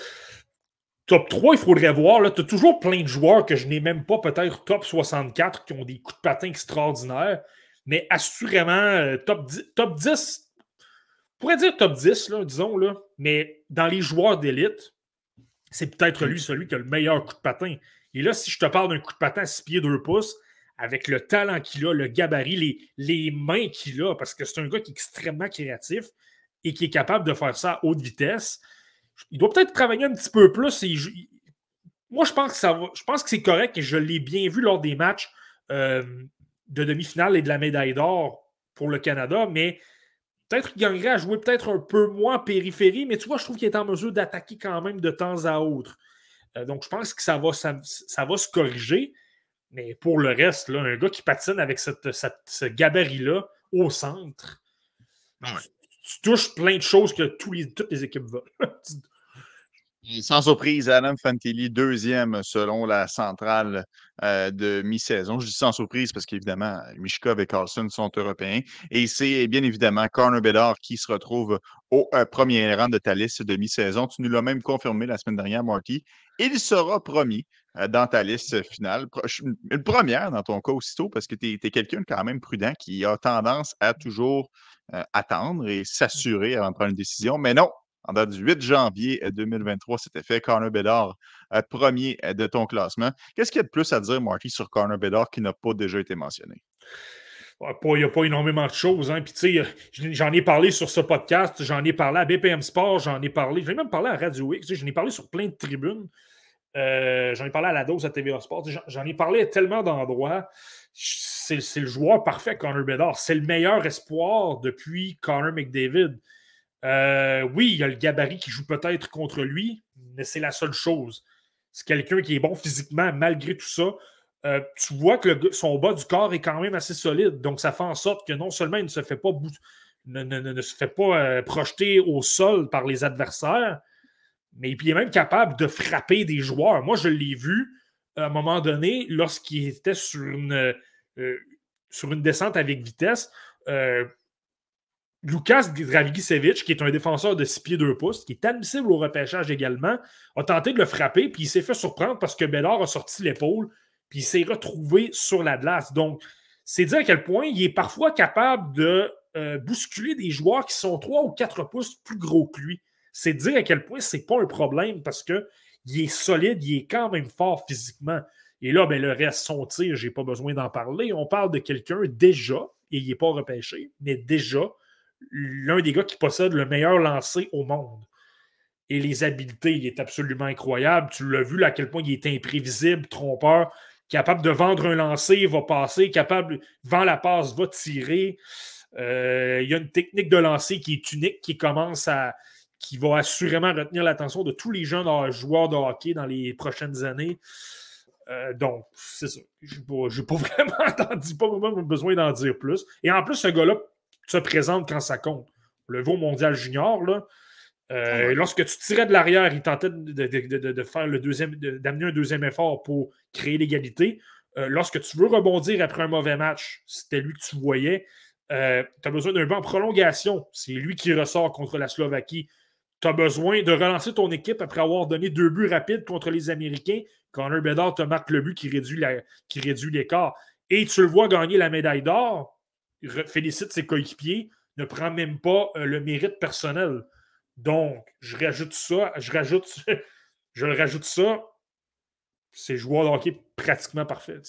Top trois, il faudrait voir. Tu as toujours plein de joueurs que je n'ai même pas peut-être top soixante-quatre qui ont des coups de patin extraordinaires, mais assurément euh, top dix, top dix, on pourrait dire top dix, là, disons, là, mais dans les joueurs d'élite, c'est peut-être lui celui qui a le meilleur coup de patin. Et là, si je te parle d'un coup de patin à six pieds deux pouces, avec le talent qu'il a, le gabarit, les, les mains qu'il a, parce que c'est un gars qui est extrêmement créatif et qui est capable de faire ça à haute vitesse, il doit peut-être travailler un petit peu plus. Et je, moi, je pense que ça va, je pense que c'est correct et je l'ai bien vu lors des matchs euh, de demi-finale et de la médaille d'or pour le Canada, mais peut-être qu'il gagnerait à jouer peut-être un peu moins en périphérie, mais tu vois, je trouve qu'il est en mesure d'attaquer quand même de temps à autre. Euh, donc, je pense que ça va, ça, ça va se corriger. Mais pour le reste, là, un gars qui patine avec cette, cette, ce gabarit-là au centre, ouais. tu, tu touches plein de choses que tous les, toutes les équipes veulent. Sans surprise, Adam Fantilli, deuxième selon la centrale euh, de mi-saison. Je dis sans surprise parce qu'évidemment, Michkov et Carlson sont européens. Et c'est bien évidemment Connor Bedard qui se retrouve au euh, premier rang de ta liste de mi-saison. Tu nous l'as même confirmé la semaine dernière, Marty. Il sera promis euh, dans ta liste finale. Une première dans ton cas aussitôt parce que tu es, es quelqu'un quand même prudent qui a tendance à toujours euh, attendre et s'assurer avant de prendre une décision. Mais non! En date du huit janvier deux mille vingt-trois, c'était fait. Connor Bedard, euh, premier de ton classement. Qu'est-ce qu'il y a de plus à dire, Marty, sur Connor Bedard qui n'a pas déjà été mentionné? Il n'y a pas énormément de choses. Hein. Puis, tu sais, j'en ai parlé sur ce podcast, j'en ai parlé à B P M Sport, j'en ai parlé, j'en ai même parlé à Radio X, j'en ai parlé sur plein de tribunes. Euh, j'en ai parlé à la dose à T V A Sport. J'en ai parlé à tellement d'endroits. C'est, c'est le joueur parfait, Connor Bedard. C'est le meilleur espoir depuis Connor McDavid. Euh, oui, il y a le gabarit qui joue peut-être contre lui, mais c'est la seule chose. C'est quelqu'un qui est bon physiquement, malgré tout ça. Euh, tu vois que le, son bas du corps est quand même assez solide. Donc, ça fait en sorte que non seulement il ne se fait pas, bout, ne, ne, ne, ne se fait pas euh, projeter au sol par les adversaires, mais il est même capable de frapper des joueurs. Moi, je l'ai vu à un moment donné lorsqu'il était sur une, euh, sur une descente avec vitesse. Euh, Lukas Dragicevic, qui est un défenseur de six pieds deux pouces, qui est admissible au repêchage également, a tenté de le frapper, puis il s'est fait surprendre parce que Bédard a sorti l'épaule, puis il s'est retrouvé sur la glace. Donc, c'est dire à quel point il est parfois capable de euh, bousculer des joueurs qui sont trois ou quatre pouces plus gros que lui. C'est dire à quel point c'est pas un problème parce qu'il est solide, il est quand même fort physiquement. Et là, ben, le reste, son tir, j'ai pas besoin d'en parler. On parle de quelqu'un déjà, et il n'est pas repêché, mais déjà, l'un des gars qui possède le meilleur lancer au monde. Et les habiletés, il est absolument incroyable. Tu l'as vu là, à quel point il est imprévisible, trompeur, capable de vendre un lancer, va passer, capable, vend la passe, va tirer. Euh, il y a une technique de lancer qui est unique, qui commence à, qui va assurément retenir l'attention de tous les jeunes joueurs de hockey dans les prochaines années. Euh, donc, c'est ça. Je n'ai pas, pas vraiment entendu, pas vraiment besoin d'en dire plus. Et en plus, ce gars-là se présente quand ça compte. On le voit au Mondial Junior, là. Euh, ouais. Lorsque tu tirais de l'arrière, il tentait de, de, de, de faire le deuxième, de, d'amener un deuxième effort pour créer l'égalité. Euh, lorsque tu veux rebondir après un mauvais match, c'était lui que tu voyais. Euh, tu as besoin d'un banc en prolongation. C'est lui qui ressort contre la Slovaquie. Tu as besoin de relancer ton équipe après avoir donné deux buts rapides contre les Américains. Connor Bedard te marque le but qui réduit, la, qui réduit l'écart. Et tu le vois gagner la médaille d'or. Félicite ses coéquipiers. Ne prend même pas euh, le mérite personnel. Donc, je rajoute ça, je rajoute, je le rajoute ça, c'est joueur de hockey pratiquement parfait.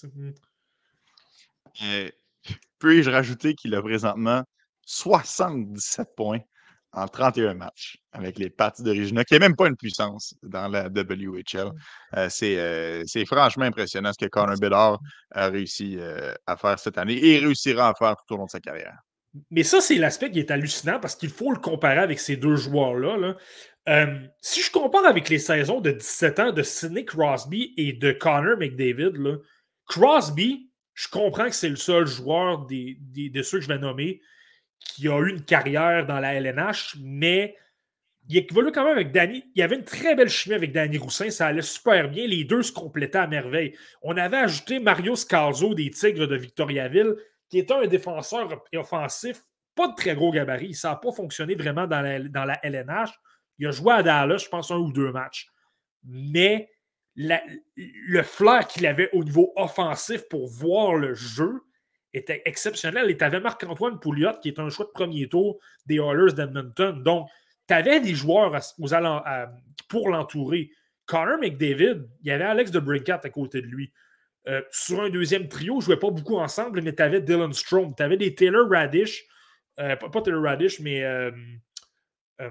Euh, Puis-je rajouter qu'il a présentement soixante-dix-sept points en trente et un matchs avec les Pats de Regina, qui n'est même pas une puissance dans la W H L. Euh, c'est, euh, c'est franchement impressionnant ce que Connor Bedard a réussi euh, à faire cette année et réussira à faire tout au long de sa carrière. Mais ça, c'est l'aspect qui est hallucinant parce qu'il faut le comparer avec ces deux joueurs-là. Là. Euh, si je compare avec les saisons de dix-sept ans de Sidney Crosby et de Connor McDavid, là, Crosby, je comprends que c'est le seul joueur des, des, de ceux que je vais nommer qui a eu une carrière dans la L N H, mais il évolue quand même avec Danny. Il y avait une très belle chimie avec Danny Roussin, ça allait super bien. Les deux se complétaient à merveille. On avait ajouté Mario Scalzo des Tigres de Victoriaville, qui était un défenseur offensif, pas de très gros gabarit. Ça n'a pas fonctionné vraiment dans la, dans la L N H. Il a joué à Dallas, je pense, un ou deux matchs. Mais la, le flair qu'il avait au niveau offensif pour voir le jeu était exceptionnel. Et tu avais Marc-Antoine Pouliot, qui est un choix de premier tour des Oilers d'Edmonton. Donc, tu avais des joueurs aux allant, à, pour l'entourer. Connor McDavid, il y avait Alex DeBrincat à côté de lui. Euh, sur un deuxième trio, ils ne jouaient pas beaucoup ensemble, mais tu avais Dylan Strome, tu avais des Taylor Radish, euh, pas, pas Taylor Radish, mais euh, euh,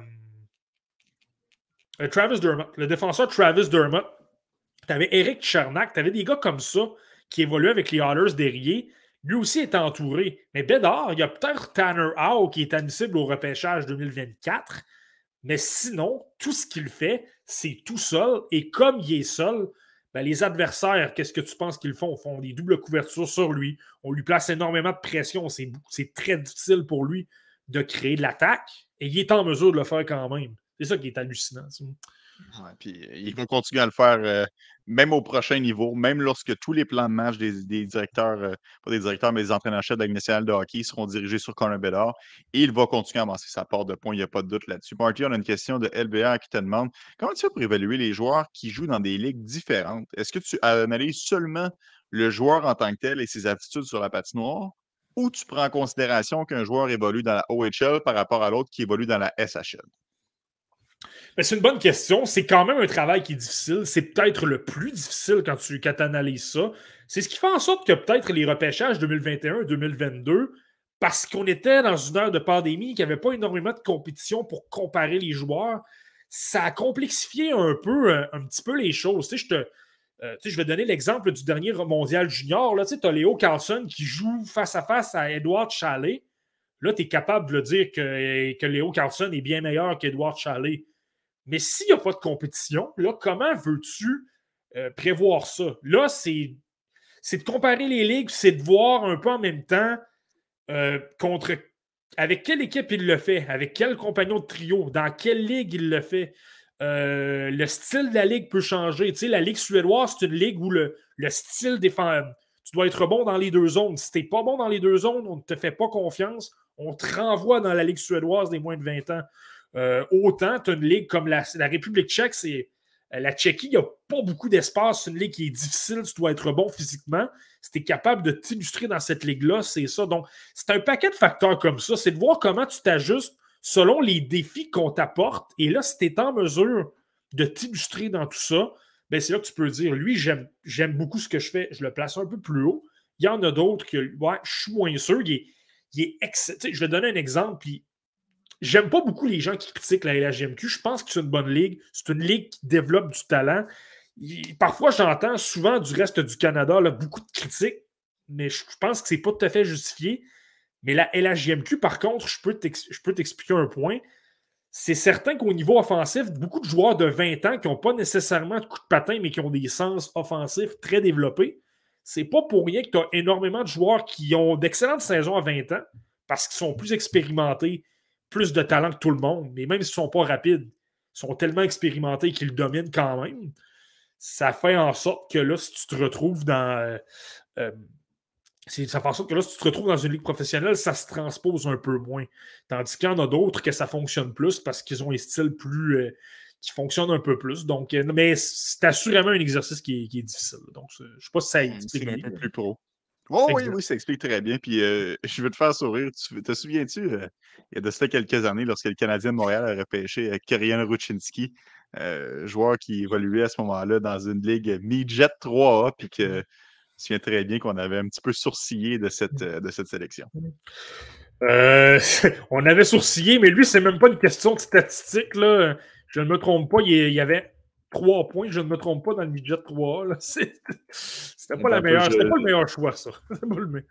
euh, Travis Dermott, le défenseur Travis Dermott. Tu avais Eric Chernak, tu avais des gars comme ça qui évoluaient avec les Oilers d'Érié. Lui aussi est entouré. Mais Bedard, il y a peut-être Tanner Howe qui est admissible au repêchage deux mille vingt-quatre, mais sinon, tout ce qu'il fait, c'est tout seul. Et comme il est seul, ben, les adversaires, qu'est-ce que tu penses qu'ils font? Ils font des doubles couvertures sur lui. On lui place énormément de pression. C'est, c'est très difficile pour lui de créer de l'attaque. Et il est en mesure de le faire quand même. C'est ça qui est hallucinant. Ouais, puis il va continuer à le faire euh, même au prochain niveau, même lorsque tous les plans de match des, des directeurs, euh, pas des directeurs, mais des entraîneurs-chefs de la Ligue nationale de hockey seront dirigés sur Connor Bedard. Et il va continuer à avancer sa part de points, il n'y a pas de doute là-dessus. Marty, on a une question de L B R qui te demande comment tu fais pour évaluer les joueurs qui jouent dans des ligues différentes? Est-ce que tu analyses seulement le joueur en tant que tel et ses attitudes sur la patinoire, ou tu prends en considération qu'un joueur évolue dans la O H L par rapport à l'autre qui évolue dans la S H L? Mais c'est une bonne question. C'est quand même un travail qui est difficile. C'est peut-être le plus difficile quand tu quand analyses ça. C'est ce qui fait en sorte que peut-être les repêchages deux mille vingt et un deux mille vingt-deux, parce qu'on était dans une heure de pandémie, qu'il n'y avait pas énormément de compétition pour comparer les joueurs, ça a complexifié un peu, un, un petit peu les choses. Tu sais, je te, euh, tu sais, je vais donner l'exemple du dernier mondial junior. Tu sais, as Léo Carlson qui joue face à face à Edward Chalet. Là, tu es capable de le dire que, que Léo Carlson est bien meilleur qu'Edward Chalet. Mais s'il n'y a pas de compétition, là, comment veux-tu euh, prévoir ça? Là, c'est, c'est de comparer les ligues, c'est de voir un peu en même temps euh, contre avec quelle équipe il le fait, avec quel compagnon de trio, dans quelle ligue il le fait. Euh, le style de la ligue peut changer. Tu sais, la ligue suédoise, c'est une ligue où le, le style défend. Tu dois être bon dans les deux zones. Si tu n'es pas bon dans les deux zones, on ne te fait pas confiance. On te renvoie dans la Ligue suédoise des moins de vingt ans. Euh, autant, tu as une ligue comme la, la République tchèque, c'est la Tchéquie, il n'y a pas beaucoup d'espace. C'est une ligue qui est difficile. Tu dois être bon physiquement. Si tu es capable de t'illustrer dans cette ligue-là, c'est ça. Donc, c'est un paquet de facteurs comme ça. C'est de voir comment tu t'ajustes selon les défis qu'on t'apporte. Et là, si tu es en mesure de t'illustrer dans tout ça, ben c'est là que tu peux dire, lui, j'aime, j'aime beaucoup ce que je fais. Je le place un peu plus haut. Il y en a d'autres que, ouais, je suis moins sûr. Il est, il est ex- je vais donner un exemple. Puis, j'aime pas beaucoup les gens qui critiquent la L H J M Q. Je pense que c'est une bonne ligue. C'est une ligue qui développe du talent. Il, parfois, j'entends souvent du reste du Canada là, beaucoup de critiques, mais je pense que c'est pas tout à fait justifié. Mais la L H J M Q, par contre, je peux, je peux t'expliquer un point. C'est certain qu'au niveau offensif, beaucoup de joueurs de vingt ans qui n'ont pas nécessairement de coups de patin, mais qui ont des sens offensifs très développés, c'est pas pour rien que tu as énormément de joueurs qui ont d'excellentes saisons à vingt ans parce qu'ils sont plus expérimentés, plus de talent que tout le monde. Mais même s'ils ne sont pas rapides, ils sont tellement expérimentés qu'ils dominent quand même. Ça fait en sorte que là, si tu te retrouves dans... Euh, euh, ça fait en sorte que là, si tu te retrouves dans une ligue professionnelle, ça se transpose un peu moins. Tandis qu'il y en a d'autres que ça fonctionne plus parce qu'ils ont un style plus... Euh, qui fonctionne un peu plus. Donc, euh, mais c'est assurément un exercice qui est, qui est difficile. Donc, je ne sais pas si ça explique C'est un bien. peu plus pro. Oh, oui, Exact. oui, ça explique très bien. Puis euh, je veux te faire sourire. Tu te souviens-tu, euh, il y a de cela quelques années, lorsque le Canadien de Montréal a repêché euh, Kirian Ruchinski, euh, joueur qui évoluait à ce moment-là dans une ligue Midget trois A, puis que je me souviens très bien qu'on avait un petit peu sourcillé de cette, euh, de cette sélection. Euh, on avait sourcillé, mais lui, c'est même pas une question de statistique. Là. Je ne me trompe pas, il y avait trois points, je ne me trompe pas, dans le midget trois A. C'était pas, la meilleure, je... c'était pas le meilleur choix, ça. Pas le meilleur.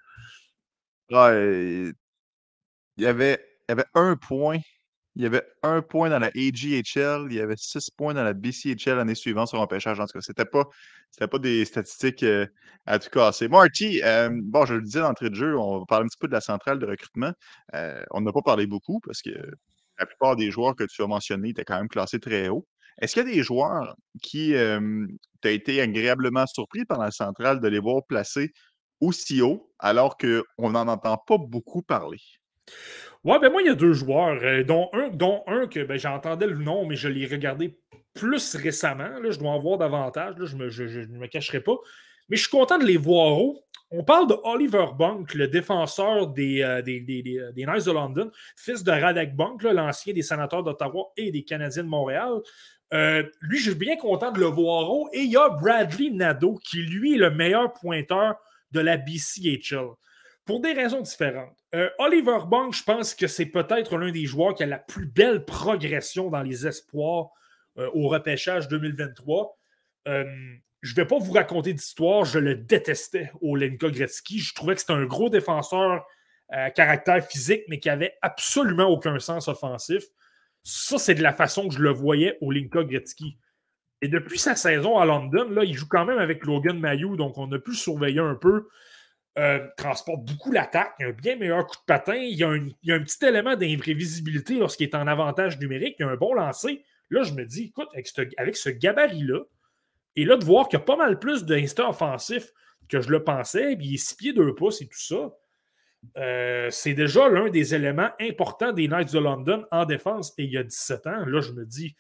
Ouais, il y avait, il y avait un point. Il y avait un point dans la A G H L, il y avait six points dans la B C H L l'année suivante sur un pêchage. En tout cas, c'était pas, c'était pas des statistiques euh, à tout casser. Marty, euh, bon, je le disais d'entrée de jeu, on va parler un petit peu de la centrale de recrutement. Euh, on n'a pas parlé beaucoup parce que la plupart des joueurs que tu as mentionnés étaient quand même classés très haut. Est-ce qu'il y a des joueurs qui euh, t'ont été agréablement surpris par la centrale de les voir placés aussi haut alors qu'on n'en entend pas beaucoup parler? Ouais, ben moi, il y a deux joueurs, euh, dont, un, dont un que ben, j'entendais le nom, mais je l'ai regardé plus récemment. Là, je dois en voir davantage. Là, je ne me, je, je me cacherai pas. Mais je suis content de les voir haut. On parle de Oliver Bunk, le défenseur des, euh, des, des, des, des Knights de London, fils de Radek Bunk, là, l'ancien des Sénateurs d'Ottawa et des Canadiens de Montréal. Euh, lui, je suis bien content de le voir haut. Et il y a Bradley Nadeau, qui, lui, est le meilleur pointeur de la B C H L. Pour des raisons différentes. Euh, Oliver Bunk, je pense que c'est peut-être l'un des joueurs qui a la plus belle progression dans les espoirs euh, au repêchage deux mille vingt-trois. Euh, je ne vais pas vous raconter d'histoire, je le détestais au Lenka Gretzky. Je trouvais que c'était un gros défenseur à euh, caractère physique, mais qui n'avait absolument aucun sens offensif. Ça, c'est de la façon que je le voyais au Lenka Gretzky. Et depuis sa saison à London, là, il joue quand même avec Logan Mailloux, donc on a pu surveiller un peu. Euh, transporte beaucoup l'attaque, il a un bien meilleur coup de patin, il y a un, il y a un petit élément d'imprévisibilité lorsqu'il est en avantage numérique, il y a un bon lancer. Là, je me dis, écoute, avec ce, avec ce gabarit-là, et là, de voir qu'il y a pas mal plus d'instinct offensif que je le pensais, puis il est six pieds deux pouces et tout ça, euh, c'est déjà l'un des éléments importants des Knights de London en défense. Et il y a dix-sept ans, là, je me dis,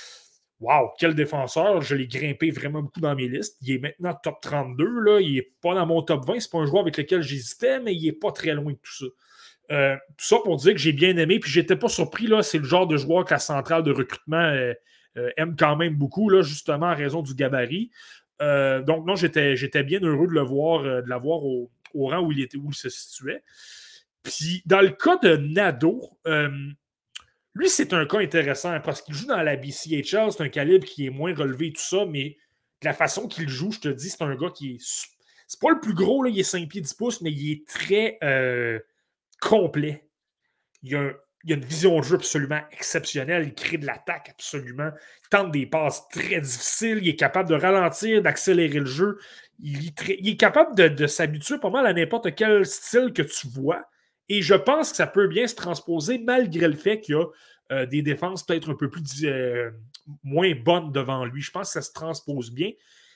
wow, quel défenseur, je l'ai grimpé vraiment beaucoup dans mes listes. Il est maintenant top trente-deux, là. Il n'est pas dans mon top vingt, c'est pas un joueur avec lequel j'hésitais, mais il n'est pas très loin de tout ça. Euh, tout ça pour dire que j'ai bien aimé, puis j'étais pas surpris, là, c'est le genre de joueur que la centrale de recrutement euh, euh, aime quand même beaucoup, là, justement en raison du gabarit. Euh, donc non, j'étais, j'étais bien heureux de le voir, euh, de l'avoir au, au rang où il était, où il se situait. Puis dans le cas de Nadeau, euh, lui, c'est un cas intéressant parce qu'il joue dans la B C H L, c'est un calibre qui est moins relevé et tout ça, mais de la façon qu'il joue, je te dis, c'est un gars qui est... C'est pas le plus gros, là, il est cinq pieds dix pouces, mais il est très euh, complet. Il a, un, il a une vision de jeu absolument exceptionnelle, il crée de l'attaque absolument, il tente des passes très difficiles, il est capable de ralentir, d'accélérer le jeu, il est, très, il est capable de, de s'habituer pas mal à n'importe quel style que tu vois. Et je pense que ça peut bien se transposer malgré le fait qu'il y a euh, des défenses peut-être un peu plus euh, moins bonnes devant lui. Je pense que ça se transpose bien.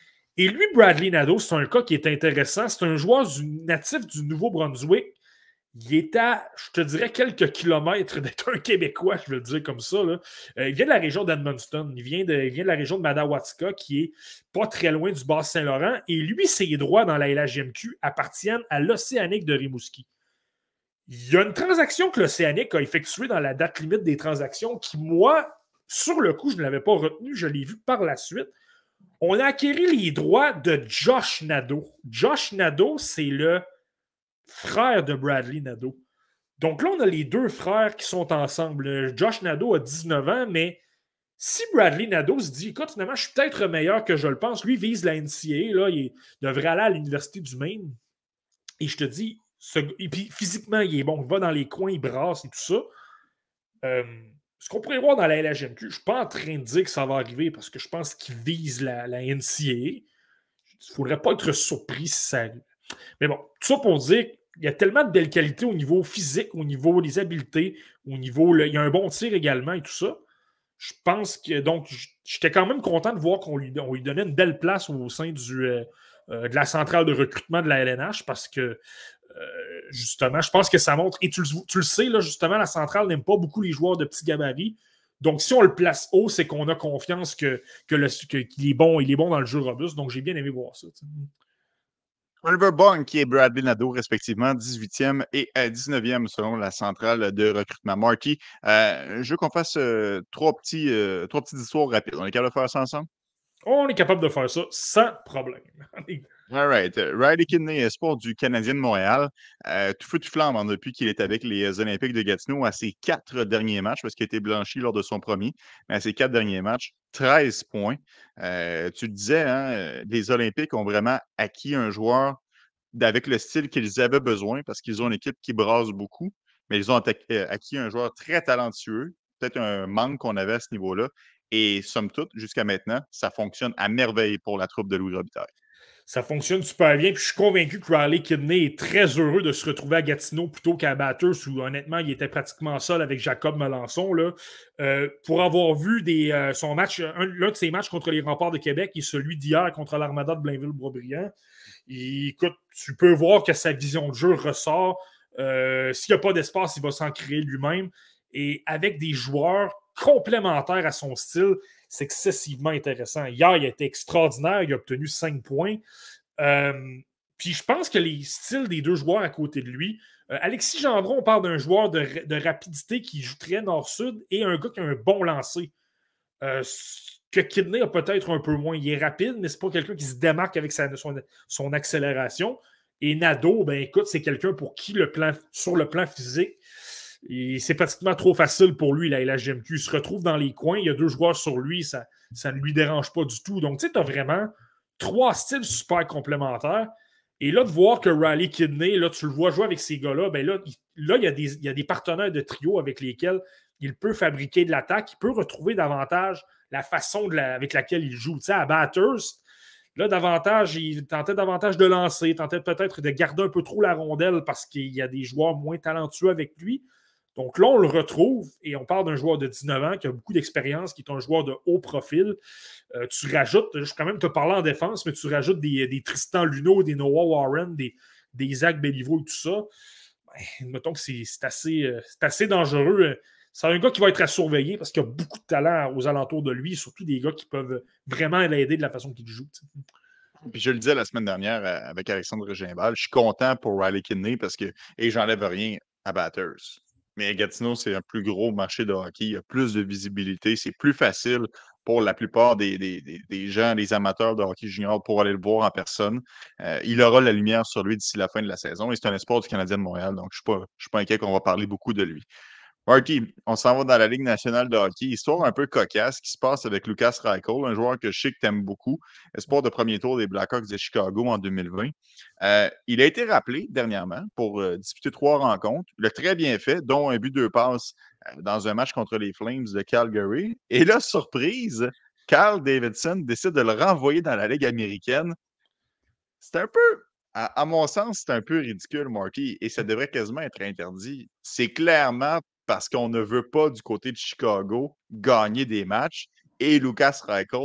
Et lui, Bradley Nadeau, c'est un cas qui est intéressant. C'est un joueur du, natif du Nouveau-Brunswick Il est à, je te dirais, quelques kilomètres d'être un Québécois, je vais le dire comme ça. Là. Euh, il vient de la région d'Edmundston. Il vient de, il vient de la région de Madawaska, qui est pas très loin du Bas-Saint-Laurent. Et lui, ses droits dans la L H J M Q appartiennent à l'Océanique de Rimouski. Il y a une transaction que l'Océanique a effectuée dans la date limite des transactions qui, moi, sur le coup, je ne l'avais pas retenu. Je l'ai vu par la suite. On a acquéri les droits de Josh Nadeau. Josh Nadeau, c'est le frère de Bradley Nadeau. Donc là, on a les deux frères qui sont ensemble. Josh Nadeau a dix-neuf ans, mais si Bradley Nadeau se dit, écoute, finalement, je suis peut-être meilleur que je le pense, lui vise la N C A A, là, il devrait aller à l'Université du Maine. Et je te dis, ce... et puis physiquement, il est bon, il va dans les coins, il brasse et tout ça. Euh, ce qu'on pourrait voir dans la L H J M Q, je ne suis pas en train de dire que ça va arriver parce que je pense qu'il vise la, la N C A A. Il ne faudrait pas être surpris si ça arrive. Mais bon, tout ça pour dire qu'il y a tellement de belles qualités au niveau physique, au niveau des habiletés, au niveau. Le, il y a un bon tir également et tout ça. Je pense que. Donc, j'étais quand même content de voir qu'on lui, on lui donnait une belle place au sein du, euh, de la centrale de recrutement de la L N H parce que, euh, justement, je pense que ça montre. Et tu, tu le sais, là, justement, la centrale n'aime pas beaucoup les joueurs de petits gabarits. Donc, si on le place haut, c'est qu'on a confiance que, que le, que, qu'il est bon, il est bon dans le jeu robuste. Donc, j'ai bien aimé voir ça. T'sais. Oliver Bunk et Bradley Nadeau, respectivement, dix-huitième et dix-neuvième selon la centrale de recrutement. Marty, euh, je veux qu'on fasse euh, trois, petits, euh, trois petites histoires rapides. On est capable de faire ça ensemble? On est capable de faire ça sans problème. All right. Riley Kidney, espoir du Canadien de Montréal. Euh, tout feu, tout flambe depuis qu'il est avec les Olympiques de Gatineau à ses quatre derniers matchs, parce qu'il a été blanchi lors de son premier, mais à ses quatre derniers matchs, treize points. Euh, tu le disais, hein, les Olympiques ont vraiment acquis un joueur avec le style qu'ils avaient besoin, parce qu'ils ont une équipe qui brasse beaucoup, mais ils ont acquis un joueur très talentueux, peut-être un manque qu'on avait à ce niveau-là. Et somme toute, jusqu'à maintenant, ça fonctionne à merveille pour la troupe de Louis Robitaille. Ça fonctionne super bien. Puis je suis convaincu que Riley Kidney est très heureux de se retrouver à Gatineau plutôt qu'à Bathurst, où honnêtement, il était pratiquement seul avec Jacob Melançon. Là. Euh, pour avoir vu des, euh, son match, un, l'un de ses matchs contre les Remparts de Québec et celui d'hier contre l'Armada de Blainville-Boisbriand, écoute, tu peux voir que sa vision de jeu ressort. Euh, s'il n'y a pas d'espace, il va s'en créer lui-même. Et avec des joueurs complémentaires à son style, c'est excessivement intéressant. Hier, il a été extraordinaire. Il a obtenu cinq points. Euh, puis je pense que les styles des deux joueurs à côté de lui, euh, Alexis Gendron, on parle d'un joueur de, de rapidité qui joue très nord-sud et un gars qui a un bon lancer. Euh, que Kidney a peut-être un peu moins. Il est rapide, mais c'est pas quelqu'un qui se démarque avec sa, son, son accélération. Et Nadeau, ben écoute, c'est quelqu'un pour qui, le plan, sur le plan physique, et c'est pratiquement trop facile pour lui, la L H J M Q. Il se retrouve dans les coins, il y a deux joueurs sur lui, ça, ça ne lui dérange pas du tout. Donc, tu sais, tu as vraiment trois styles super complémentaires. Et là, de voir que Riley Kidney, là, tu le vois jouer avec ces gars-là, ben là, il, là, il y a des, il y a des partenaires de trio avec lesquels il peut fabriquer de l'attaque, il peut retrouver davantage la façon de la, avec laquelle il joue. Tu sais, à Bathurst, là, davantage, il tentait davantage de lancer, il tentait peut-être de garder un peu trop la rondelle parce qu'il y a des joueurs moins talentueux avec lui. Donc là, on le retrouve et on parle d'un joueur de dix-neuf ans qui a beaucoup d'expérience, qui est un joueur de haut profil. Euh, tu rajoutes, je vais quand même te parler en défense, mais tu rajoutes des, des Tristan Luneau, des Noah Warren, des, des Zach Béliveau et tout ça. Ben, mettons que c'est, c'est, assez, c'est assez dangereux. C'est un gars qui va être à surveiller parce qu'il y a beaucoup de talent aux alentours de lui, surtout des gars qui peuvent vraiment l'aider de la façon qu'il joue. T'sais. Puis je le disais la semaine dernière avec Alexandre Gimbal, je suis content pour Riley Kidney parce que, et j'enlève rien à Bathurst. Mais Gatineau, c'est un plus gros marché de hockey. Il y a plus de visibilité. C'est plus facile pour la plupart des, des, des, des gens, des amateurs de hockey junior pour aller le voir en personne. Euh, il aura la lumière sur lui d'ici la fin de la saison et c'est un espoir du Canadien de Montréal. Donc, je ne suis, suis pas inquiet qu'on va parler beaucoup de lui. Marty, on s'en va dans la Ligue nationale de hockey. Histoire un peu cocasse qui se passe avec Lucas Reichel, un joueur que je sais que tu aimes beaucoup, espoir de premier tour des Blackhawks de Chicago en deux mille vingt. Euh, il a été rappelé dernièrement pour euh, disputer trois rencontres. Il a très bien fait, dont un but, deux passes euh, dans un match contre les Flames de Calgary. Et là, surprise, Carl Davidson décide de le renvoyer dans la Ligue américaine. C'est un peu... À, à mon sens, c'est un peu ridicule, Marty, et ça devrait quasiment être interdit. C'est clairement parce qu'on ne veut pas, du côté de Chicago, gagner des matchs. Et Lucas Reichel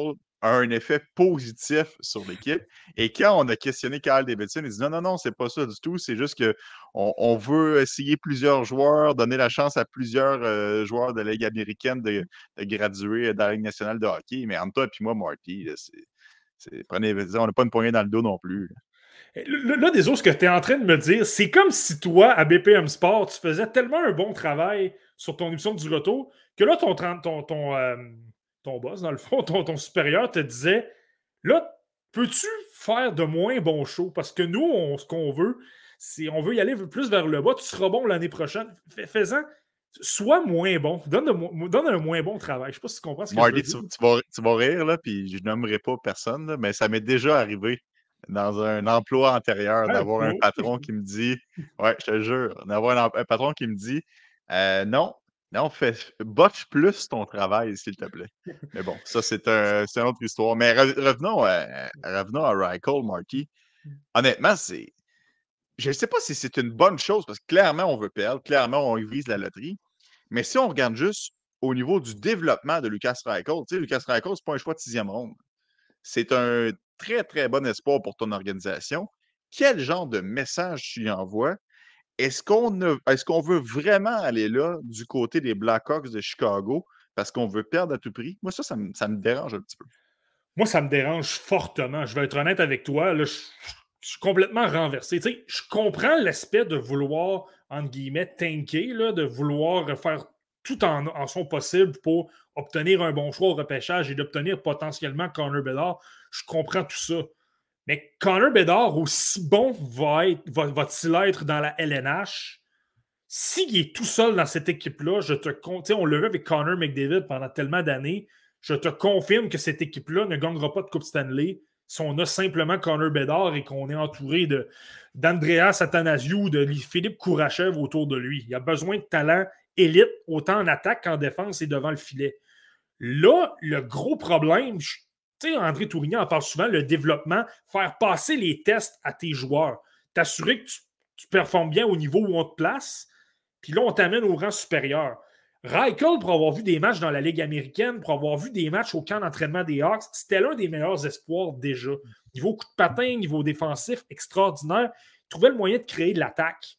a un effet positif sur l'équipe. Et quand on a questionné Kyle Davidson, il dit non, non, non, c'est pas ça du tout. C'est juste qu'on on veut essayer plusieurs joueurs, donner la chance à plusieurs euh, joueurs de la Ligue américaine de, de graduer dans la Ligue nationale de hockey. Mais entre toi et moi, Marty, là, c'est, c'est, prenez, on n'a pas une poignée dans le dos non plus. Là. Là, là, des autres, ce que tu es en train de me dire, c'est comme si toi, à B P M Sport, tu faisais tellement un bon travail sur ton émission du retour que là, ton, ton, ton, euh, ton boss, dans le fond, ton, ton supérieur te disait là, peux-tu faire de moins bons shows? Parce que nous, on, ce qu'on veut, c'est on veut y aller plus vers le bas. Tu seras bon l'année prochaine. Fais-en, sois moins bon. Donne, de, donne un moins bon travail. Je ne sais pas si tu comprends ce que Marty, je veux dire. Tu, tu, vas, tu vas rire, là, puis je nommerai pas personne, là, mais ça m'est déjà arrivé dans un emploi antérieur Ah, d'avoir un bon. patron qui me dit, ouais, je te jure, d'avoir un, un patron qui me dit, euh, non, non, fais, botche plus ton travail, s'il te plaît. Mais bon, ça, c'est un, c'est une autre histoire. Mais re, revenons, à, revenons à Reichel, Marty. Honnêtement, c'est. Je ne sais pas si c'est une bonne chose, parce que clairement, on veut perdre, clairement, on vise la loterie. Mais si on regarde juste au niveau du développement de Lucas Reichel, tu sais, Lucas Reichel, ce n'est pas un choix de sixième ronde. C'est un très, très bon espoir pour ton organisation. Quel genre de message tu y envoies? Est-ce qu'on a, est-ce qu'on veut vraiment aller là du côté des Blackhawks de Chicago parce qu'on veut perdre à tout prix? Moi, ça, ça me, ça me dérange un petit peu. Moi, ça me dérange fortement. Je vais être honnête avec toi. Là, je, je suis complètement renversé. Tu sais, je comprends l'aspect de vouloir, entre guillemets, tanker, là, de vouloir faire tout en, en son possible pour obtenir un bon choix au repêchage et d'obtenir potentiellement Connor Bedard. Je comprends tout ça. Mais Connor Bedard, aussi bon va être, va, va-t-il être dans la L N H, s'il est tout seul dans cette équipe-là, je te compte, on l'a vu avec Connor McDavid pendant tellement d'années, je te confirme que cette équipe-là ne gagnera pas de Coupe Stanley si on a simplement Connor Bedard et qu'on est entouré de, d'Andreas Athanasiou, de Philippe Kourachev autour de lui. Il a besoin de talent élite, autant en attaque qu'en défense et devant le filet. Là, le gros problème, tu sais, André Tourigny en parle souvent, le développement, faire passer les tests à tes joueurs, t'assurer que tu, tu performes bien au niveau où on te place, puis là, on t'amène au rang supérieur. Reichel, pour avoir vu des matchs dans la Ligue américaine, pour avoir vu des matchs au camp d'entraînement des Hawks, c'était l'un des meilleurs espoirs déjà. Niveau coup de patin, niveau défensif, extraordinaire. Il trouvait le moyen de créer de l'attaque.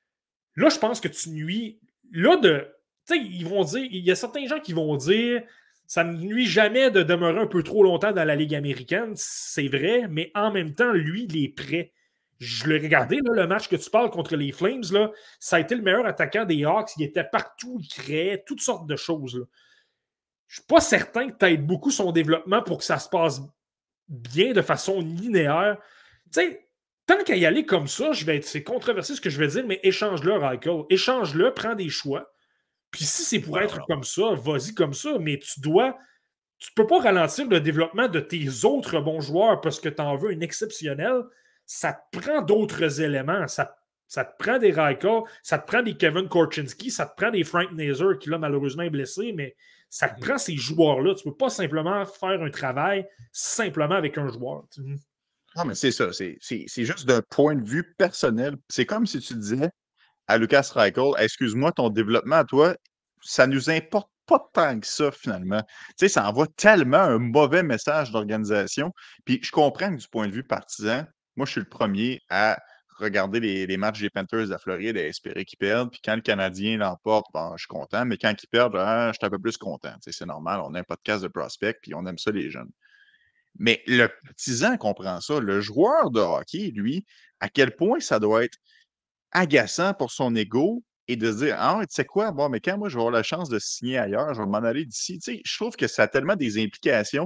Là, je pense que tu nuis. Là, de. Tu sais, ils vont dire. Il y a certains gens qui vont dire ça ne nuit jamais de demeurer un peu trop longtemps dans la Ligue américaine. C'est vrai, mais en même temps, lui, il est prêt. Je l'ai regardé, là, le match que tu parles contre les Flames, là, ça a été le meilleur attaquant des Hawks. Il était partout, il créait toutes sortes de choses. Là. Je ne suis pas certain que tu aides beaucoup son développement pour que ça se passe bien de façon linéaire. Tu sais, tant qu'à y aller comme ça, je vais être, c'est controversé ce que je vais dire, mais échange-le, Reichel. Échange-le, prends des choix. Puis si c'est pour être comme ça, vas-y comme ça, mais tu dois... Tu ne peux pas ralentir le développement de tes autres bons joueurs parce que tu en veux un exceptionnel. Ça te prend d'autres éléments. Ça, ça te prend des Reichel, ça te prend des Kevin Korchinski, ça te prend des Frank Nazar qui, là, malheureusement, est blessé, mais ça te prend ces joueurs-là. Tu ne peux pas simplement faire un travail simplement avec un joueur. Non, mais c'est ça. C'est, c'est, c'est juste d'un point de vue personnel. C'est comme si tu disais à Lucas Reichel, excuse-moi, ton développement à toi, ça nous importe pas tant que ça, finalement. Tu sais, ça envoie tellement un mauvais message d'organisation. Puis je comprends que du point de vue partisan, moi, je suis le premier à regarder les, les matchs des Panthers de la Floride et à espérer qu'ils perdent. Puis quand le Canadien l'emporte, bon, je suis content. Mais quand ils perdent, hein, je suis un peu plus content. Tu sais, c'est normal, on a un podcast de prospect, puis on aime ça, les jeunes. Mais le partisan comprend ça. Le joueur de hockey, lui, à quel point ça doit être agaçant pour son ego et de se dire, ah, tu sais quoi, bon, mais quand moi, je vais avoir la chance de signer ailleurs, je vais m'en aller d'ici. Tu sais, je trouve que ça a tellement des implications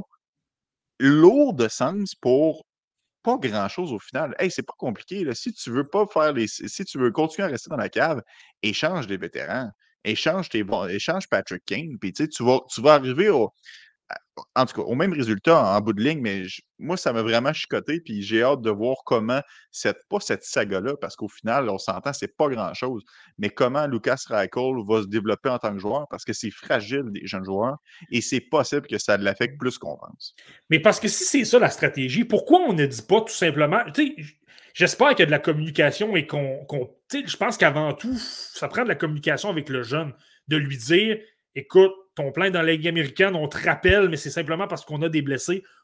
lourdes de sens pour pas grand-chose au final. Hey, c'est pas compliqué. Là. Si tu veux pas faire les. Si tu veux continuer à rester dans la cave, échange des vétérans. Échange tes échange Patrick Kane. Puis tu sais, tu vas, tu vas arriver au. En tout cas, au même résultat en bout de ligne, mais je, moi, ça m'a vraiment chicoté, puis j'ai hâte de voir comment, cette, pas cette saga-là, parce qu'au final, on s'entend, c'est pas grand-chose, mais comment Lucas Reichel va se développer en tant que joueur, parce que c'est fragile, des jeunes joueurs, et c'est possible que ça l'affecte plus qu'on pense. Mais parce que si c'est ça la stratégie, pourquoi on ne dit pas tout simplement, tu sais, j'espère qu'il y a de la communication et qu'on, qu'on tu sais, je pense qu'avant tout, ça prend de la communication avec le jeune, de lui dire, écoute, ton plein dans la Ligue américaine, on te rappelle, mais c'est simplement parce qu'on a des blessés.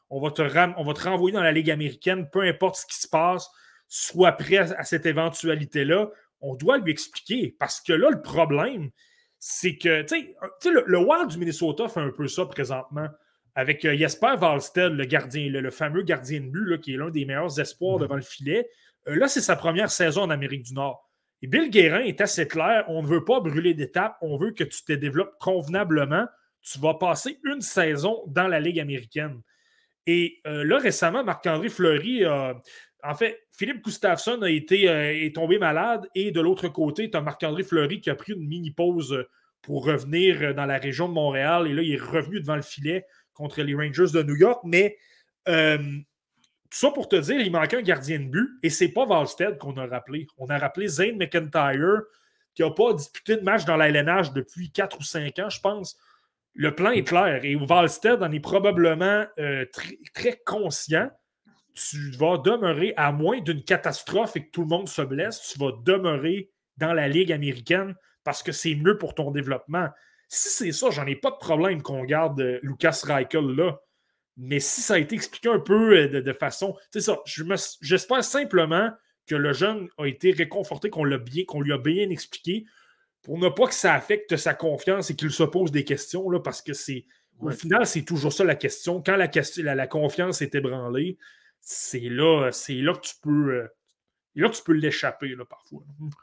on va, te ram- on va te renvoyer dans la Ligue américaine, peu importe ce qui se passe, sois prêt à, à cette éventualité-là. On doit lui expliquer. Parce que là, le problème, c'est que, tu sais, le, le Wild du Minnesota fait un peu ça présentement. Avec euh, Jesper Wallstedt, le gardien, le, le fameux gardien de but, là, qui est l'un des meilleurs espoirs devant le filet. Euh, là, c'est sa première saison en Amérique du Nord. Et Bill Guérin est assez clair. On ne veut pas brûler d'étapes. On veut que tu te développes convenablement. Tu vas passer une saison dans la Ligue américaine. Et euh, là, récemment, Marc-André Fleury, euh, en fait, Philippe Gustafsson a été, euh, est tombé malade. Et de l'autre côté, tu as Marc-André Fleury qui a pris une mini-pause pour revenir dans la région de Montréal. Et là, il est revenu devant le filet contre les Rangers de New York, mais euh, tout ça pour te dire, il manquait un gardien de but, et c'est pas Wallstedt qu'on a rappelé. On a rappelé Zane McIntyre, qui n'a pas disputé de match dans la L N H depuis quatre ou cinq ans, je pense. Le plan est clair, et Wallstedt en est probablement euh, très, très conscient. Tu vas demeurer, à moins d'une catastrophe et que tout le monde se blesse, tu vas demeurer dans la Ligue américaine parce que c'est mieux pour ton développement. Si c'est ça, j'en ai pas de problème qu'on garde euh, Lucas Reichel là. Mais si ça a été expliqué un peu euh, de, de façon... C'est ça, je me, j'espère simplement que le jeune a été réconforté, qu'on, l'a bien, qu'on lui a bien expliqué, pour ne pas que ça affecte sa confiance et qu'il se pose des questions, là, parce que c'est... Ouais. Au final, c'est toujours ça la question. Quand la, la, la confiance est ébranlée, c'est là, c'est là que tu peux... Euh, là que tu peux l'échapper, là, parfois.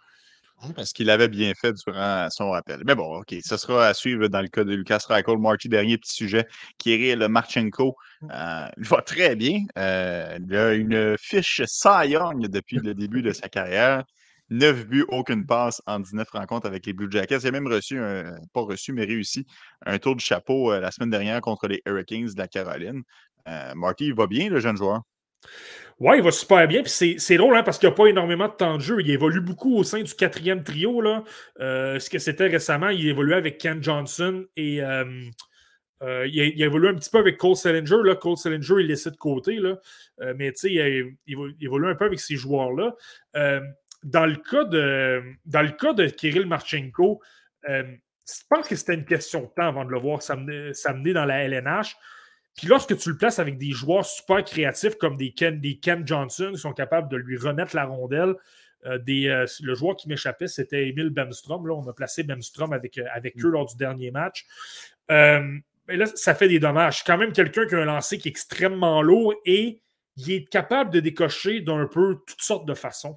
Parce qu'il avait bien fait durant son rappel. Mais bon, OK, ce sera à suivre dans le cas de Lucas Reichel. Marty, dernier petit sujet, Kirill Marchenko. Euh, il va très bien. Euh, il a une fiche Cy Young depuis le début de sa carrière. Neuf buts, aucune passe en dix-neuf rencontres avec les Blue Jackets. Il a même reçu, un, pas reçu, mais réussi un tour de chapeau euh, la semaine dernière contre les Hurricanes de la Caroline. Euh, Marty, il va bien, le jeune joueur? Ouais, il va super bien. Puis c'est, c'est drôle, hein, parce qu'il n'y a pas énormément de temps de jeu. Il évolue beaucoup au sein du quatrième trio. Là. Euh, ce que c'était récemment, il évoluait avec Ken Johnson et euh, euh, il, a, il a évolué un petit peu avec Cole Sillinger. Là. Cole Sillinger, il laissé de côté. Là. Euh, mais tu sais, il, il, il évolue un peu avec ces joueurs-là. Euh, dans, le cas de, dans le cas de Kirill Marchenko, euh, je pense que c'était une question de temps avant de le voir s'amener, s'amener dans la L N H. Puis lorsque tu le places avec des joueurs super créatifs comme des Ken, des Ken Johnson qui sont capables de lui remettre la rondelle, euh, des, euh, le joueur qui m'échappait, c'était Emil Bemstrom. Là, on a placé Bemstrom avec, euh, avec eux lors du dernier match. Euh, mais là, ça fait des dommages. C'est quand même quelqu'un qui a un lancer qui est extrêmement lourd et il est capable de décocher d'un peu toutes sortes de façons.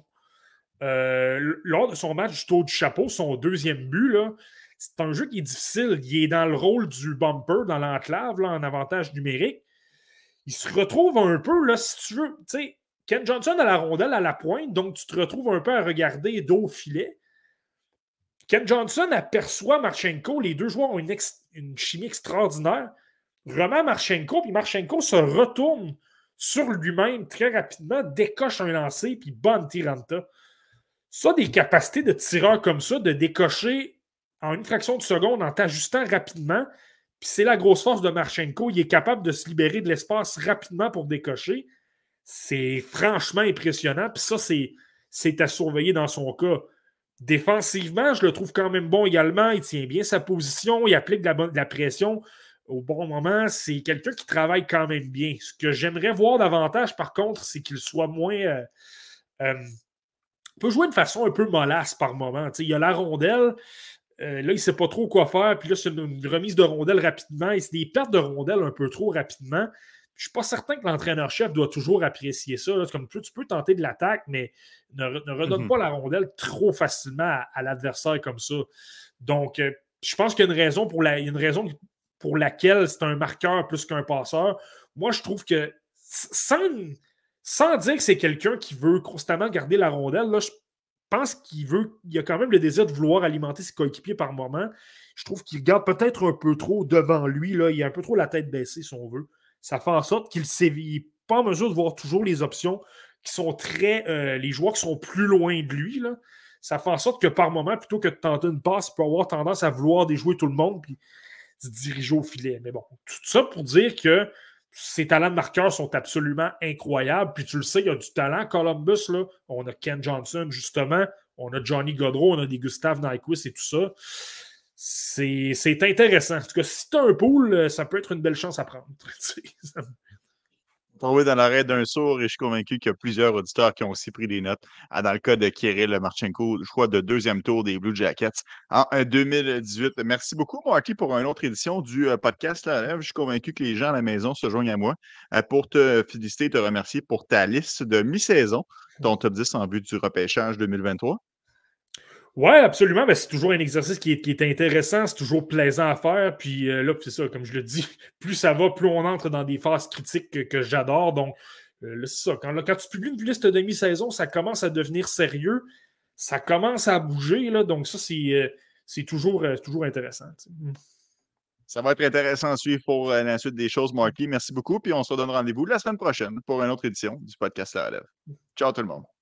Euh, lors de son match du tour du chapeau, son deuxième but, là, c'est un jeu qui est difficile. Il est dans le rôle du bumper, dans l'enclave, là, en avantage numérique. Il se retrouve un peu, là, si tu veux, tu sais, Ken Johnson a la rondelle à la pointe, donc tu te retrouves un peu à regarder dos au filet. Ken Johnson aperçoit Marchenko. Les deux joueurs ont une, ex- une chimie extraordinaire. Remet Marchenko, puis Marchenko se retourne sur lui-même très rapidement, décoche un lancer, puis bonne tiranta. Ça, des capacités de tireur comme ça, de décocher en une fraction de seconde, en t'ajustant rapidement. Puis c'est la grosse force de Marchenko. Il est capable de se libérer de l'espace rapidement pour décocher. C'est franchement impressionnant. Puis ça, c'est, c'est à surveiller dans son cas. Défensivement, je le trouve quand même bon également. Il tient bien sa position. Il applique de la, bonne, de la pression au bon moment. C'est quelqu'un qui travaille quand même bien. Ce que j'aimerais voir davantage, par contre, c'est qu'il soit moins... Euh, euh, il peut jouer de façon un peu mollasse par moment. T'sais, il a la rondelle. Euh, là, il ne sait pas trop quoi faire. Puis là, c'est une, une remise de rondelle rapidement. Et c'est des pertes de rondelle un peu trop rapidement. Je ne suis pas certain que l'entraîneur-chef doit toujours apprécier ça. Là. Comme tu, tu peux tenter de l'attaque, mais ne, ne redonne mm-hmm. pas la rondelle trop facilement à, à l'adversaire comme ça. Donc, euh, je pense qu'il y a une raison pour, la, il y a une raison pour laquelle c'est un marqueur plus qu'un passeur. Moi, je trouve que sans, sans dire que c'est quelqu'un qui veut constamment garder la rondelle, là, je Je pense qu'il veut, il a quand même le désir de vouloir alimenter ses coéquipiers par moment. Je trouve qu'il regarde peut-être un peu trop devant lui. Là. Il a un peu trop la tête baissée, si on veut. Ça fait en sorte qu'il n'est pas en mesure de voir toujours les options qui sont très... Euh, les joueurs qui sont plus loin de lui. Là. Ça fait en sorte que par moment, plutôt que de tenter une passe, il peut avoir tendance à vouloir déjouer tout le monde puis se diriger au filet. Mais bon, tout ça pour dire que ses talents de marqueur sont absolument incroyables. Puis tu le sais, il y a du talent. Columbus, là, on a Ken Johnson, justement. On a Johnny Gaudreau, on a des Gustav Nyquist et tout ça. C'est, c'est intéressant. En tout cas, si tu as un pool, ça peut être une belle chance à prendre. tombé dans l'oreille d'un sourd et je suis convaincu qu'il y a plusieurs auditeurs qui ont aussi pris des notes. Ah, dans le cas de Kirill Marchenko, choix de deuxième tour des Blue Jackets en euh, deux mille dix-huit. Merci beaucoup, Marty, pour une autre édition du euh, podcast La Relève. Je suis convaincu que les gens à la maison se joignent à moi euh, pour te féliciter et te remercier pour ta liste de mi-saison, ton top dix en vue du repêchage deux mille vingt-trois. Oui, absolument. Ben, c'est toujours un exercice qui est, qui est intéressant, c'est toujours plaisant à faire. Puis euh, là, c'est ça, comme je le dis, plus ça va, plus on entre dans des phases critiques que, que j'adore. Donc, euh, là, c'est ça. Quand, là, quand tu publies une liste de mi-saison, ça commence à devenir sérieux. Ça commence à bouger. Là, donc, ça, c'est, euh, c'est toujours, euh, toujours intéressant. T'sais. Ça va être intéressant à suivre pour euh, la suite des choses, Marky. Merci beaucoup. Puis on se redonne rendez-vous la semaine prochaine pour une autre édition du podcast La Relève. Ciao tout le monde.